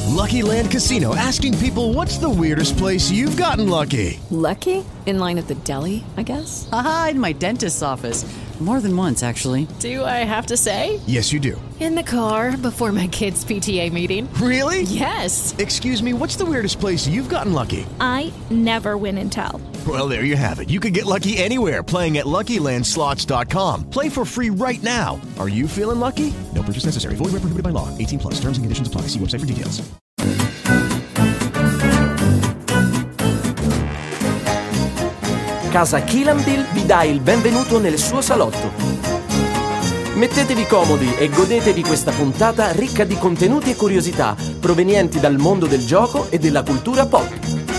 Lucky Land Casino, asking people, what's the weirdest place you've gotten lucky? Lucky? In line at the deli, I guess? Aha, in my dentist's office. More than once, actually. Do I have to say? Yes, you do. In the car before my kids' PTA meeting. Really? Yes. Excuse me, what's the weirdest place you've gotten lucky? I never win and tell. Well, there you have it. You can get lucky anywhere, playing at LuckyLandSlots.com. Play for free right now. Are you feeling lucky? No purchase necessary. Void where prohibited by law. 18 plus. Terms and conditions apply. See website for details. Casa Kilambil vi dà il benvenuto nel suo salotto. Mettetevi comodi e godetevi questa puntata ricca di contenuti e curiosità provenienti dal mondo del gioco e della cultura pop.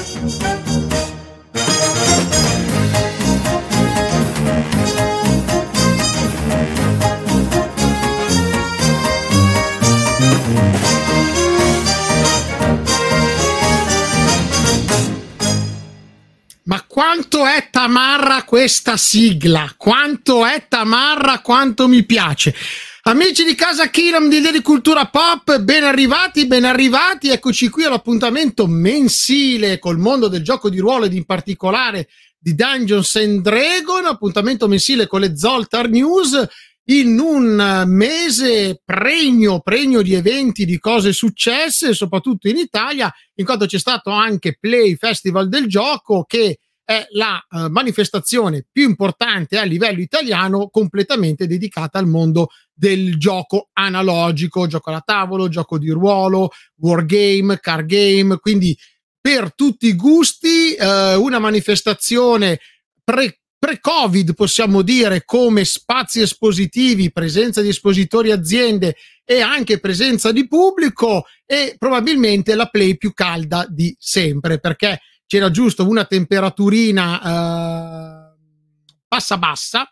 Ma quanto è tamarra questa sigla? Quanto è tamarra, quanto mi piace. Amici di Casa Kilam di Cultura Pop, ben arrivati, eccoci qui all'appuntamento mensile col mondo del gioco di ruolo ed in particolare di Dungeons and Dragons, appuntamento mensile con le Zoltar News, in un mese pregno di eventi, di cose successe, soprattutto in Italia, in quanto c'è stato anche Play Festival del gioco, che è la manifestazione più importante a livello italiano completamente dedicata al mondo del gioco analogico, gioco da tavolo, gioco di ruolo, wargame, card game, quindi per tutti i gusti, una manifestazione pre-Covid, possiamo dire, come spazi espositivi, presenza di espositori, aziende e anche presenza di pubblico, e probabilmente la play più calda di sempre, perché c'era giusto una temperaturina bassa,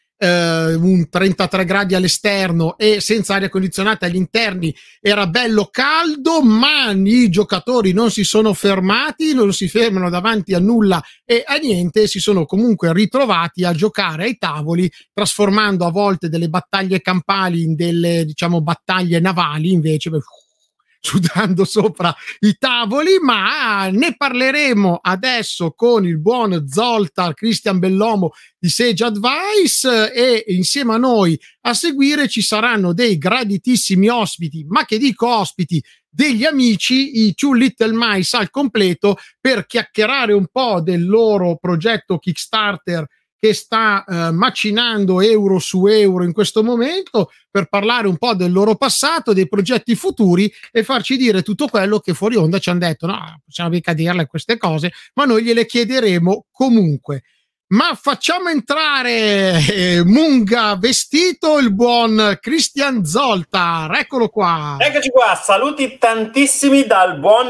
un 33 gradi all'esterno e senza aria condizionata agli interni, era bello caldo, ma i giocatori non si sono fermati, non si fermano davanti a nulla e a niente, si sono comunque ritrovati a giocare ai tavoli, trasformando a volte delle battaglie campali in delle, diciamo, battaglie navali, invece sudando sopra i tavoli. Ma ne parleremo adesso con il buon Zoltar Cristian Bellomo di Sage Advice, e insieme a noi a seguire ci saranno dei graditissimi ospiti, ma che dico ospiti, degli amici, i Two Little Mice al completo, per chiacchierare un po' del loro progetto Kickstarter che sta macinando euro su euro in questo momento, per parlare un po' del loro passato, dei progetti futuri e farci dire tutto quello che fuori onda ci hanno detto. No, possiamo mica dirle queste cose, ma noi gliele chiederemo comunque. Ma facciamo entrare Munga vestito, il buon Cristian Zoltar. Eccolo qua. Eccoci qua, saluti tantissimi dal buon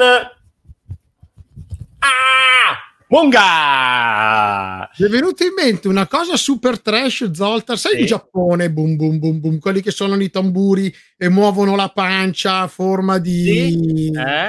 Munga! Mi è venuto in mente una cosa super trash, Zoltar, sai, in Giappone, boom boom boom boom, quelli che suonano i tamburi e muovono la pancia a forma di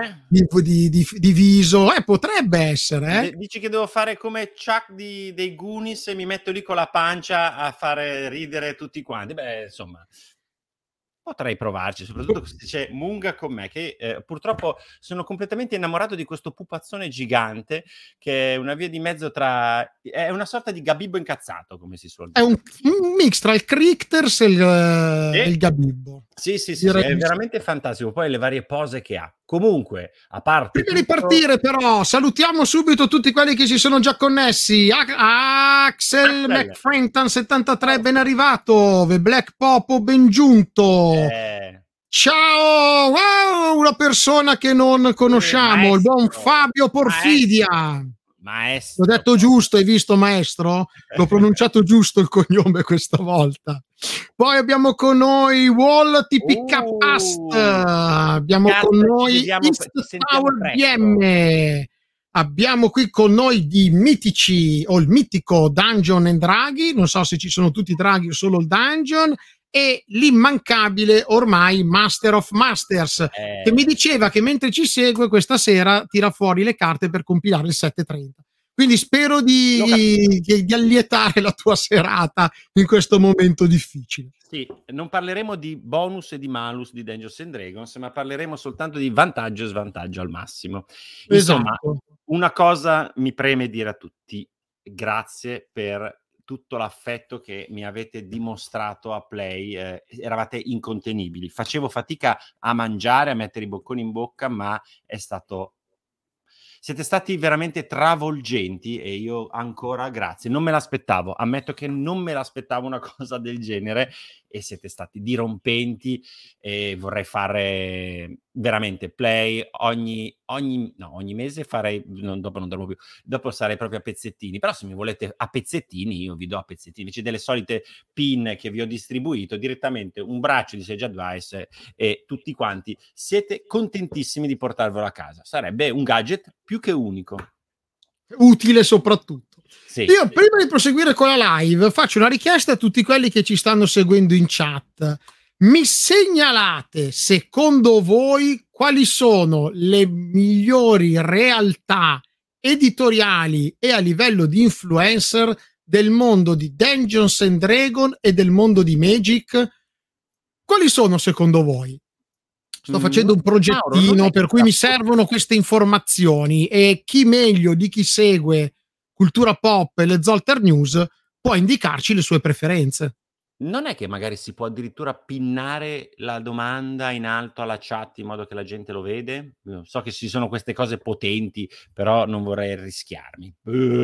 viso, potrebbe essere. Dici che devo fare come Chuck dei Goonies e mi metto lì con la pancia a fare ridere tutti quanti? Beh, insomma, potrei provarci, soprattutto se c'è Munga con me, che purtroppo sono completamente innamorato di questo pupazzone gigante, che è una via di mezzo è una sorta di Gabibbo incazzato, come si suol dire. È un mix tra il Critters e il Gabibbo. Sì, è veramente fantastico. Poi le varie pose che ha. Comunque, a parte prima di partire, però, salutiamo subito tutti quelli che si sono già connessi. Axel McFrenton 73, ben arrivato. The Black Popo, ben giunto. Ciao, wow, una persona che non conosciamo, il buon Fabio Porfidia. Maestro. L'ho detto giusto, hai visto, maestro? L'ho pronunciato giusto il cognome questa volta. Poi abbiamo con noi Wall TPK Past, abbiamo con noi East Tower BM, abbiamo qui con noi di Mitici, o il mitico Dungeon and Draghi, non so se ci sono tutti i draghi o solo il Dungeon, e l'immancabile ormai Master of Masters, che mi diceva che mentre ci segue questa sera tira fuori le carte per compilare il 730. Quindi spero di allietare la tua serata in questo momento difficile. Sì, non parleremo di bonus e di malus di Dungeons and Dragons, ma parleremo soltanto di vantaggio e svantaggio al massimo. Insomma, Esatto. una cosa mi preme dire a tutti: grazie per tutto l'affetto che mi avete dimostrato a Play, eravate incontenibili. Facevo fatica a mangiare, a mettere i bocconi in bocca, ma siete stati veramente travolgenti e io ancora grazie. Non me l'aspettavo, ammetto che non me l'aspettavo una cosa del genere e siete stati dirompenti e vorrei fare veramente Play ogni mese farei, dopo non dormo più, dopo sarei proprio a pezzettini, però se mi volete a pezzettini io vi do a pezzettini, invece delle solite pin che vi ho distribuito direttamente un braccio di Sage Advice e tutti quanti siete contentissimi di portarvelo a casa. Sarebbe un gadget più che unico. Utile soprattutto. Sì. Io prima di proseguire con la live faccio una richiesta a tutti quelli che ci stanno seguendo in chat. Mi segnalate, secondo voi, quali sono le migliori realtà editoriali e a livello di influencer del mondo di Dungeons and Dragons e del mondo di Magic? Quali sono secondo voi? Sto facendo un progettino Mauro, per cui mi servono queste informazioni e chi meglio di chi segue Cultura Pop e le Zoltar News può indicarci le sue preferenze. Non è che magari si può addirittura pinnare la domanda in alto alla chat in modo che la gente lo vede? So che ci sono queste cose potenti, però non vorrei rischiarmi.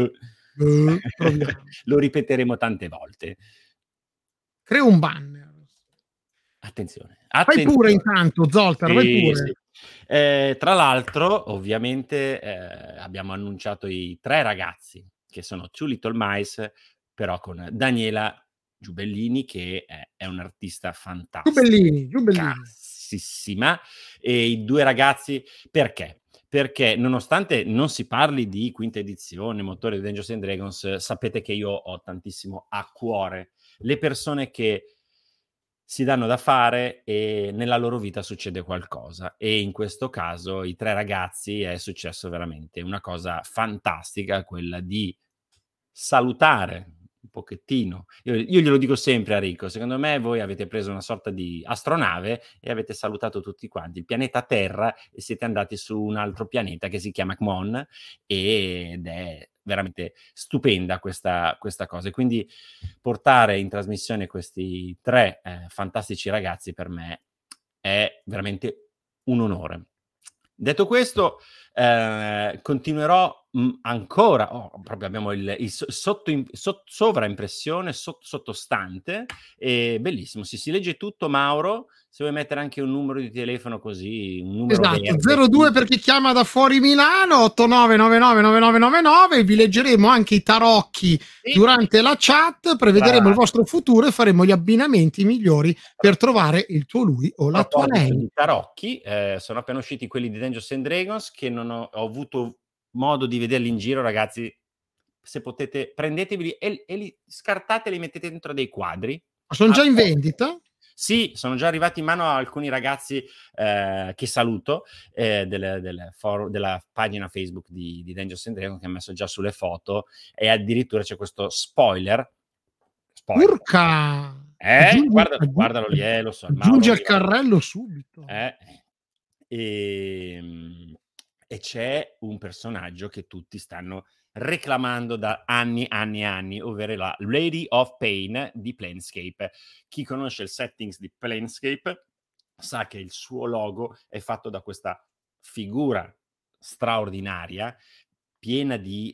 Lo ripeteremo tante volte. Creo un banner. Attenzione. Vai pure intanto, Zoltar, vai pure. Sì. Tra l'altro, ovviamente, abbiamo annunciato i 3 ragazzi, che sono Two Little Mice, però con Daniela Giubellini, che è un'artista fantastica. Giubellini. Cassissima. E i 2 ragazzi, perché? Perché nonostante non si parli di quinta edizione, motore di Dungeons and Dragons, sapete che io ho tantissimo a cuore le persone che si danno da fare e nella loro vita succede qualcosa, e in questo caso i 3 ragazzi è successo veramente una cosa fantastica, quella di salutare un pochettino. Io glielo dico sempre a Rico, secondo me voi avete preso una sorta di astronave e avete salutato tutti quanti il pianeta Terra e siete andati su un altro pianeta che si chiama Kmon, ed è veramente stupenda questa cosa. E quindi portare in trasmissione questi 3 fantastici ragazzi per me è veramente un onore. Detto questo, continuerò ancora. Proprio abbiamo il sovraimpressione sottostante, e bellissimo. Si legge tutto. Mauro, se vuoi mettere anche un numero di telefono, così un numero esatto, 02 per chi chiama da fuori Milano, 89999999. Vi leggeremo anche i tarocchi durante la chat, prevederemo il vostro futuro e faremo gli abbinamenti migliori per trovare il tuo lui o la tua lei. I tarocchi sono appena usciti quelli di Dungeons and Dragons, che non ho avuto modo di vederli in giro, ragazzi. Se potete, prendeteveli e li scartate e li mettete dentro dei quadri. Sono già in vendita? Sì, sono già arrivati in mano a alcuni ragazzi che saluto della pagina Facebook di Dungeons and Dragons, che ha messo già sulle foto, e addirittura c'è questo spoiler. Urca! Guardalo lì, lo so. Aggiungi al carrello subito. E c'è un personaggio che tutti stanno reclamando da anni, ovvero la Lady of Pain di Planescape. Chi conosce il settings di Planescape sa che il suo logo è fatto da questa figura straordinaria, piena di,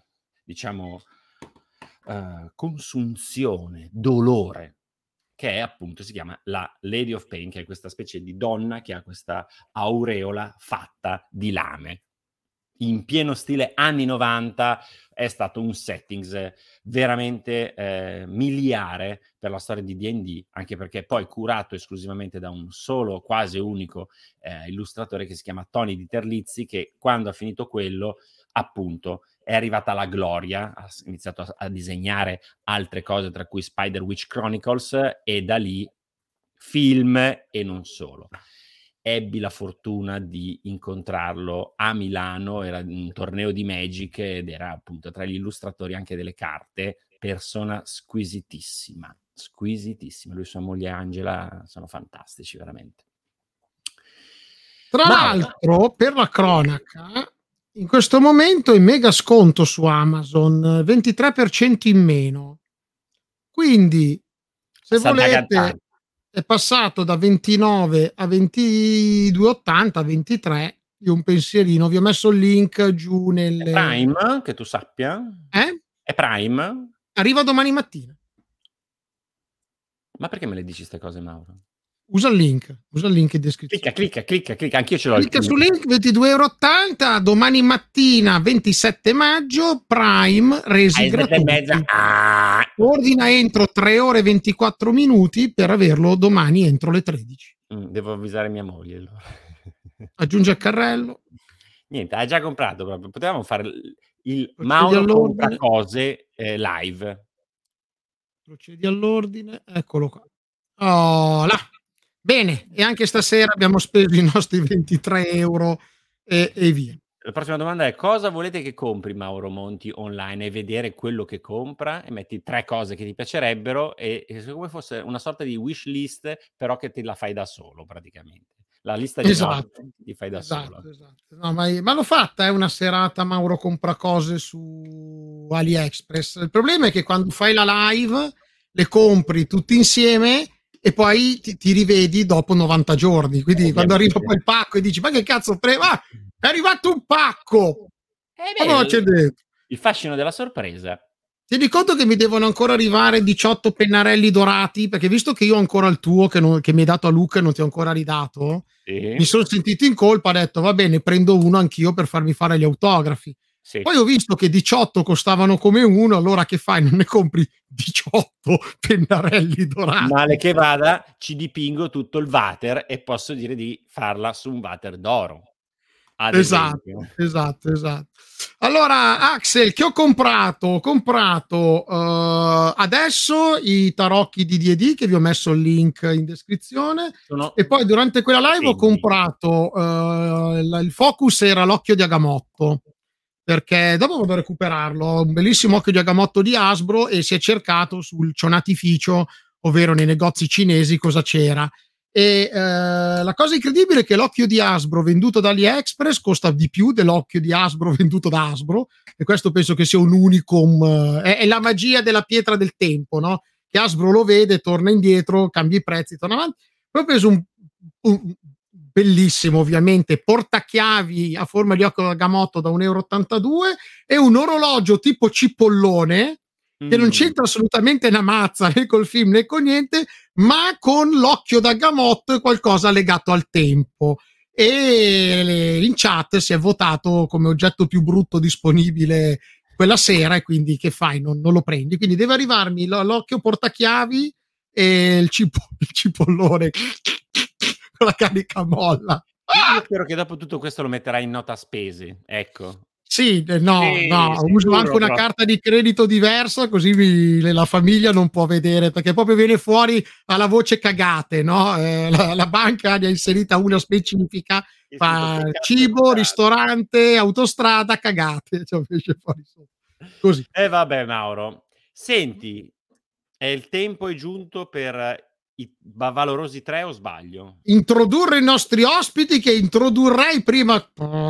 consunzione, dolore, che è appunto, si chiama la Lady of Pain, che è questa specie di donna che ha questa aureola fatta di lame. In pieno stile anni 90, è stato un settings veramente miliare per la storia di D&D, anche perché poi curato esclusivamente da un solo, quasi unico illustratore che si chiama Tony Di Terlizzi, che quando ha finito quello, appunto, è arrivata la gloria, ha iniziato a disegnare altre cose, tra cui Spider Witch Chronicles, e da lì film e non solo. Ebbi la fortuna di incontrarlo a Milano, era un torneo di Magic ed era appunto tra gli illustratori anche delle carte, persona squisitissima, lui e sua moglie Angela sono fantastici veramente. Tra l'altro, per la cronaca, in questo momento è mega sconto su Amazon, 23% in meno. Quindi, se volete, è passato da 29 a 22,80 a 23. Io un pensierino, vi ho messo il link giù nel Prime, che tu sappia. È Prime? Arriva domani mattina. Ma perché me le dici queste cose, Mauro? Usa il link in descrizione. Clicca, anch'io ce l'ho. Clicca sul link, 22,80 €, domani mattina 27 maggio, Prime, resi gratuiti. Ordina entro 3 ore e 24 minuti per averlo domani entro le 13. Devo avvisare mia moglie allora. Aggiunge al carrello. Niente, hai già comprato proprio. Potevamo fare il Mauro compra cose live. Procedi all'ordine, eccolo qua. Oh, là. Bene, e anche stasera abbiamo speso i nostri 23 euro e via. La prossima domanda è: cosa volete che compri Mauro Monti online? E vedere quello che compra e metti 3 cose che ti piacerebbero e come fosse una sorta di wish list, però che te la fai da solo praticamente. La lista di cose ti fai da solo. Esatto. No, ma l'ho fatta una serata Mauro compra cose su AliExpress. Il problema è che quando fai la live le compri tutti insieme e poi ti rivedi dopo 90 giorni. Quindi quando arriva poi il pacco e dici ma che cazzo è arrivato un pacco! Ma c'è dentro. Il fascino della sorpresa. Tieni conto che mi devono ancora arrivare 18 pennarelli dorati, perché visto che io ho ancora il tuo che mi hai dato a Luca e non ti ho ancora ridato, mi sono sentito in colpa, ho detto va bene, prendo uno anch'io per farmi fare gli autografi. Sì. Poi ho visto che 18 costavano come uno, allora che fai? Non ne compri 18 pennarelli dorati? Male che vada, ci dipingo tutto il water e posso dire di farla su un water d'oro. Esatto. Allora, Axel, che ho comprato adesso i tarocchi di D&D, che vi ho messo il link in descrizione, e poi durante quella live ho comprato il focus era l'occhio di Agamotto, perché dopo vado a recuperarlo, un bellissimo occhio di Agamotto di Hasbro, e si è cercato sul cionatificio, ovvero nei negozi cinesi, cosa c'era. E la cosa incredibile è che l'occhio di Hasbro venduto da AliExpress costa di più dell'occhio di Hasbro venduto da Hasbro, e questo penso che sia un unicum, è la magia della pietra del tempo, no? Che Hasbro lo vede, torna indietro, cambia i prezzi, torna avanti. Poi ho preso un bellissimo, ovviamente, portachiavi a forma di occhio Agamotto da 1,82 € e un orologio tipo cipollone che non c'entra assolutamente una mazza né col film né con niente, ma con l'occhio d'Agamotto e qualcosa legato al tempo. E in chat si è votato come oggetto più brutto disponibile quella sera, e quindi che fai? Non lo prendi? Quindi deve arrivarmi l'occhio portachiavi e il cipollone con la carica molla. Io spero che dopo tutto questo lo metterai in nota spese, ecco. Sì, uso anche una carta di credito diversa, così la famiglia non può vedere, perché proprio viene fuori alla voce cagate, no? La banca ne ha inserita una specifica, fa cibo, ristorante, autostrada, cagate, cioè, così. Vabbè, Mauro, senti, il tempo è giunto per i valorosi 3, o sbaglio? Introdurre i nostri ospiti, che introdurrei prima.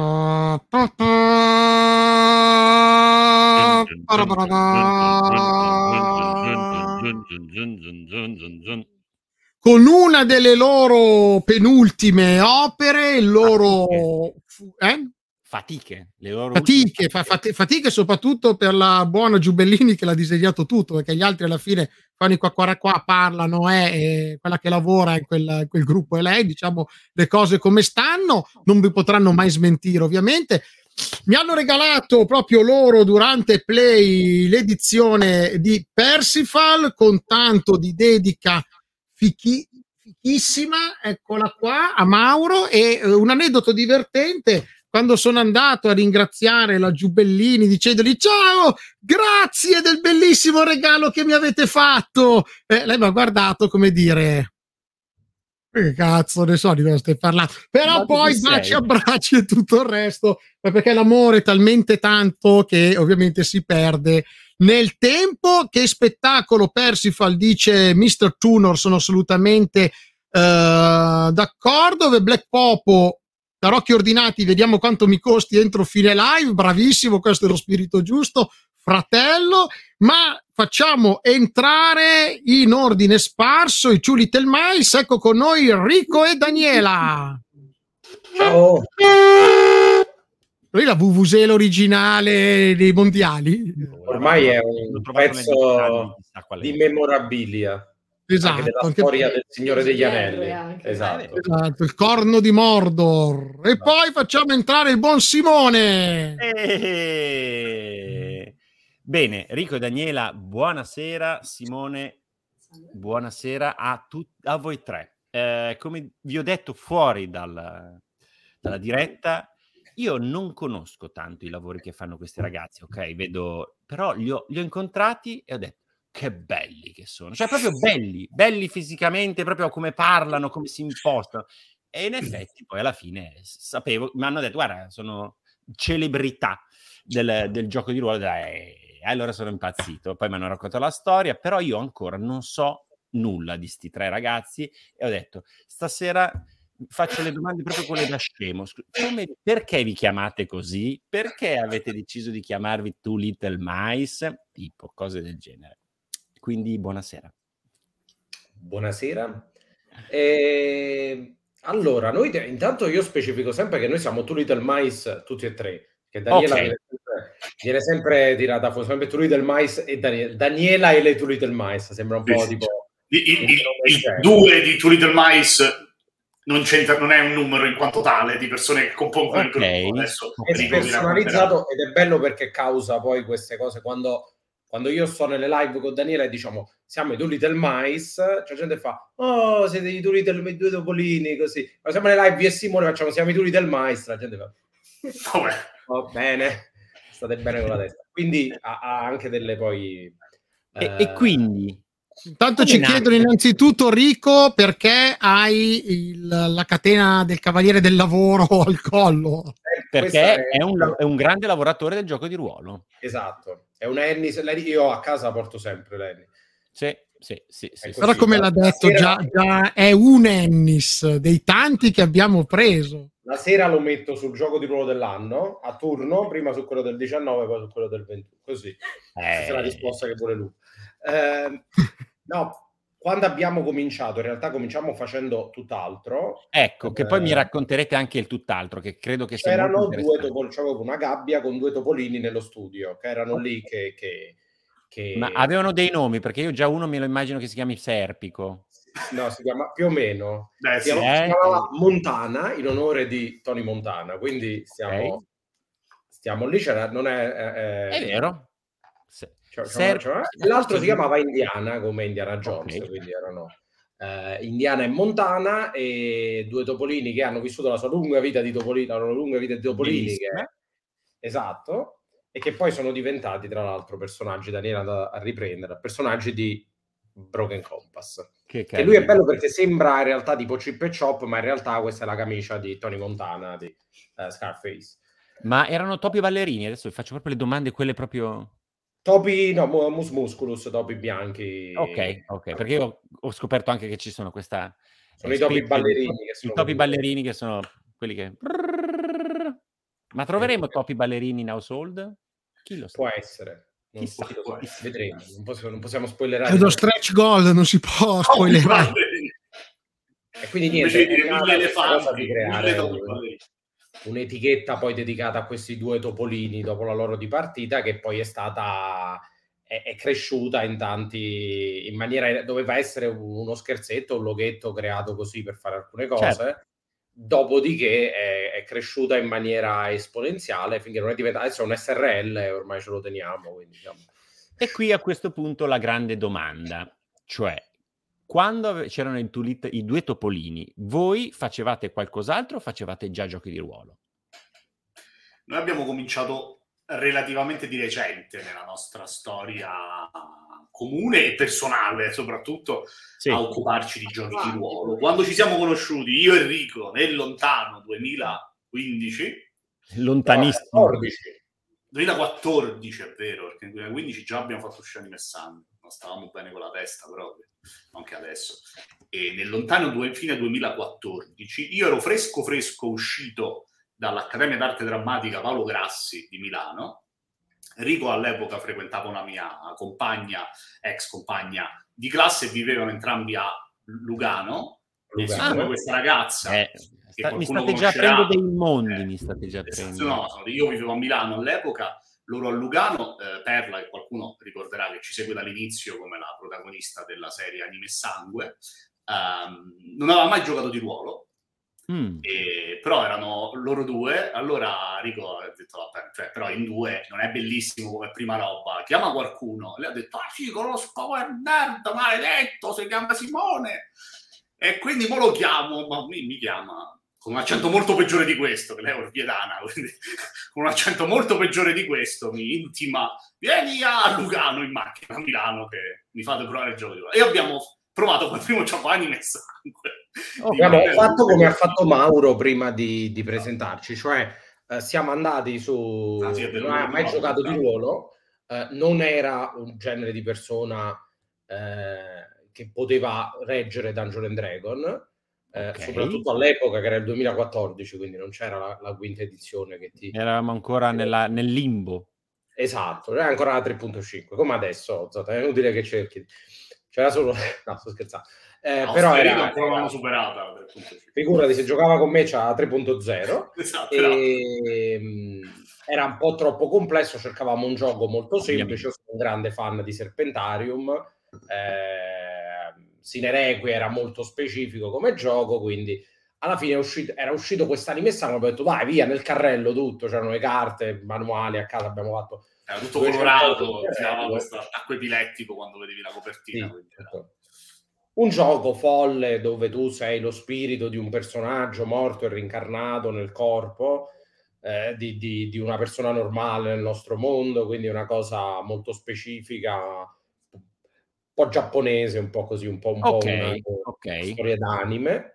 Con una delle loro penultime opere, il loro fatiche soprattutto per la buona Giubellini, che l'ha disegnato tutto, perché gli altri alla fine fanno i qua parlano, e quella che lavora in quel gruppo è lei, diciamo le cose come stanno, non vi potranno mai smentire ovviamente. Mi hanno regalato proprio loro durante Play l'edizione di Parsifal con tanto di dedica fichissima, eccola qua, a Mauro. E un aneddoto divertente: quando sono andato a ringraziare la Giubellini dicendogli ciao, grazie del bellissimo regalo che mi avete fatto, lei mi ha guardato come dire che cazzo ne so di cosa stai parlando, però poi baci, abbracci e tutto il resto, perché l'amore è talmente tanto che ovviamente si perde nel tempo. Che spettacolo, Persifal, dice Mr. Tunor, sono assolutamente d'accordo. Black Popo, tarocchi ordinati, vediamo quanto mi costi entro fine live. Bravissimo, questo è lo spirito giusto, fratello. Ma facciamo entrare in ordine sparso i Two Little Mice. Ecco con noi Rico e Daniela. Ciao. Lui la Vuvuzela originale dei mondiali. Ormai è un pezzo di memorabilia. Esatto, anche della storia del Signore degli Anelli. Esatto, il corno di Mordor. E poi facciamo entrare il buon Simone. Bene, Rico e Daniela, buonasera. Simone, buonasera a voi tre. Come vi ho detto fuori dalla diretta, io non conosco tanto i lavori che fanno questi ragazzi, ok? Però li ho incontrati e ho detto che belli che sono, cioè proprio belli fisicamente, proprio come parlano, come si impostano. E in effetti poi alla fine sapevo, mi hanno detto guarda, sono celebrità del gioco di ruolo, allora sono impazzito. Poi mi hanno raccontato la storia, però io ancora non so nulla di sti tre ragazzi e ho detto stasera faccio le domande proprio quelle da scemo. Perché vi chiamate così? Perché avete deciso di chiamarvi Two Little Mice? Tipo cose del genere. Quindi buonasera. Buonasera. Allora, noi intanto io specifico sempre che noi siamo Two Little Mice tutti e tre, che Daniela viene sempre tirata fuori, sempre Two Little Mice e Daniela e le Two Little Mice, sembra un po' tipo il 2 di Two Little Mice non c'entra, non è un numero in quanto tale di persone che compongono il gruppo. Adesso è personalizzato ed è bello perché causa poi queste cose quando io sto nelle live con Daniela e diciamo siamo i Two Little Mice, c'è gente che fa oh siete i due topolini così, ma siamo nelle live io e Simone facciamo siamo i Two Little Mice, la gente fa va bene, state bene con la testa, quindi ha anche delle poi e quindi intanto ci chiedono innanzitutto Rico perché hai la catena del Cavaliere del Lavoro al collo, perché è un grande lavoratore del gioco di ruolo. Esatto, è una Ennis, io a casa porto sempre l'Ennis. Sì. Però come l'ha detto già è un Ennis dei tanti che abbiamo preso. La sera lo metto sul gioco di ruolo dell'anno a turno, prima su quello del 19 poi su quello del 21, così questa è la risposta che vuole lui. No, quando abbiamo cominciato in realtà cominciamo facendo tutt'altro, ecco che poi mi racconterete anche il tutt'altro, che credo che sia c'erano molto interessante. c'avevo una gabbia con due topolini nello studio che erano lì che ma avevano dei nomi, perché io già uno me lo immagino che si chiami Serpico. No, si chiama più o meno si chiamava Montana in onore di Tony Montana, quindi stiamo lì, non è vero. L'altro si chiamava Indiana come Indiana Jones, quindi erano Indiana e Montana, e due topolini che hanno vissuto la sua lunga vita di topolini, esatto, e che poi sono diventati tra l'altro personaggi, Daniela a riprendere, personaggi di Broken Compass, che lui è bello perché sembra in realtà tipo Chip e Chop, ma in realtà questa è la camicia di Tony Montana di Scarface. Ma erano topi ballerini? Adesso vi faccio proprio le domande, quelle proprio topi, no, musculus, topi bianchi. Ok, perché io ho scoperto anche che ci sono questa sono i topi ballerini i topi ballerini che sono quelli che ma troveremo topi ballerini in Household? Chi lo sa? Può essere. Vedremo, non possiamo spoilerare. È uno stretch goal, non si può spoilerare. E quindi niente, di creare un'etichetta poi dedicata a questi due topolini dopo la loro dipartita, che poi è stata è cresciuta in maniera, doveva essere uno scherzetto, un loghetto creato così per fare alcune cose. Certo. Dopodiché è cresciuta in maniera esponenziale finché non è diventata, adesso è un SRL e ormai ce lo teniamo, quindi diciamo. E qui a questo punto la grande domanda, cioè quando c'erano i due topolini, voi facevate qualcos'altro o facevate già giochi di ruolo? Noi abbiamo cominciato relativamente di recente nella nostra storia comune e personale, soprattutto a occuparci di giochi di ruolo. Quando ci siamo conosciuti, io e Enrico, nel lontano 2015, lontanissimo, 2014 è vero, perché nel 2015 già abbiamo fatto uscire Anime e Sangue, non stavamo bene con la testa proprio, anche adesso. E nel lontano fine 2014 io ero fresco uscito dall'Accademia d'Arte Drammatica Paolo Grassi di Milano. Enrico all'epoca frequentava una mia ex compagna di classe, vivevano entrambi a Lugano. E siccome questa ragazza mi state già aprendo dei mondi, mi state già aprendo. No, io vivevo a Milano all'epoca, loro a Lugano. Perla, che qualcuno ricorderà che ci segue dall'inizio come la protagonista della serie Anime e Sangue, non aveva mai giocato di ruolo. Però erano loro due. Allora Rico ha detto però in due non è bellissimo come prima roba, chiama qualcuno. Lei ha detto sì, conosco quel nerd maledetto, si chiama Simone, e quindi mo lo chiamo, ma mi chiama con un accento molto peggiore di questo, che lei è orviedana, quindi con un accento molto peggiore di questo mi intima: vieni a Lugano in macchina a Milano che mi fate provare il gioco di ruolo. E abbiamo provato col primo gioco Anime e Sangue. Abbiamo fatto come ha fatto Mauro prima di presentarci, cioè siamo andati su... non ha mai giocato di ruolo, non era un genere di persona che poteva reggere Dungeons and Dragons, soprattutto all'epoca, che era il 2014, quindi non c'era la quinta edizione che ti... Eravamo ancora nel limbo. Esatto, era ancora la 3.5, come adesso, è inutile che cerchi. C'era solo... No, sto scherzando. Però era superata. Figurati, se giocava con me c'era 3.0. Esatto, era un po' troppo complesso, cercavamo un gioco molto semplice. Io sono un grande fan di Serpentarium. Sinerequi era molto specifico come gioco, quindi alla fine era uscito quest'Anime e Sangue. Abbiamo detto dai, via, nel carrello tutto, c'erano le carte, manuali a casa, abbiamo fatto... Era tutto colorato, si chiamava questo attacco epilettico quando vedevi la copertina. Sì, certo. Un gioco folle dove tu sei lo spirito di un personaggio morto e rincarnato nel corpo di una persona normale nel nostro mondo, quindi una cosa molto specifica, un po' giapponese, un po' così, un po' una storia d'anime.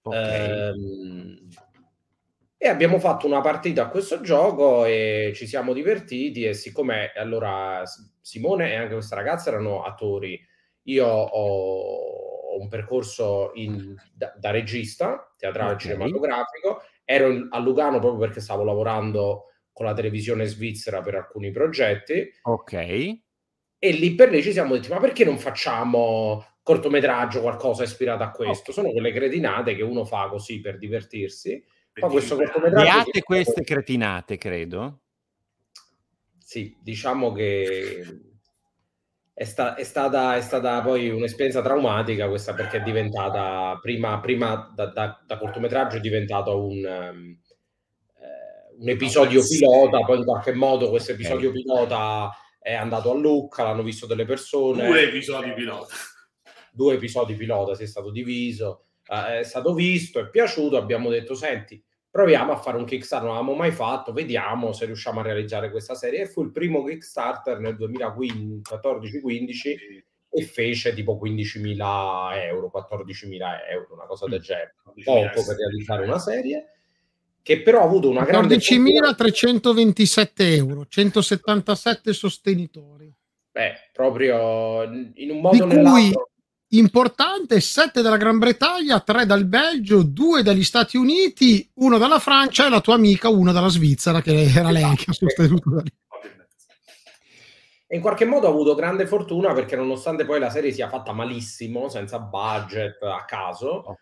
E abbiamo fatto una partita a questo gioco e ci siamo divertiti, e siccome allora Simone e anche questa ragazza erano attori, io ho un percorso da regista teatrale cinematografico, ero a Lugano proprio perché stavo lavorando con la televisione svizzera per alcuni progetti. E lì per lì ci siamo detti: ma perché non facciamo cortometraggio, qualcosa ispirato a questo? Sono quelle cretinate che uno fa così per divertirsi. Poi questo cortometraggio queste cretinate, credo. Sì, diciamo che è stata poi un'esperienza traumatica questa, perché è diventata prima da cortometraggio è diventato un episodio pilota. Poi in qualche modo questo episodio pilota è andato a Lucca, l'hanno visto delle persone. 2 episodi pilota. 2 episodi pilota, si è stato diviso, è stato visto, è piaciuto, abbiamo detto senti, proviamo a fare un Kickstarter, non l'avevamo mai fatto, vediamo se riusciamo a realizzare questa serie. E fu il primo Kickstarter nel 2014-15 e fece tipo 15.000 euro, 14.000 euro, una cosa del genere, poco per realizzare una serie, che però ha avuto una grande... 14.327 euro, 177 sostenitori. Proprio in un modo o nell'altro. Importante, 7 dalla Gran Bretagna, 3 dal Belgio, 2 dagli Stati Uniti, 1 dalla Francia e la tua amica 1 dalla Svizzera, che era lei che ha sostenuto da lì. E in qualche modo ha avuto grande fortuna, perché nonostante poi la serie sia fatta malissimo, senza budget, a caso,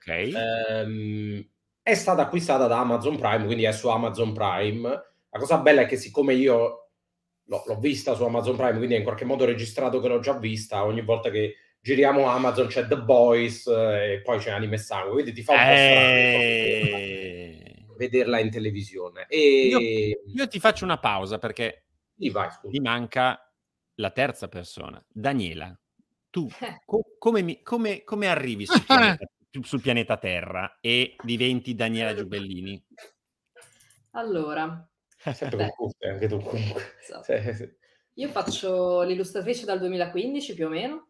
è stata acquistata da Amazon Prime, quindi è su Amazon Prime. La cosa bella è che siccome io l'ho vista su Amazon Prime, quindi è in qualche modo registrato che l'ho già vista, ogni volta che giriamo Amazon c'è The Boys e poi c'è Anime e Sangue, quindi ti fa un po' strano vederla in televisione. E io ti faccio una pausa perché mi manca la terza persona. Daniela, tu come arrivi sul pianeta Terra e diventi Daniela Giubellini? Allora, sempre con anche tu comunque. Esatto. Io faccio l'illustratrice dal 2015 più o meno.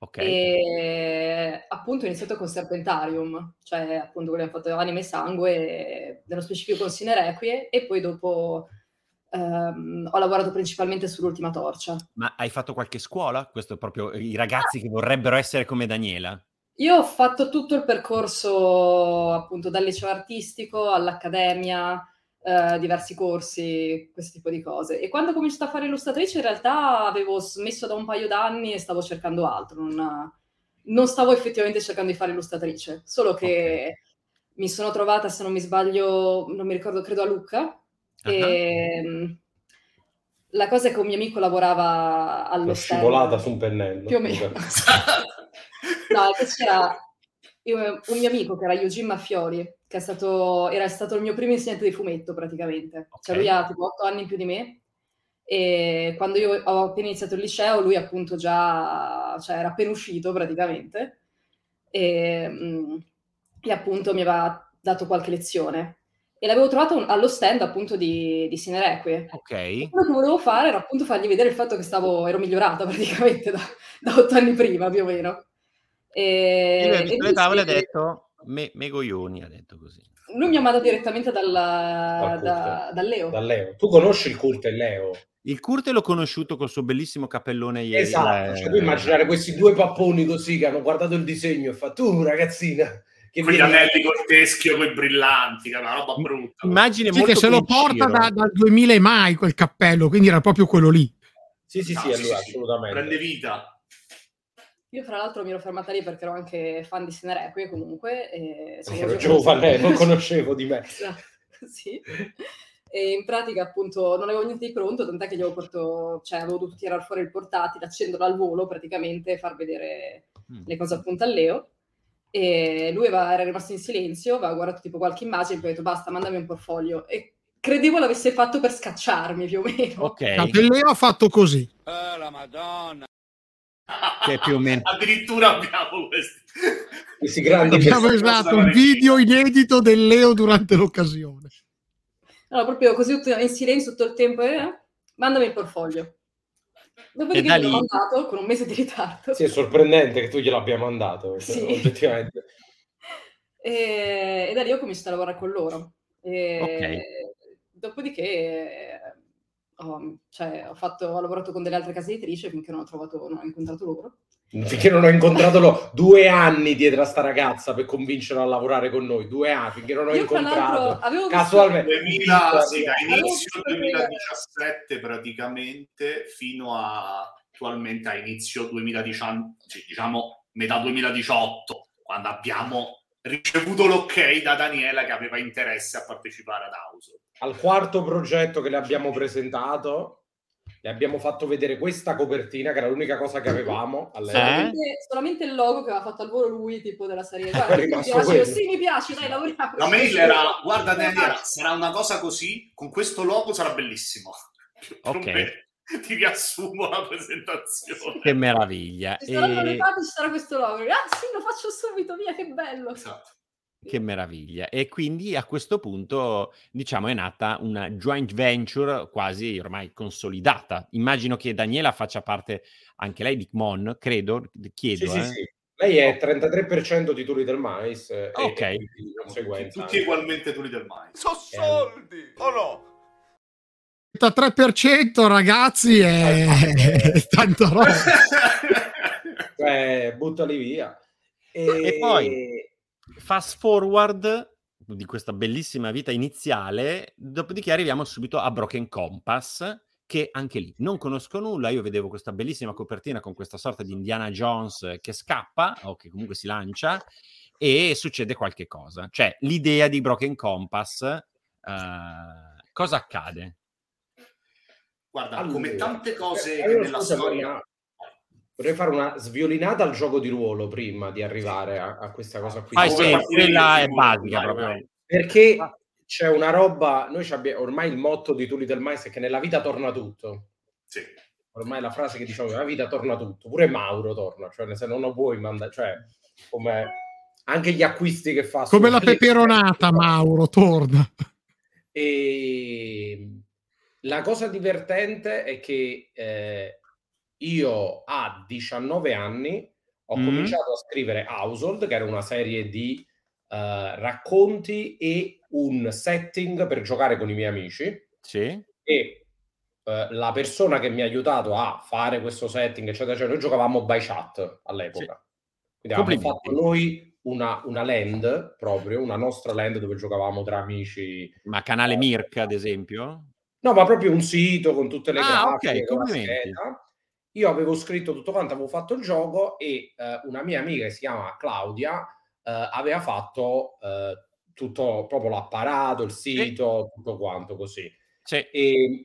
E appunto ho iniziato con Serpentarium, cioè appunto quello che abbiamo fatto Anime e Sangue, nello specifico con Sinerequie, e poi dopo Ho lavorato principalmente sull'Ultima Torcia. Ma hai fatto qualche scuola? Questo è proprio i ragazzi che vorrebbero essere come Daniela? Io ho fatto tutto il percorso appunto dal liceo artistico all'accademia, diversi corsi, questo tipo di cose. E quando ho cominciato a fare illustratrice in realtà avevo smesso da un paio d'anni e stavo cercando altro, non stavo effettivamente cercando di fare illustratrice, solo che mi sono trovata, se non mi sbaglio, non mi ricordo, credo a Lucca, e la cosa è che un mio amico lavorava allo stand. Scivolata su un pennello. Più o meno. No, c'era un mio amico che era Eugene Maffiori, che era stato il mio primo insegnante di fumetto praticamente. Cioè lui ha tipo 8 anni in più di me, e quando io ho appena iniziato il liceo lui appunto già, cioè era appena uscito praticamente, e appunto mi aveva dato qualche lezione. E l'avevo trovato allo stand appunto di Cinerequie. Ok. Quello che volevo fare era appunto fargli vedere il fatto che ero migliorata praticamente da 8 anni prima, più o meno. E lui ha visto le tavole e ha detto me goioni, ha detto così. Lui mi ha mandato direttamente dal Leo. Dal Leo. Tu conosci il Kurt e Leo? Il Kurt l'ho conosciuto col suo bellissimo cappellone ieri. Esatto, cioè tu immaginare questi due papponi così che hanno guardato il disegno e fa tu ragazzina che quegli anelli col teschio, quei brillanti, che è una roba brutta. Immagine molto che se lo porta dal 2000 e mai quel cappello, quindi era proprio quello lì. Sì, è lui, assolutamente. Prende vita. Io fra l'altro mi ero fermata lì perché ero anche fan di Cinerequie comunque. Non conoscevo di me. Sì. E in pratica appunto non avevo niente di pronto, tant'è che avevo dovuto tirare fuori il portatile, accenderlo al volo praticamente e far vedere le cose appunto al Leo. E lui era rimasto in silenzio, aveva guardato tipo qualche immagine e poi ha detto basta, mandami un portfolio, e credevo l'avesse fatto per scacciarmi più o meno. Ok. Il Leo ha fatto così. La Madonna. Che più o meno. Addirittura abbiamo questi grandi. Abbiamo esatto un video inedito del Leo durante l'occasione. Allora, proprio così in silenzio tutto il tempo, mandami il portfolio. Dopodiché gliel'ho mandato con un mese di ritardo. Sì, è sorprendente che tu glielo abbia mandato, sì. Oggettivamente. E da lì ho cominciato a lavorare con loro. Dopodiché ho lavorato con delle altre case editrici finché non ho incontrato loro. Finché non ho incontrato loro 2 anni dietro a sta ragazza per convincerla a lavorare con noi. 2 anni finché non ho incontrato casualmente da inizio 2017 praticamente fino a attualmente a inizio 2019, diciamo metà 2018, quando abbiamo ricevuto l'ok da Daniela che aveva interesse a partecipare ad House. Al quarto progetto che le abbiamo presentato le abbiamo fatto vedere questa copertina che era l'unica cosa che avevamo solamente il logo che aveva fatto al volo lui, tipo della serie. Guarda, mi piace, dai, lavoriamo. La mail era, guarda Daniela, sarà una cosa così, con questo logo sarà bellissimo. Ok. Ti riassumo la presentazione. Che meraviglia. Ci sarà questo logo. Ah sì, lo faccio subito, via, che bello. Esatto. Che meraviglia. E quindi a questo punto, diciamo, è nata una joint venture quasi ormai consolidata. Immagino che Daniela faccia parte anche lei di Kmon, credo, chiedo. Sì. Lei è 33% di Tuli del Mais. Ok. E di conseguenza tutti ugualmente Tuli del Mais. So soldi, o no? 33% ragazzi è tanta roba. Buttali via. E poi fast forward di questa bellissima vita iniziale, dopodiché arriviamo subito a Broken Compass, che anche lì non conosco nulla. Io vedevo questa bellissima copertina con questa sorta di Indiana Jones che scappa o che comunque si lancia e succede qualche cosa. Cioè l'idea di Broken Compass, cosa accade? Guarda, come tante cose nella storia... Vorrei fare una sviolinata al gioco di ruolo prima di arrivare a questa cosa qui. Quella è basica proprio. Perché c'è una roba, noi ormai il motto di Tuli del Mais è che nella vita torna tutto. Sì. Ormai la frase che diciamo nella vita torna tutto, pure Mauro torna, cioè se non lo vuoi mandare, cioè come anche gli acquisti che fa. Come la peperonata, Mauro torna. E la cosa divertente è che io a 19 anni ho cominciato a scrivere Household, che era una serie di racconti e un setting per giocare con i miei amici. Sì. E la persona che mi ha aiutato a fare questo setting, eccetera, cioè noi giocavamo by chat all'epoca. Quindi avevamo fatto noi una land, proprio, una nostra land dove giocavamo tra amici. Ma canale Mirk, ad esempio? No, ma proprio un sito con tutte le grafiche, ok, con la complimenti. scheda. Io avevo scritto tutto quanto, avevo fatto il gioco e una mia amica che si chiama Claudia aveva fatto tutto, proprio l'apparato, il sito, tutto quanto così. E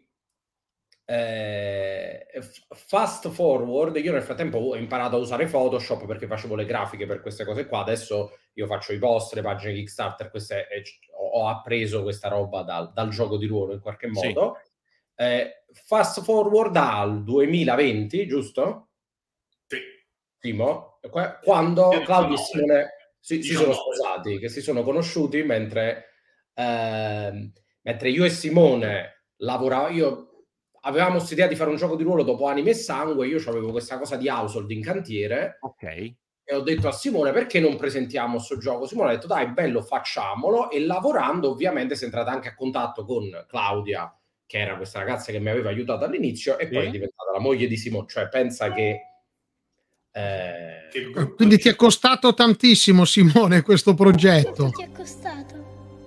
fast forward, io nel frattempo ho imparato a usare Photoshop perché facevo le grafiche per queste cose qua. Adesso io faccio i post, le pagine Kickstarter, ho appreso questa roba dal gioco di ruolo in qualche modo. Fast forward al 2020, giusto? Sì. Timo, quando Claudio e Simone si sono sposati, che si sono conosciuti mentre io e Simone avevamo questa idea di fare un gioco di ruolo dopo Anime e Sangue. Io avevo questa cosa di Household in cantiere. E ho detto a Simone, perché non presentiamo sto gioco? Simone ha detto, dai, bello, facciamolo. E lavorando, ovviamente, si è entrata anche a contatto con Claudia, che era questa ragazza che mi aveva aiutato all'inizio, e poi è diventata la moglie di Simone. Cioè, pensa che... Quindi ti è costato tantissimo, Simone, questo progetto? Ti è costato?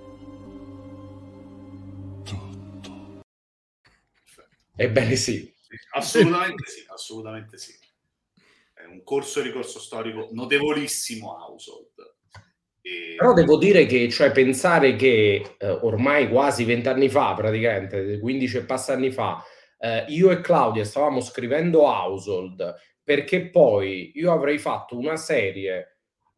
Ebbene sì. Assolutamente sì. È un corso e ricorso storico notevolissimo Household. Però devo dire che, cioè, pensare che ormai quasi 20 anni fa, praticamente 15 e passa anni fa, io e Claudia stavamo scrivendo Household, perché poi io avrei fatto una serie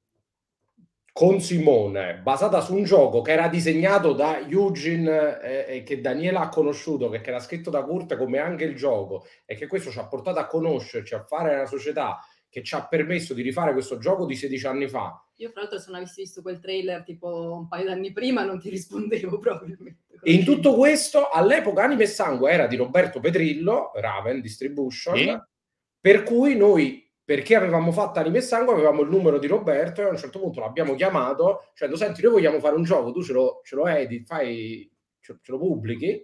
con Simone basata su un gioco che era disegnato da Eugene che Daniela ha conosciuto, che era scritto da Kurt, come anche il gioco, e che questo ci ha portato a conoscerci, a fare una società che ci ha permesso di rifare questo gioco di 16 anni fa. Io fra l'altro, se non avessi visto quel trailer tipo un paio d'anni prima, non ti rispondevo probabilmente. E in tutto questo, all'epoca Anime e Sangue era di Roberto Petrillo, Raven Distribution, per cui noi, perché avevamo fatto Anime e Sangue, avevamo il numero di Roberto e a un certo punto l'abbiamo chiamato dicendo, senti, noi vogliamo fare un gioco, tu ce lo editi, ce lo pubblichi.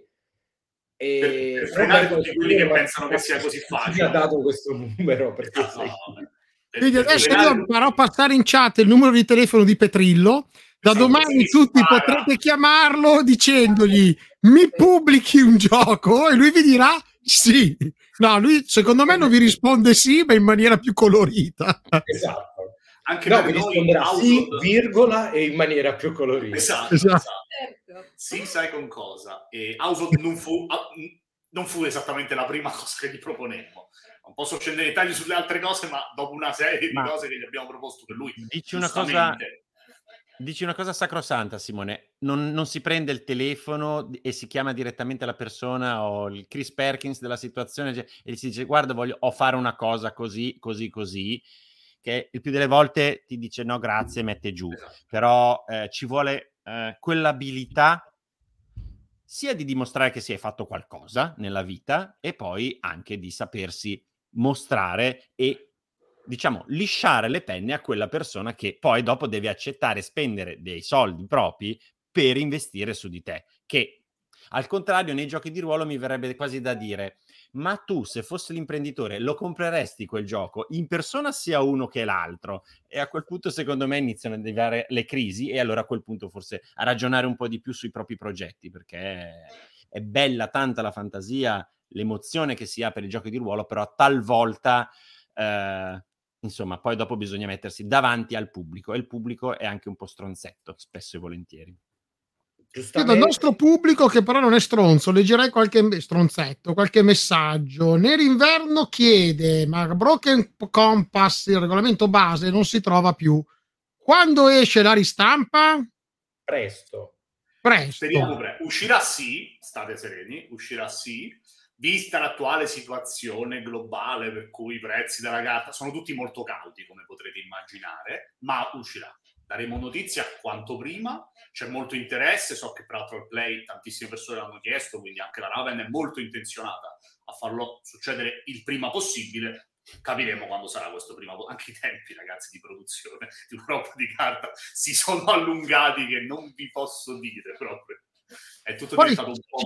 E per frenare tutti quelli che pensano che sia così facile. Ci ha dato questo numero perché quindi adesso io farò passare in chat il numero di telefono di Petrillo. Da domani tutti potrete chiamarlo dicendogli mi pubblichi un gioco e lui vi dirà sì. No, lui secondo me non vi risponde sì, ma in maniera più colorita. Esatto. Anche no, vi risponderà sì, virgola, e in maniera più colorita. Esatto. Sì, sai con cosa? E Household non fu esattamente la prima cosa che gli proponemmo. Non posso scendere in dettagli sulle altre cose, ma dopo una serie di cose che gli abbiamo proposto per lui. Dici una cosa sacrosanta, Simone. Non si prende il telefono e si chiama direttamente la persona o il Chris Perkins della situazione e si dice guarda, voglio fare una cosa così, che il più delle volte ti dice no grazie, mette giù. Però ci vuole quell'abilità sia di dimostrare che si è fatto qualcosa nella vita e poi anche di sapersi mostrare e, diciamo, lisciare le penne a quella persona che poi dopo deve accettare spendere dei soldi propri per investire su di te, che al contrario nei giochi di ruolo mi verrebbe quasi da dire ma tu se fossi l'imprenditore lo compreresti quel gioco in persona sia uno che l'altro? E a quel punto secondo me iniziano ad arrivare le crisi e allora a quel punto forse a ragionare un po' di più sui propri progetti, perché è bella tanta la fantasia, l'emozione che si ha per i giochi di ruolo, però talvolta insomma poi dopo bisogna mettersi davanti al pubblico e il pubblico è anche un po' stronzetto spesso e volentieri. Dal nostro pubblico, che però non è stronzo, leggerei qualche stronzetto, qualche messaggio. Nero Inverno chiede ma Broken Compass, il regolamento base, non si trova più, quando esce la ristampa? Presto. Speriamo uscirà sì, state sereni, uscirà sì, vista l'attuale situazione globale per cui i prezzi della carta sono tutti molto caldi, come potrete immaginare, ma uscirà. Daremo notizia quanto prima, c'è molto interesse, so che peraltro al Play tantissime persone l'hanno chiesto, quindi anche la Raven è molto intenzionata a farlo succedere il prima possibile. Capiremo quando sarà questo prima, anche i tempi, ragazzi, di produzione di una roba di carta si sono allungati che non vi posso dire proprio. È tutto diventato un po' complicato.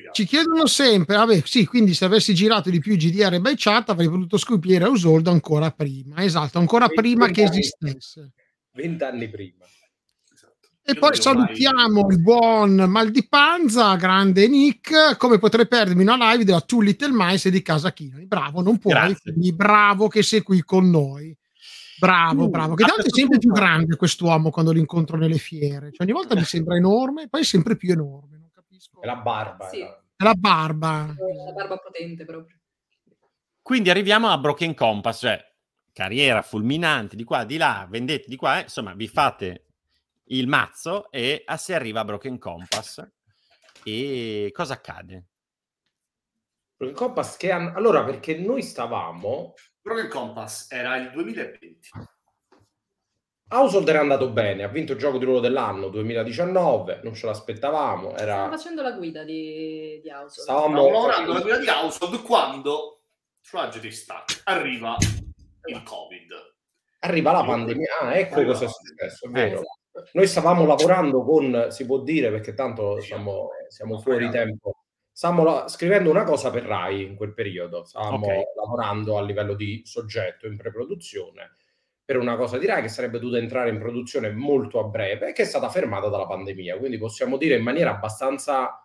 Ci chiedono sempre, vabbè, sì, quindi se avessi girato di più GDR by chat avrei potuto scoprire Household ancora prima, esatto, ancora prima che esistesse. 20 anni prima. E poi salutiamo il buon Mal di Panza, grande Nick, come potrei perdermi una live della Two Little Mice di Casa Chinoni. Bravo, non puoi, quindi bravo che sei qui con noi. Bravo. Che tanto è sempre più grande quest'uomo quando lo incontro nelle fiere. Cioè, ogni volta mi sembra enorme, poi è sempre più enorme. Non capisco. È la barba. Sì. È la barba. La barba potente proprio. Quindi arriviamo a Broken Compass, cioè carriera fulminante di qua, di là, vendette di qua, insomma, vi fate il mazzo e si arriva a Broken Compass. E cosa accade? Broken Compass allora, perché noi stavamo... Broken Compass era il 2020. Household era andato bene, ha vinto il gioco di ruolo dell'anno 2019, non ce l'aspettavamo. Stavamo facendo la guida di Household. Stavamo lavorando la guida di Household quando Tragedy Stack arriva il Covid. Arriva la pandemia, ecco cosa è successo, è vero. Noi stavamo lavorando con, si può dire perché tanto siamo fuori tempo, stavamo scrivendo una cosa per Rai in quel periodo, stavamo lavorando a livello di soggetto in preproduzione per una cosa di Rai che sarebbe dovuta entrare in produzione molto a breve e che è stata fermata dalla pandemia, quindi possiamo dire in maniera abbastanza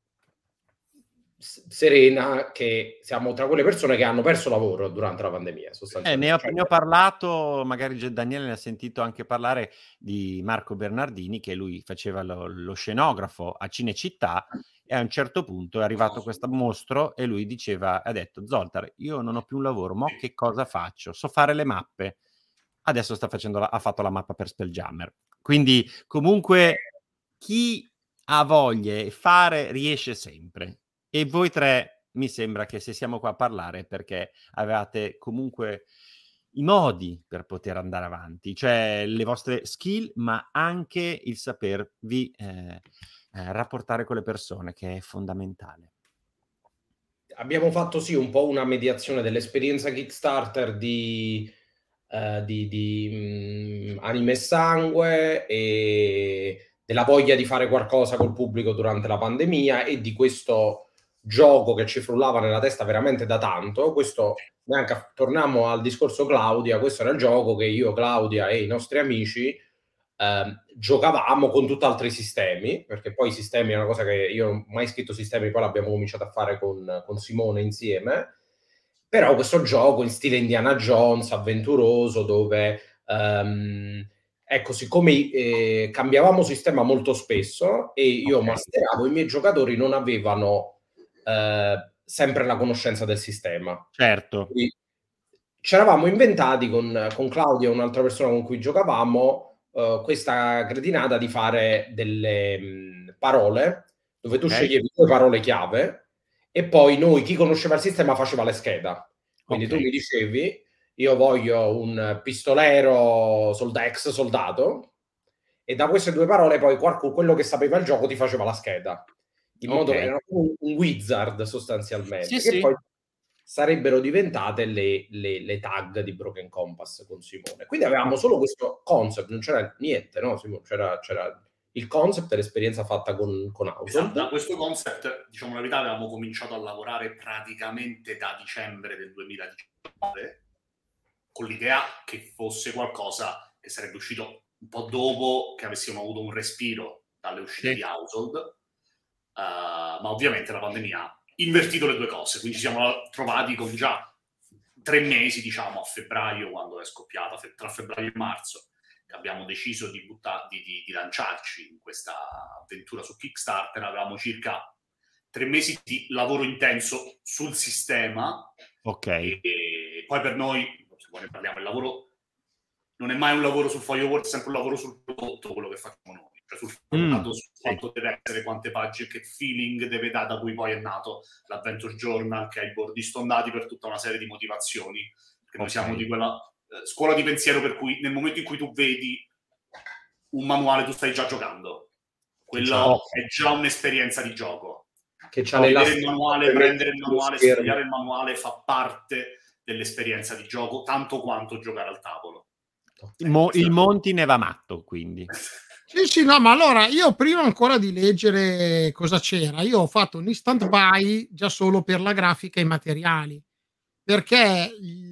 serena che siamo tra quelle persone che hanno perso lavoro durante la pandemia sostanzialmente. Ne ho parlato, magari Daniele ne ha sentito anche parlare, di Marco Bernardini, che lui faceva lo scenografo a Cinecittà e a un certo punto è arrivato questo mostro e lui ha detto Zoltar, io non ho più un lavoro, mo che cosa faccio? So fare le mappe. Adesso ha fatto la mappa per Spelljammer. Quindi comunque chi ha voglia di fare riesce sempre. E voi tre mi sembra che se siamo qua a parlare perché avevate comunque i modi per poter andare avanti, cioè le vostre skill, ma anche il sapervi rapportare con le persone, che è fondamentale. Abbiamo fatto un po' una mediazione dell'esperienza Kickstarter di Anime e Sangue e della voglia di fare qualcosa col pubblico durante la pandemia e di questo gioco che ci frullava nella testa veramente da tanto. Questo, neanche torniamo al discorso Claudia, questo era il gioco che io, Claudia e i nostri amici giocavamo con tutt'altri sistemi, perché poi i sistemi è una cosa che io non ho mai scritto sistemi, poi l'abbiamo cominciato a fare con Simone insieme. Però questo gioco in stile Indiana Jones, avventuroso, dove siccome cambiavamo sistema molto spesso e io masteravo, i miei giocatori non avevano sempre la conoscenza del sistema. Certo. Quindi ci eravamo inventati con Claudia, un'altra persona con cui giocavamo, questa cretinata di fare delle parole dove tu sceglievi 2 parole chiave e poi noi, chi conosceva il sistema, faceva le scheda. Quindi tu mi dicevi, io voglio un pistolero ex soldato, e da queste 2 parole poi quello che sapeva il gioco ti faceva la scheda. In modo che era un wizard sostanzialmente, poi sarebbero diventate le tag di Broken Compass con Simone. Quindi avevamo solo questo concept, non c'era niente, no Simone? C'era il concept e l'esperienza fatta con Household. Esatto, da questo concept, diciamo la verità, avevamo cominciato a lavorare praticamente da dicembre del 2019 con l'idea che fosse qualcosa che sarebbe uscito un po' dopo che avessimo avuto un respiro dalle uscite di Household, ma ovviamente la pandemia ha invertito le 2 cose, quindi ci siamo trovati con già 3 mesi, diciamo, a febbraio, quando è scoppiata, tra febbraio e marzo, che abbiamo deciso di lanciarci in questa avventura su Kickstarter. Avevamo circa 3 mesi di lavoro intenso sul sistema. E poi per noi, se poi ne parliamo, il lavoro non è mai un lavoro sul foglio Word, è sempre un lavoro sul prodotto, quello che facciamo noi. Cioè sul quanto deve essere, quante pagine, che feeling deve dare, da cui poi è nato l'Adventure Journal, che ha i bordi stondati per tutta una serie di motivazioni, perché noi siamo di quella scuola di pensiero per cui nel momento in cui tu vedi un manuale tu stai già giocando, quello è già un'esperienza di gioco, che vedere il manuale, prendere il manuale, studiare il manuale fa parte dell'esperienza di gioco tanto quanto giocare al tavolo. Il Monti ne va matto, quindi Sì, no, ma allora io prima ancora di leggere cosa c'era, io ho fatto un instant buy già solo per la grafica e i materiali, perché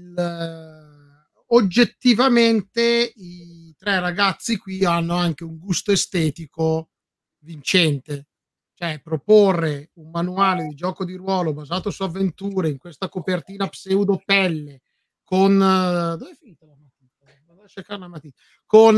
oggettivamente i tre ragazzi qui hanno anche un gusto estetico vincente. Cioè, proporre un manuale di gioco di ruolo basato su avventure in questa copertina pseudo pelle con dove è finita la matita? Vado a cercare una matita. Con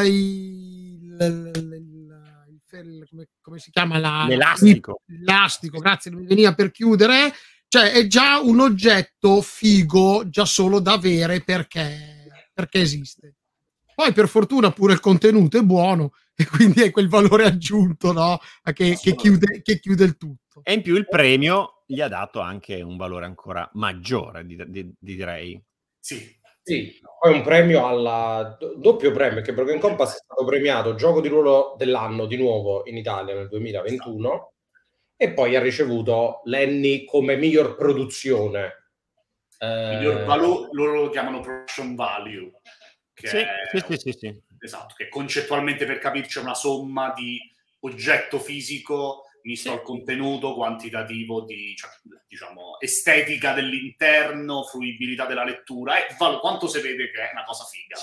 come si chiama l'elastico. L'elastico, grazie, non mi veniva per chiudere. Cioè, è già un oggetto figo già solo da avere perché esiste. Poi per fortuna pure il contenuto è buono e quindi è quel valore aggiunto, no? Che chiude il tutto. E in più il premio gli ha dato anche un valore ancora maggiore, direi. Sì. Poi un premio alla doppio premio, che Broken Compass è stato premiato gioco di ruolo dell'anno di nuovo in Italia nel 2021 e poi ha ricevuto l'Annie come miglior produzione. Miglior valore, loro lo chiamano production value. Sì. Esatto, che concettualmente, per capirci, è una somma di oggetto fisico misto al contenuto quantitativo di, diciamo, estetica dell'interno, fruibilità della lettura e quanto si vede che è una cosa figa.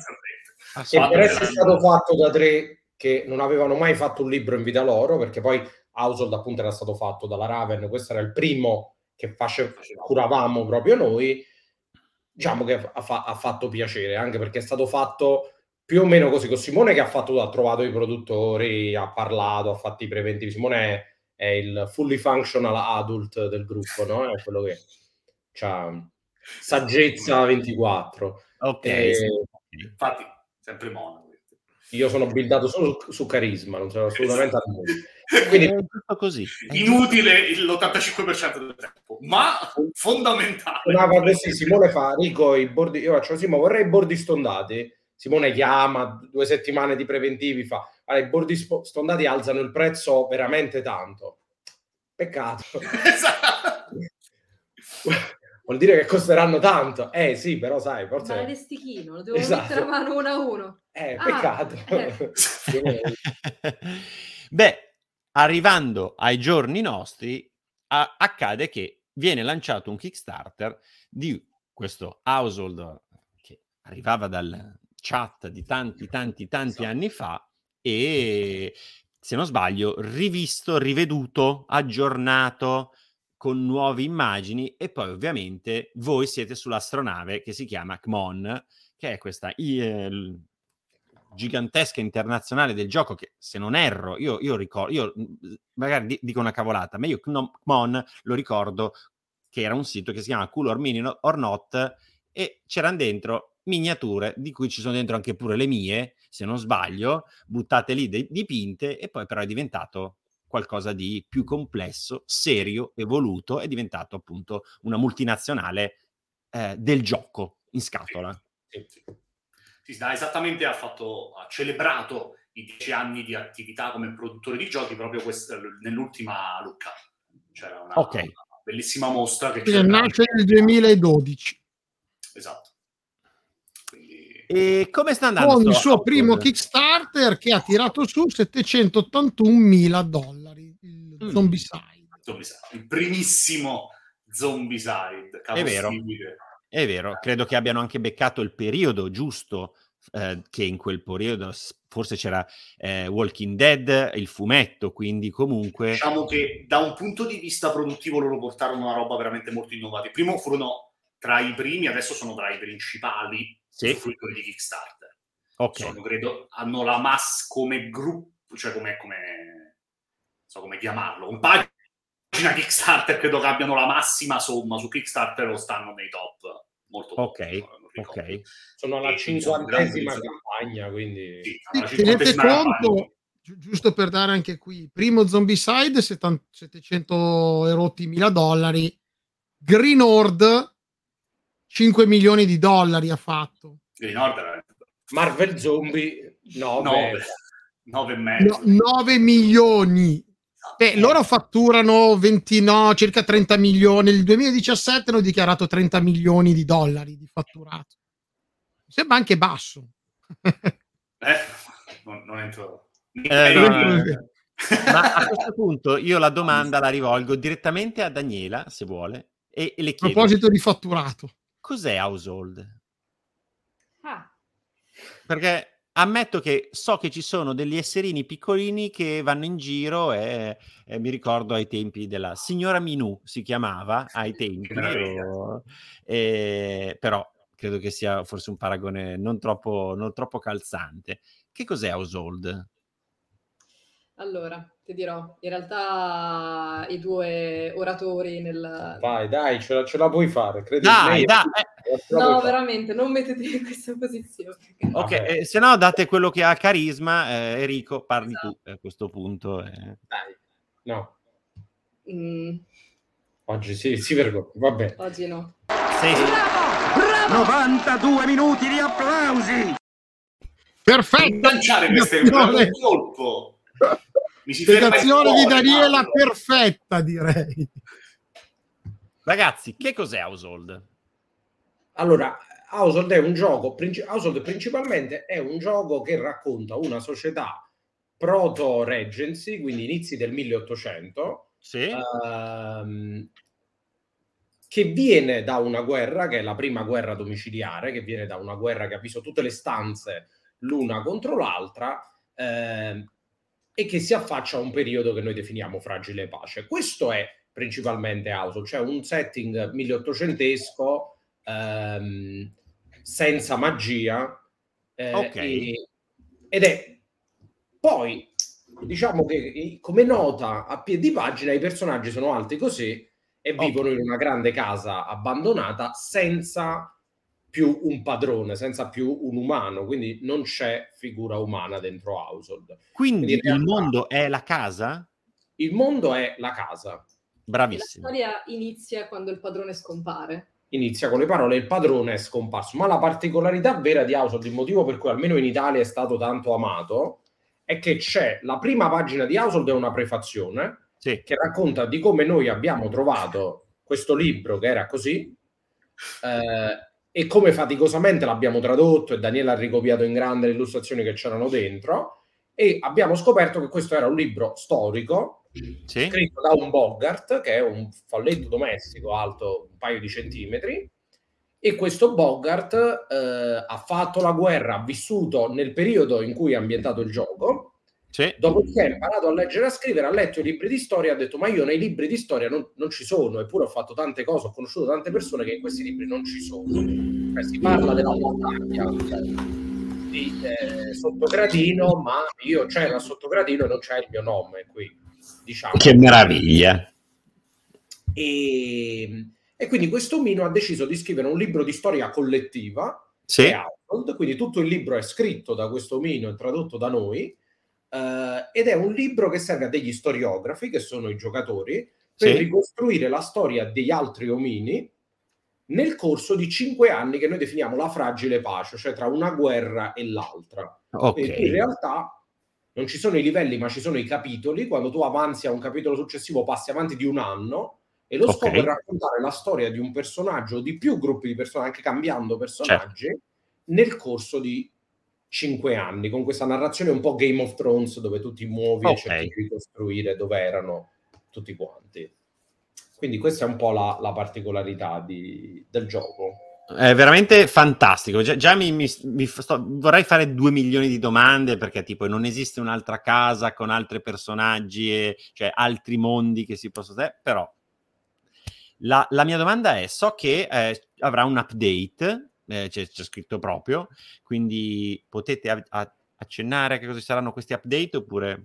E per essere stato fatto da tre che non avevano mai fatto un libro in vita loro, perché poi Household appunto era stato fatto dalla Raven, questo era il primo che curavamo proprio noi, diciamo che ha fatto piacere, anche perché è stato fatto più o meno così con Simone, che ha trovato i produttori, ha parlato, ha fatto i preventivi. Simone è il fully functional adult del gruppo, no? È quello che c'ha saggezza 24. Ok. Infatti, sempre mono. Io sono buildato solo su carisma, non sono assolutamente quindi è tutto così. Inutile l'85% del tempo, ma fondamentale. Così Simone fa, Rico, i bordi, io faccio così, ma vorrei i bordi stondati. Simone chiama, 2 settimane di preventivi, fa, i bordi stondati alzano il prezzo veramente tanto. Peccato. Esatto. Vuol dire che costeranno tanto. Sì, però sai, forse... Ma è lestichino, lo devo mettere a mano uno a uno. Peccato. Beh, arrivando ai giorni nostri, accade che viene lanciato un Kickstarter di questo Household che arrivava dal chat di tanti anni fa e, se non sbaglio, rivisto, riveduto, aggiornato con nuove immagini, e poi ovviamente voi siete sull'astronave che si chiama Kmon, che è questa gigantesca internazionale del gioco che, se non erro, io ricordo, io magari dico una cavolata, ma io Kmon lo ricordo che era un sito che si chiama Cool or Mini or Not e c'erano dentro miniature di cui ci sono dentro anche pure le mie, se non sbaglio, buttate lì dipinte, e poi però è diventato qualcosa di più complesso, serio, evoluto, è diventato appunto una multinazionale del gioco in scatola. Sì, esattamente, ha celebrato i 10 anni di attività come produttore di giochi proprio nell'ultima Lucca. C'era una bellissima mostra che nasce nel 2012. Esatto. E come sta andando? Con il suo primo Kickstarter che ha tirato su $781.000, il Zombicide. Il primissimo Zombicide. È vero, credo che abbiano anche beccato il periodo giusto, che in quel periodo forse c'era Walking Dead, il fumetto, quindi comunque... Diciamo che da un punto di vista produttivo loro portarono una roba veramente molto innovativa. Primo furono tra i primi, adesso sono tra i principali fruitori di Kickstarter. Credo, hanno la mass come gruppo, cioè come so come chiamarlo, un pagina Kickstarter, credo che abbiano la massima somma su Kickstarter o stanno nei top. Molto ok. Sono alla 50ª campagna, quindi tenete conto, giusto per dare anche qui, primo Zombicide $700.000, Green Horde $5 milioni ha fatto. Green Horde Marvel Zombie 9 milioni. Loro fatturano circa 30 milioni. Nel 2017 hanno dichiarato $30 milioni di fatturato. Mi sembra anche basso. non entro. Ma a questo punto io la domanda la rivolgo direttamente a Daniela, se vuole, e le chiedo: a proposito di fatturato, cos'è Household? Ah. Perché ammetto che so che ci sono degli esserini piccolini che vanno in giro e mi ricordo ai tempi della signora Minù, si chiamava ai tempi, però credo che sia forse un paragone non troppo calzante. Che cos'è Household? Allora, ti dirò, in realtà i due oratori nel... Vai, dai, ce la puoi fare, credi. Dai. No, veramente, non mettiti in questa posizione. Ok, se no date quello che ha carisma. Enrico, parli tu a questo punto. Dai, no. Oggi si vergogna, vabbè. Oggi no. Bravo! 92 minuti di applausi! Perfetto! Lanciare queste un colpo! Spiegazione di Daniela perfetta, direi. Ragazzi, che cos'è Household? Allora, Household è un gioco, Household principalmente è un gioco che racconta una società proto-Regency, quindi inizi del 1800, sì. Che viene da una guerra, che è la prima guerra domiciliare, che viene da una guerra che ha visto tutte le stanze l'una contro l'altra, e che si affaccia a un periodo che noi definiamo fragile pace. Questo è principalmente Household, cioè un setting 1800esco, senza magia, ed è poi, diciamo che come nota a piedi pagina, i personaggi sono alti così e vivono in una grande casa abbandonata senza più un padrone, senza più un umano, quindi non c'è figura umana dentro Household. Quindi il mondo è la casa? Il mondo è la casa. Bravissimo. La storia inizia quando il padrone scompare. Inizia con le parole: il padrone è scomparso. Ma la particolarità vera di Household, il motivo per cui almeno in Italia è stato tanto amato, è che c'è la prima pagina di Household, è una prefazione che racconta di come noi abbiamo trovato questo libro che era così, e come faticosamente l'abbiamo tradotto, e Daniela ha ricopiato in grande le illustrazioni che c'erano dentro, e abbiamo scoperto che questo era un libro storico, scritto da un Bogart, che è un folletto domestico alto un paio di centimetri, e questo Bogart ha fatto la guerra, ha vissuto nel periodo in cui è ambientato il gioco, dopodiché ha imparato a leggere e a scrivere, ha letto i libri di storia e ha detto: ma io nei libri di storia non ci sono, eppure ho fatto tante cose, ho conosciuto tante persone che in questi libri non ci sono. Cioè, si parla della montagna di Sottogradino, ma io c'era a Sottogradino e non c'è il mio nome qui, diciamo. Che meraviglia! E quindi questo Mino ha deciso di scrivere un libro di storia collettiva, quindi tutto il libro è scritto da questo Mino e tradotto da noi. Ed è un libro che serve a degli storiografi, che sono i giocatori, per ricostruire la storia degli altri omini nel corso di 5 anni che noi definiamo la fragile pace, cioè tra una guerra e l'altra. In realtà non ci sono i livelli, ma ci sono i capitoli. Quando tu avanzi a un capitolo successivo passi avanti di un anno, e lo scopo è raccontare la storia di un personaggio o di più gruppi di personaggi, anche cambiando personaggi, nel corso di 5 anni, con questa narrazione un po' Game of Thrones, dove tu ti muovi e cerchi di ricostruire dove erano tutti quanti. Quindi questa è un po' la particolarità del gioco. È veramente fantastico. Già vorrei fare 2 milioni di domande, perché tipo non esiste un'altra casa con altri personaggi, cioè altri mondi che si possono... Però la mia domanda è: so che avrà un update, c'è scritto proprio, quindi potete accennare a che cosa saranno questi update oppure?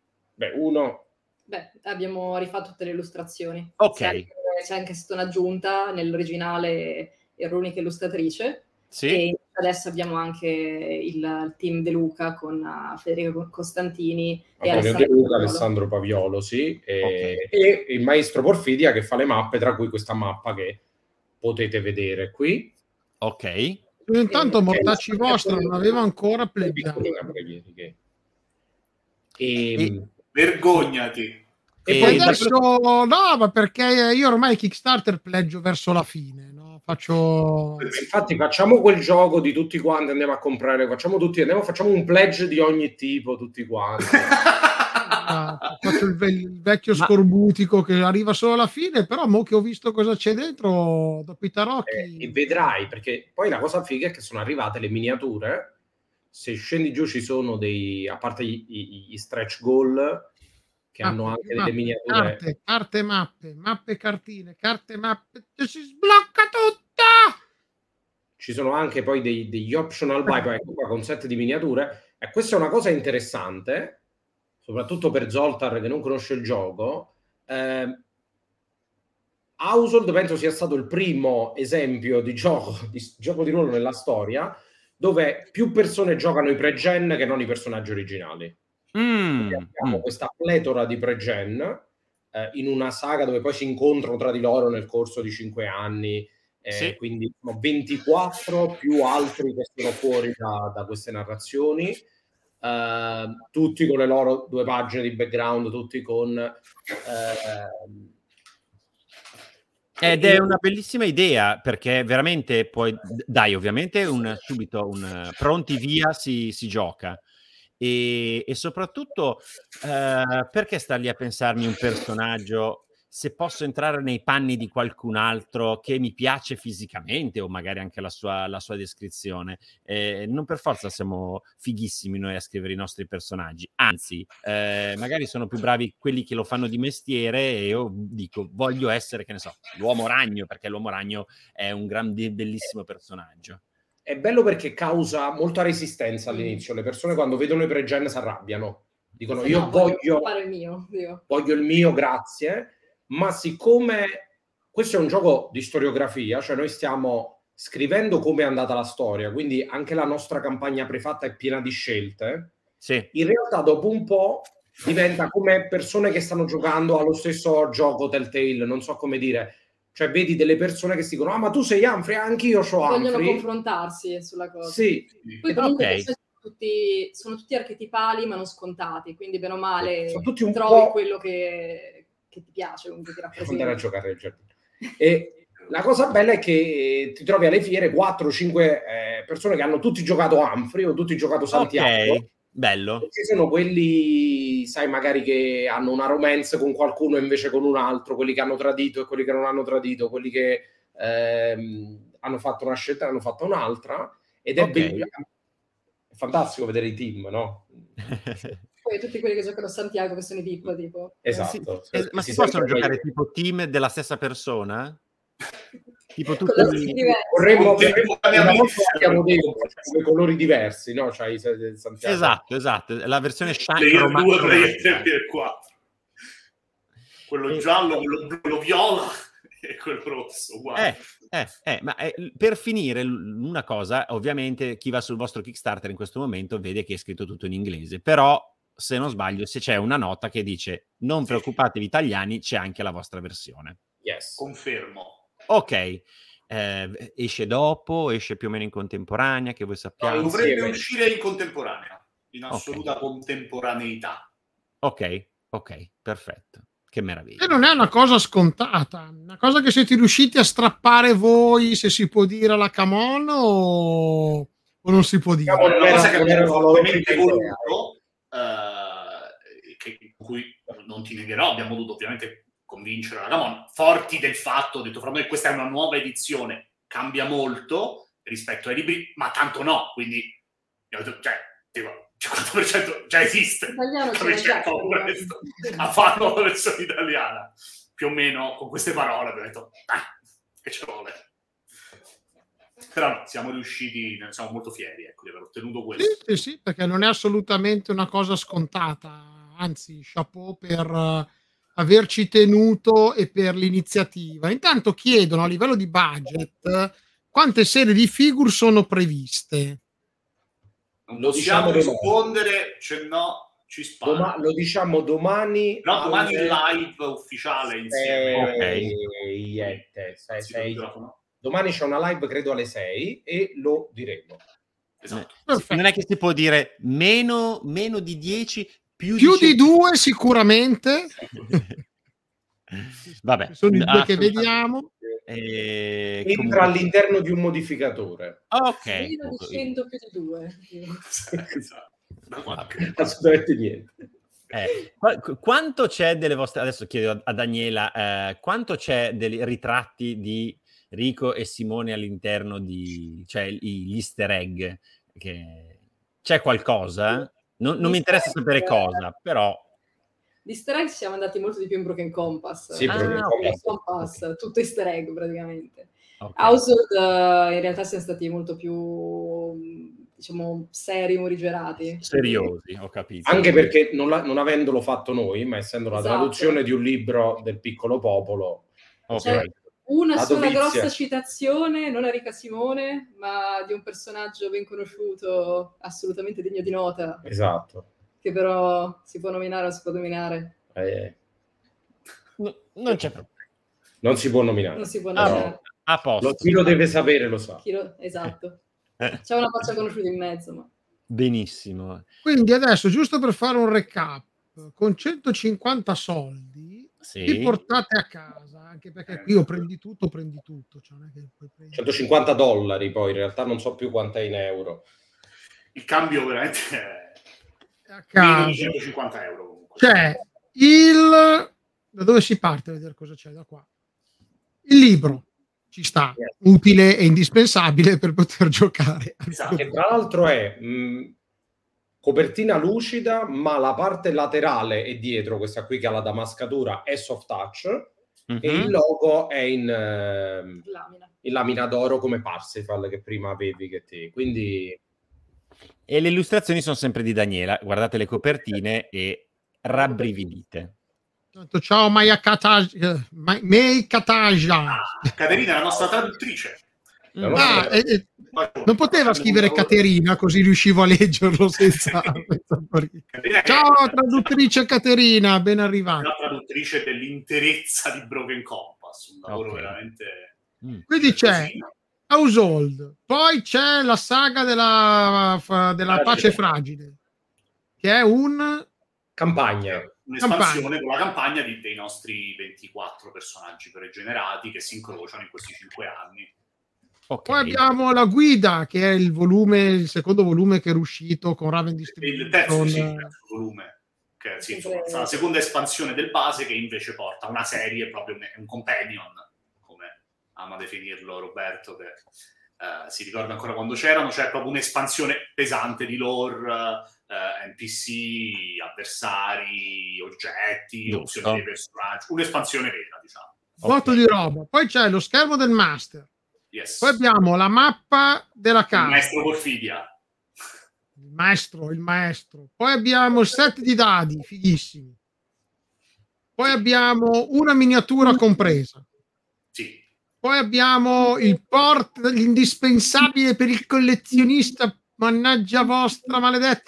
Abbiamo rifatto tutte le illustrazioni. C'è anche stata un'aggiunta nell'originale, era l'unica illustratrice, e adesso abbiamo anche il team De Luca con Federico Costantini e Alessandro Paviolo, e il maestro Porfidia che fa le mappe, tra cui questa mappa che potete vedere qui. Intanto Mortacci Vostra non aveva ancora pleggiato. Vergognati. E poi adesso no, ma perché io ormai Kickstarter pleggio verso la fine, no? Infatti facciamo quel gioco di tutti quanti, andiamo a comprare, facciamo un pledge di ogni tipo, tutti quanti. Faccio il vecchio scorbutico che arriva solo alla fine, però mo che ho visto cosa c'è dentro dopo i tarocchi e vedrai, perché poi la cosa figa è che sono arrivate le miniature. Se scendi giù ci sono a parte gli stretch goal che hanno anche delle miniature, carte, mappe, cartine, carte, mappe, si sblocca tutto. Ci sono anche poi degli optional buy con set di miniature, e questa è una cosa interessante soprattutto per Zoltar che non conosce il gioco. Household penso sia stato il primo esempio di gioco di ruolo nella storia dove più persone giocano i pre-gen che non i personaggi originali. Abbiamo questa pletora di pre-gen in una saga dove poi si incontrano tra di loro nel corso di 5 anni, quindi 24 più altri che sono fuori da queste narrazioni, tutti con le loro 2 pagine di background, tutti con ed è una bellissima idea, perché veramente poi dai, ovviamente subito pronti via si gioca, e soprattutto perché star lì a pensarmi un personaggio se posso entrare nei panni di qualcun altro che mi piace fisicamente o magari anche la sua descrizione. Non per forza siamo fighissimi noi a scrivere i nostri personaggi, anzi magari sono più bravi quelli che lo fanno di mestiere, e io dico voglio essere, che ne so, l'uomo ragno, perché l'uomo ragno è un bellissimo personaggio. È bello perché causa molta resistenza all'inizio. Le persone quando vedono i pre-gen si arrabbiano, dicono io voglio fare il mio, voglio il mio, grazie. Ma siccome questo è un gioco di storiografia, cioè noi stiamo scrivendo come è andata la storia, quindi anche la nostra campagna prefatta è piena di scelte, in realtà dopo un po' diventa come persone che stanno giocando allo stesso gioco Telltale, non so come dire, cioè vedi delle persone che si dicono ma tu sei Humphrey, anch'io c'ho Humphrey. Vogliono confrontarsi sulla cosa. Sì. Poi comunque sono tutti archetipali ma non scontati, quindi bene o male trovi quello che ti piace, comunque ti rappresenta. Andare a giocare al giardino. E la cosa bella è che ti trovi alle fiere 4-5 persone che hanno tutti giocato Humphrey o tutti giocato Santiago. Ok, bello. Ci sono quelli, sai, magari che hanno una romance con qualcuno e invece con un altro, quelli che hanno tradito e quelli che non hanno tradito, quelli che hanno fatto una scelta e hanno fatto un'altra, ed è bellissimo. È fantastico vedere i team, no? Poi tutti quelli che giocano a Santiago che sono i tipo. Esatto. Ma si possono giocare tipo team della stessa persona? Tipo tutti vorremmo abbiamo dei colori diversi, no? Cioè, esatto, la versione Player 2, Player 4. Quello giallo, quello viola e quello rosso, uguale. Ma per finire una cosa, ovviamente chi va sul vostro Kickstarter in questo momento vede che è scritto tutto in inglese, però se non sbaglio, se c'è una nota che dice non preoccupatevi italiani, c'è anche la vostra versione. Yes, confermo. Ok, esce dopo, esce più o meno in contemporanea, che voi sappiate? No, dovrebbe uscire in contemporanea, in assoluta contemporaneità. Ok, perfetto. Che meraviglia. E non è una cosa scontata, una cosa che siete riusciti a strappare voi, se si può dire, alla Camon o non si può dire? È una cosa che abbiamo fortemente voluto, con cui non ti negherò, abbiamo dovuto ovviamente convincere la Camon, forti del fatto, ho detto fra noi, questa è una nuova edizione, cambia molto rispetto ai libri, ma tanto no, quindi il 50% già esiste, a farlo la versione italiana, più o meno con queste parole abbiamo detto che ci vuole. Però no, siamo riusciti, siamo molto fieri, ecco, di aver ottenuto questo. Sì, perché non è assolutamente una cosa scontata, anzi chapeau per averci tenuto e per l'iniziativa. Intanto chiedono a livello di budget quante serie di figure sono previste. Non possiamo rispondere, ci spara. Lo diciamo domani. No, domani in live ufficiale insieme. Domani c'è una live, credo alle 6, e lo diremo. Esatto. Non è che si può dire meno di 10, più di 2 sicuramente. Vabbè, sono i 2 che vediamo. Entra all'interno di un modificatore. Ok. Meno di 100 più di 2. Assolutamente niente. Quanto c'è delle vostre, adesso chiedo a Daniela, quanto c'è dei ritratti di Rico e Simone all'interno di, cioè gli easter egg? C'è qualcosa? Non mi interessa sapere cosa, però... Di easter egg siamo andati molto di più in Broken Compass. Sì, Broken Compass, okay. Tutto easter egg praticamente. Okay. Household in realtà siamo stati molto più, diciamo, seri, morigerati. Seriosi, ho capito. Anche perché non avendolo fatto noi, ma essendo la Esatto. traduzione di un libro del piccolo popolo, C'è una sola grossa citazione, non a Rica Simone, ma di un personaggio ben conosciuto, assolutamente degno di nota. Esatto. Che però si può nominare o si può dominare. Non c'è problema. Non si può nominare. Non si può nominare. A posto. Chi lo deve sapere lo sa. Esatto. C'è una faccia conosciuta in mezzo. Ma... Benissimo. Quindi adesso, giusto per fare un recap, con 150 soldi li portate a casa, anche perché qui o prendi tutto, cioè non è che puoi prendere... $150, poi in realtà non so più quant'è in euro. Il cambio veramente è a casa. meno di 150 euro comunque. C'è da dove si parte a vedere cosa c'è da qua? Il libro ci sta, utile e indispensabile per poter giocare. Esatto. Che tra l'altro è copertina lucida, ma la parte laterale e dietro, questa qui che ha la damascatura, è soft touch, e il logo è in lamina d'oro come Parsifal che prima avevi che te. Quindi... E le illustrazioni sono sempre di Daniela, guardate le copertine e rabbrividite. Ciao Maya Kataja. Caterina è la nostra traduttrice. Non poteva scrivere Caterina, così riuscivo a leggerlo senza... Ciao traduttrice Caterina, ben arrivata. La traduttrice dell'interezza di Broken Compass, un lavoro veramente... Quindi c'è Household, poi c'è la saga della pace fragile, che è campagna. Un'espansione con la campagna dei nostri 24 personaggi pregenerati che si incrociano in questi 5 anni. Poi abbiamo la guida, che è il secondo volume che è uscito con Raven Distribution. Il terzo volume, che insomma, la seconda espansione del base, che invece porta una serie, proprio un companion, come ama definirlo Roberto, che si ricorda ancora quando c'erano. C'è proprio un'espansione pesante di lore, NPC, avversari, oggetti, opzioni dei personaggi, un'espansione vera, diciamo. Molto di roba. Poi c'è lo schermo del master. Yes. Poi abbiamo la mappa della casa. Il maestro Porfidia. Il maestro. Poi abbiamo il set di dadi, fighissimi. Poi abbiamo una miniatura compresa. Sì. Poi abbiamo l'indispensabile per il collezionista, mannaggia vostra maledetta,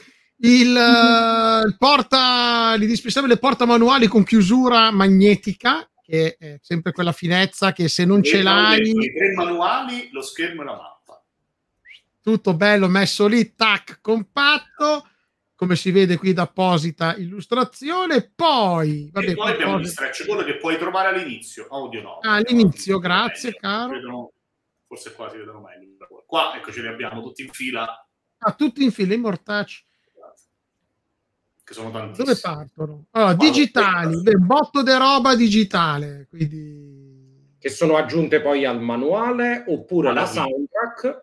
l'indispensabile porta manuali con chiusura magnetica, che è sempre quella finezza che se non ce l'hai... I 3 manuali, lo schermo e la mappa. Tutto bello messo lì, tac, compatto, come si vede qui d'apposita illustrazione. Poi abbiamo gli stretch goal che puoi trovare all'inizio. All'inizio, grazie caro. Forse qua si vedono meglio. Qua, ecco, ce li abbiamo tutti in fila. Tutti in fila, i mortacci. Che sono tantissimi. Dove partono? Allora, digitali, botto de roba digitale, quindi... che sono aggiunte poi al manuale, oppure la soundtrack.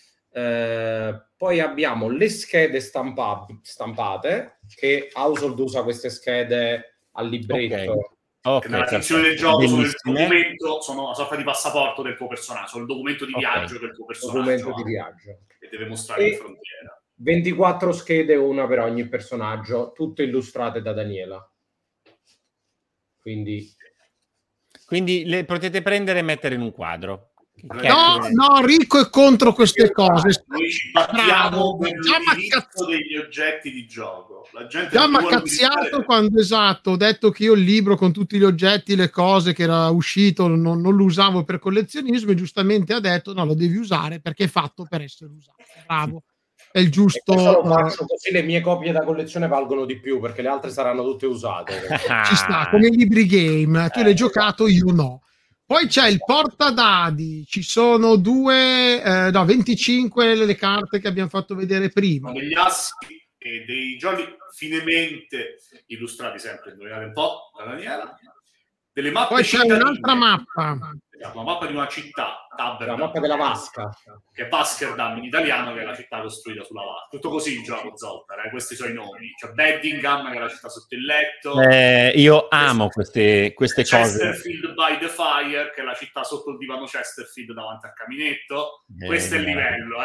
Poi abbiamo le schede stampate, che Household usa queste schede al libretto. Nella sezione del gioco sono il documento, sono una sorta di passaporto del tuo personaggio, sono il documento di viaggio del tuo personaggio. Di viaggio. Che deve mostrare in frontiera. 24 schede, una per ogni personaggio, tutte illustrate da Daniela. Quindi le potete prendere e mettere in un quadro. No, Rico è contro queste cose. Noi ci battiamo per l'utilizzo degli oggetti di gioco. La gente già mi ha cazziato quando ho detto che io il libro con tutti gli oggetti, le cose che era uscito, non lo usavo per collezionismo, e giustamente ha detto no, lo devi usare perché è fatto per essere usato. Bravo. è il giusto. Lo faccio così le mie copie da collezione valgono di più, perché le altre saranno tutte usate. Ci sta, come i libri game, tu l'hai giocato, io no. Poi c'è il portadadi, ci sono 25 le carte che abbiamo fatto vedere prima. Degli assi e dei giochi finemente illustrati, sempre, indovinate un po', la Daniela. Delle mappe. Poi c'è un'altra mappa. Una mappa di una città, la mappa della vasca, che è Vaskerdam in italiano, che è la città costruita sulla vasca. Tutto così il gioco Zoltar, questi sono i nomi. C'è Beddingham, che è la città sotto il letto. Io amo queste cose. Chesterfield by the Fire, che è la città sotto il divano Chesterfield davanti al caminetto. Questo è il livello,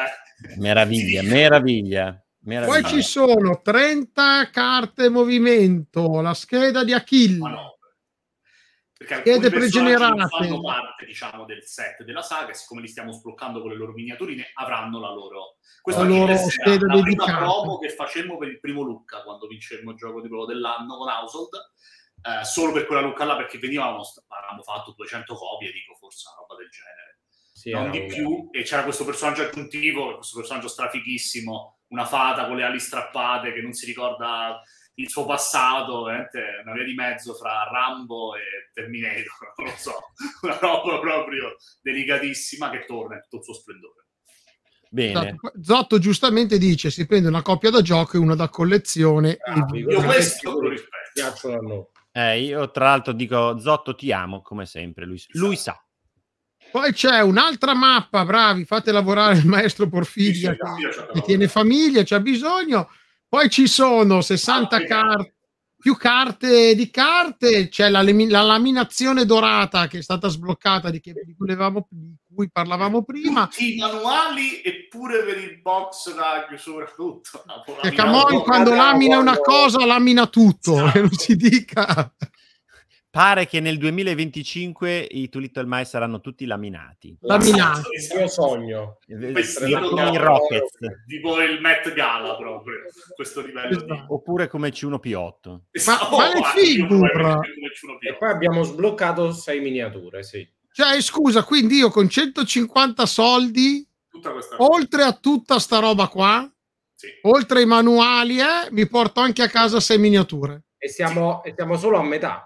meraviglia. Poi ci sono 30 carte movimento, la scheda di Achille. Ma no. Perché schede pregenerate fanno parte, diciamo, del set della saga, e siccome li stiamo sbloccando con le loro miniaturine, avranno la loro scheda la prima dedicata. promo che facemmo per il primo Lucca, quando vincemmo il gioco di ruolo dell'anno con Household, solo per quella Lucca là, perché avevamo fatto 200 copie, dico, forse una roba del genere, non di più, e c'era questo personaggio aggiuntivo, questo personaggio strafighissimo, una fata con le ali strappate che non si ricorda il suo passato, veramente una via di mezzo fra Rambo e Terminator, non lo so, una roba proprio delicatissima che torna in tutto il suo splendore. Bene. Zotto giustamente dice: si prende una coppia da gioco e una da collezione. Io questo lo rispetto. Io tra l'altro dico: Zotto, ti amo come sempre, lui sa. Poi c'è un'altra mappa, bravi, fate lavorare il maestro Porfidia che tiene famiglia, c'ha bisogno. Poi ci sono 60 carte, più carte di carte, c'è la laminazione dorata che è stata sbloccata, di cui parlavamo prima. Tutti i manuali, eppure per il box rag soprattutto. E Camon quando lamina una cosa lamina tutto, che non si dica. Pare che nel 2025 i Two Little Mice saranno tutti laminati. Il mio sogno. I Rockets. Tipo il Met Gala proprio, questo livello di... Oppure come C1P8. Ma le figure! E poi abbiamo sbloccato 6 miniature, sì. Cioè, scusa, quindi io con 150 soldi, oltre a tutta sta roba qua, oltre ai manuali, mi porto anche a casa 6 miniature. E siamo solo a metà.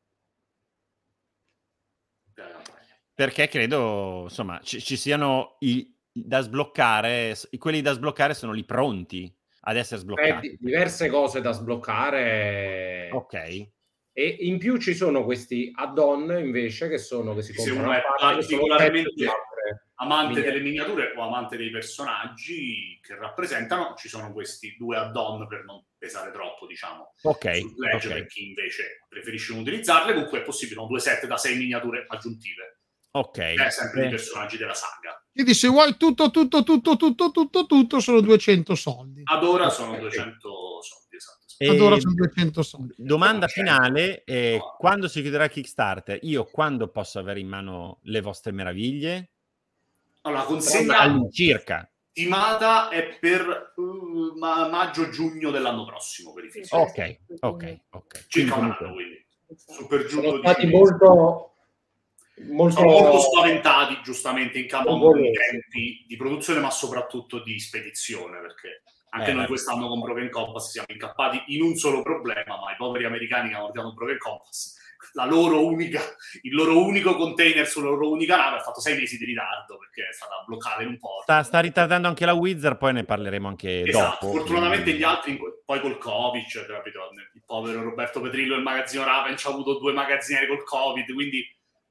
Perché credo, insomma, ci siano da sbloccare, quelli da sbloccare sono lì pronti ad essere sbloccati. Diverse cose da sbloccare. Ok. E in più ci sono questi add-on invece che si se uno è particolarmente amante delle miniature o amante dei personaggi che rappresentano, ci sono questi 2 add-on per non pesare troppo, diciamo, sul pledge, per chi invece preferisce non utilizzarle. Comunque è possibile, sono 2 set da 6 miniature aggiuntive. È sempre i personaggi della saga. Quindi se vuoi tutto sono 200 soldi. Ad ora sono 200 soldi, esatto. Ad ora sono 200 soldi. Domanda finale, quando si chiuderà Kickstarter, io quando posso avere in mano le vostre meraviglie? Allora, consegna all'incirca stimata è per maggio-giugno dell'anno prossimo, per i film. Ok. Circa un anno, quindi. Super giù. Sono stati molto spaventati, giustamente, in campo di tempi di produzione, ma soprattutto di spedizione, perché anche noi quest'anno con Broken Compass siamo incappati in un solo problema, ma i poveri americani che hanno ordinato Broken Compass, il loro unico container sulla loro unica nave ha fatto 6 mesi di ritardo perché è stata bloccata in un porto. Sta ritardando anche la Wizard, poi ne parleremo anche dopo. Fortunatamente gli altri, poi col Covid, capito? Il povero Roberto Petrillo del magazzino Raven ci ha avuto 2 magazzinieri col Covid, quindi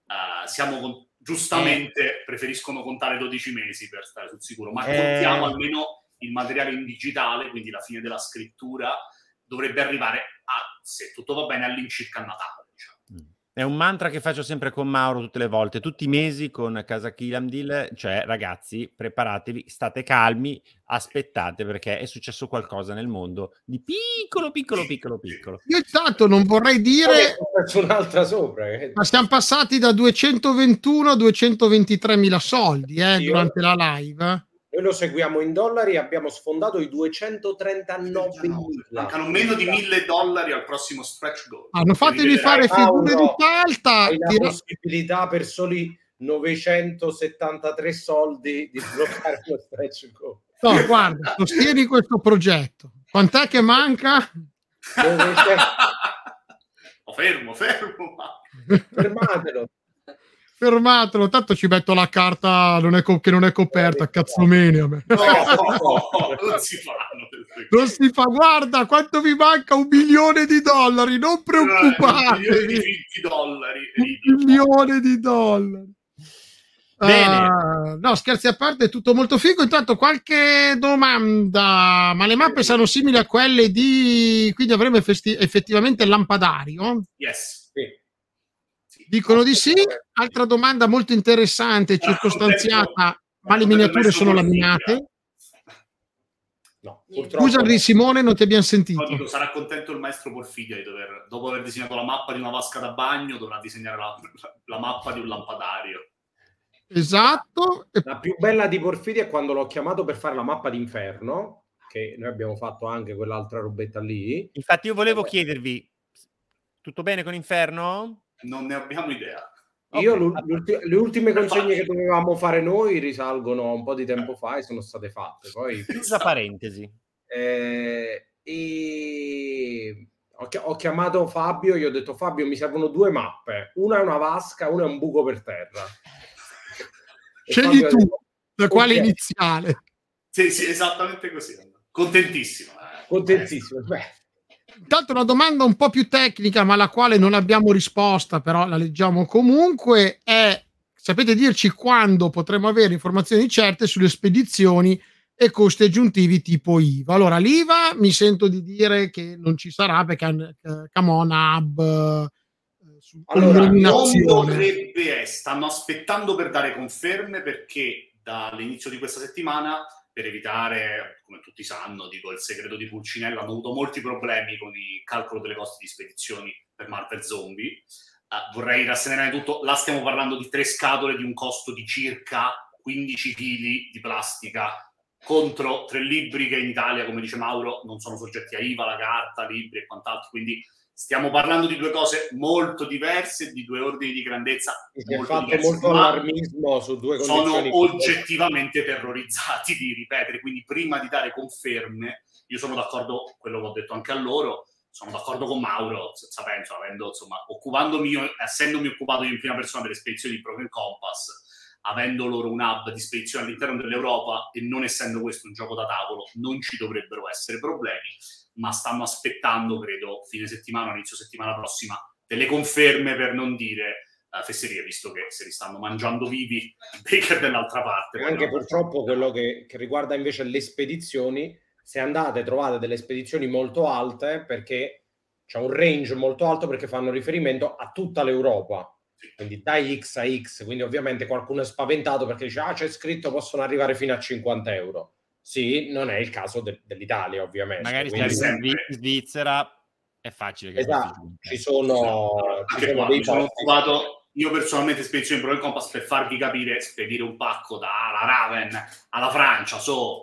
giustamente preferiscono contare 12 mesi per stare sul sicuro, ma contiamo almeno il materiale in digitale, quindi la fine della scrittura dovrebbe arrivare se tutto va bene, all'incirca a Natale, diciamo. È un mantra che faccio sempre con Mauro tutte le volte, tutti i mesi con Casa Kilamdil, cioè ragazzi, preparatevi, state calmi, aspettate, perché è successo qualcosa nel mondo di piccolo. Io tanto non vorrei dire... un'altra sopra. Ma siamo passati da 221 a 223 mila soldi durante la live. Noi lo seguiamo in dollari, abbiamo sfondato i 239.000. Mancano meno di $1.000 al prossimo stretch goal. Non fatevi fare figure di palta. Hai la possibilità per soli 973 soldi di sbloccare lo stretch goal. No, guarda, sostieni questo progetto. Quant'è che manca? Fermo. Fermatelo, tanto ci metto la carta che non è coperta, cazzomene a me. No, non si fanno. Non si fa, guarda quanto mi manca, $1 milione, non preoccupatevi. $1 milione. Bene. No, scherzi a parte, è tutto molto figo. Intanto qualche domanda, ma le mappe sono simili a quelle di, quindi avremo effettivamente il lampadario? Yes. Dicono di sì. Altra domanda molto interessante, circostanziata, ma le miniature sono laminate? No, Scusa Simone, non ti abbiamo sentito. No, dico, sarà contento il maestro Porfidia di dopo aver disegnato la mappa di una vasca da bagno, dovrà disegnare la mappa di un lampadario. Esatto. La più bella di Porfidia è quando l'ho chiamato per fare la mappa d'inferno, che noi abbiamo fatto anche quell'altra robetta lì. Infatti io volevo chiedervi, tutto bene con Inferno? Non ne abbiamo idea. Io le ultime consegne che dovevamo fare noi risalgono a un po' di tempo fa e sono state fatte. Poi chiusa parentesi. Ho chiamato Fabio, gli ho detto: Fabio, mi servono 2 mappe, una è una vasca, una è un buco per terra. Scegli tu da quale iniziale. Sì, esattamente così. Contentissimo. Beh. Intanto una domanda un po' più tecnica, ma alla quale non abbiamo risposta, però la leggiamo comunque, è: sapete dirci quando potremo avere informazioni certe sulle spedizioni e costi aggiuntivi tipo IVA? Allora, l'IVA mi sento di dire che non ci sarà, perché Camon Hub allora, non dovrebbe, stanno aspettando per dare conferme, perché dall'inizio di questa settimana, per evitare, come tutti sanno, dico il segreto di Pulcinella, hanno avuto molti problemi con il calcolo delle costi di spedizioni per Marvel Zombie. Vorrei rassegnare tutto, là stiamo parlando di 3 scatole di un costo di circa 15 kg di plastica contro 3 libri che in Italia, come dice Mauro, non sono soggetti a IVA, la carta, libri e quant'altro, quindi stiamo parlando di 2 cose molto diverse, di 2 ordini di grandezza molto diversi. Molto allarmismo su 2 condizioni. Sono oggettivamente terrorizzati di ripetere, quindi prima di dare conferme, io sono d'accordo, quello che ho detto anche a loro, sono d'accordo con Mauro, sapendo, insomma, essendomi occupato io in prima persona delle spedizioni di Broken Compass, avendo loro un hub di spedizione all'interno dell'Europa e non essendo questo un gioco da tavolo, non ci dovrebbero essere problemi, ma stanno aspettando, credo, fine settimana o inizio settimana prossima, delle conferme, per non dire fesserie, visto che se li stanno mangiando vivi i Baker dall'altra parte. E anche purtroppo quello che riguarda invece le spedizioni, se andate trovate delle spedizioni molto alte, perché c'è un range molto alto, perché fanno riferimento a tutta l'Europa, quindi da X a X, quindi ovviamente qualcuno è spaventato perché dice: c'è scritto possono arrivare fino a 50 euro. Sì, non è il caso dell'Italia, ovviamente. Magari se arrivi in Svizzera è facile che ci sono dei occupato io personalmente spedizioni Broken Compass, per farvi capire, spedire un pacco dalla Raven alla Francia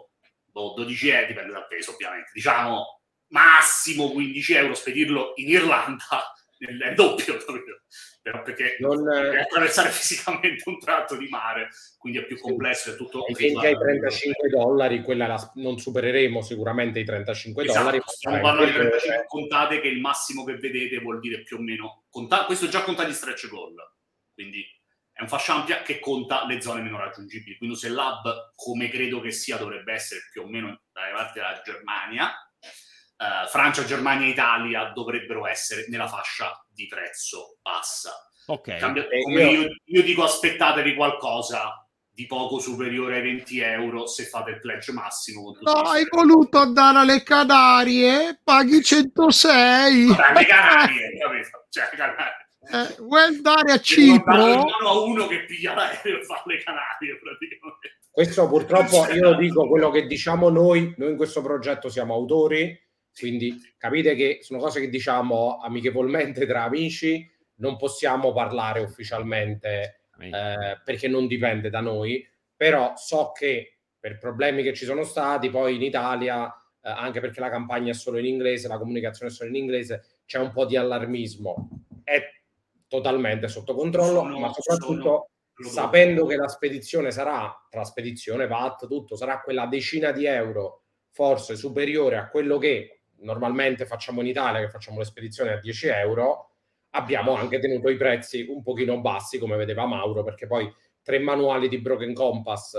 12 euro, dipende dal peso ovviamente, diciamo massimo 15 euro, spedirlo in Irlanda è doppio, però perché devi attraversare fisicamente un tratto di mare, quindi è più complesso, è tutto finché ai $35, quella non supereremo sicuramente i $35. Stiamo parlando di 35, contate che il massimo che vedete vuol dire più o meno questo già conta gli stretch goal, quindi è un fascia ampia che conta le zone meno raggiungibili, quindi se l'hub, come credo che sia, dovrebbe essere più o meno dalle parti della Germania, Francia, Germania e Italia dovrebbero essere nella fascia di prezzo bassa. Come io dico, aspettatevi qualcosa di poco superiore ai 20 euro se fate il pledge massimo. No, hai voluto andare alle Canarie? Paghi 106. Le Canarie, capito? Cioè, vuoi andare a Cipro? No, uno che piglia l'aereo e fa le Canarie praticamente. Questo purtroppo io lo dico, quello che diciamo noi in questo progetto siamo autori, quindi capite che sono cose che diciamo amichevolmente tra amici, non possiamo parlare ufficialmente perché non dipende da noi, però so che per problemi che ci sono stati poi in Italia, anche perché la campagna è solo in inglese, la comunicazione è solo in inglese, c'è un po' di allarmismo. È totalmente sotto controllo, ma soprattutto sapendo che la spedizione sarà, tra spedizione, VAT, tutto, sarà quella decina di euro, forse superiore a quello che normalmente facciamo in Italia, che facciamo le spedizioni a 10 euro, abbiamo anche tenuto i prezzi un pochino bassi, come vedeva Mauro, perché poi 3 manuali di Broken Compass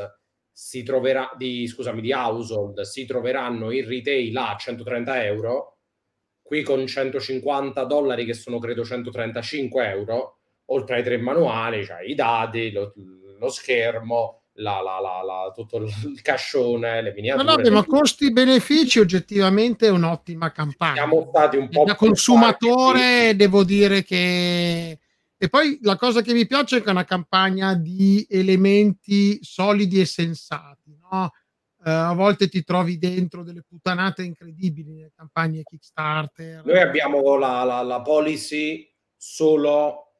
di Household si troveranno in retail a 130 euro, qui con $150 che sono credo 135 euro, oltre ai 3 manuali, cioè i dati, lo schermo, tutto il cascione, le miniature. Vabbè, ma costi-benefici oggettivamente è un'ottima campagna. Siamo stati un po' da consumatore, devo dire che... E poi la cosa che mi piace è che è una campagna di elementi solidi e sensati, no? A volte ti trovi dentro delle puttanate incredibili nelle campagne Kickstarter. Noi abbiamo la policy solo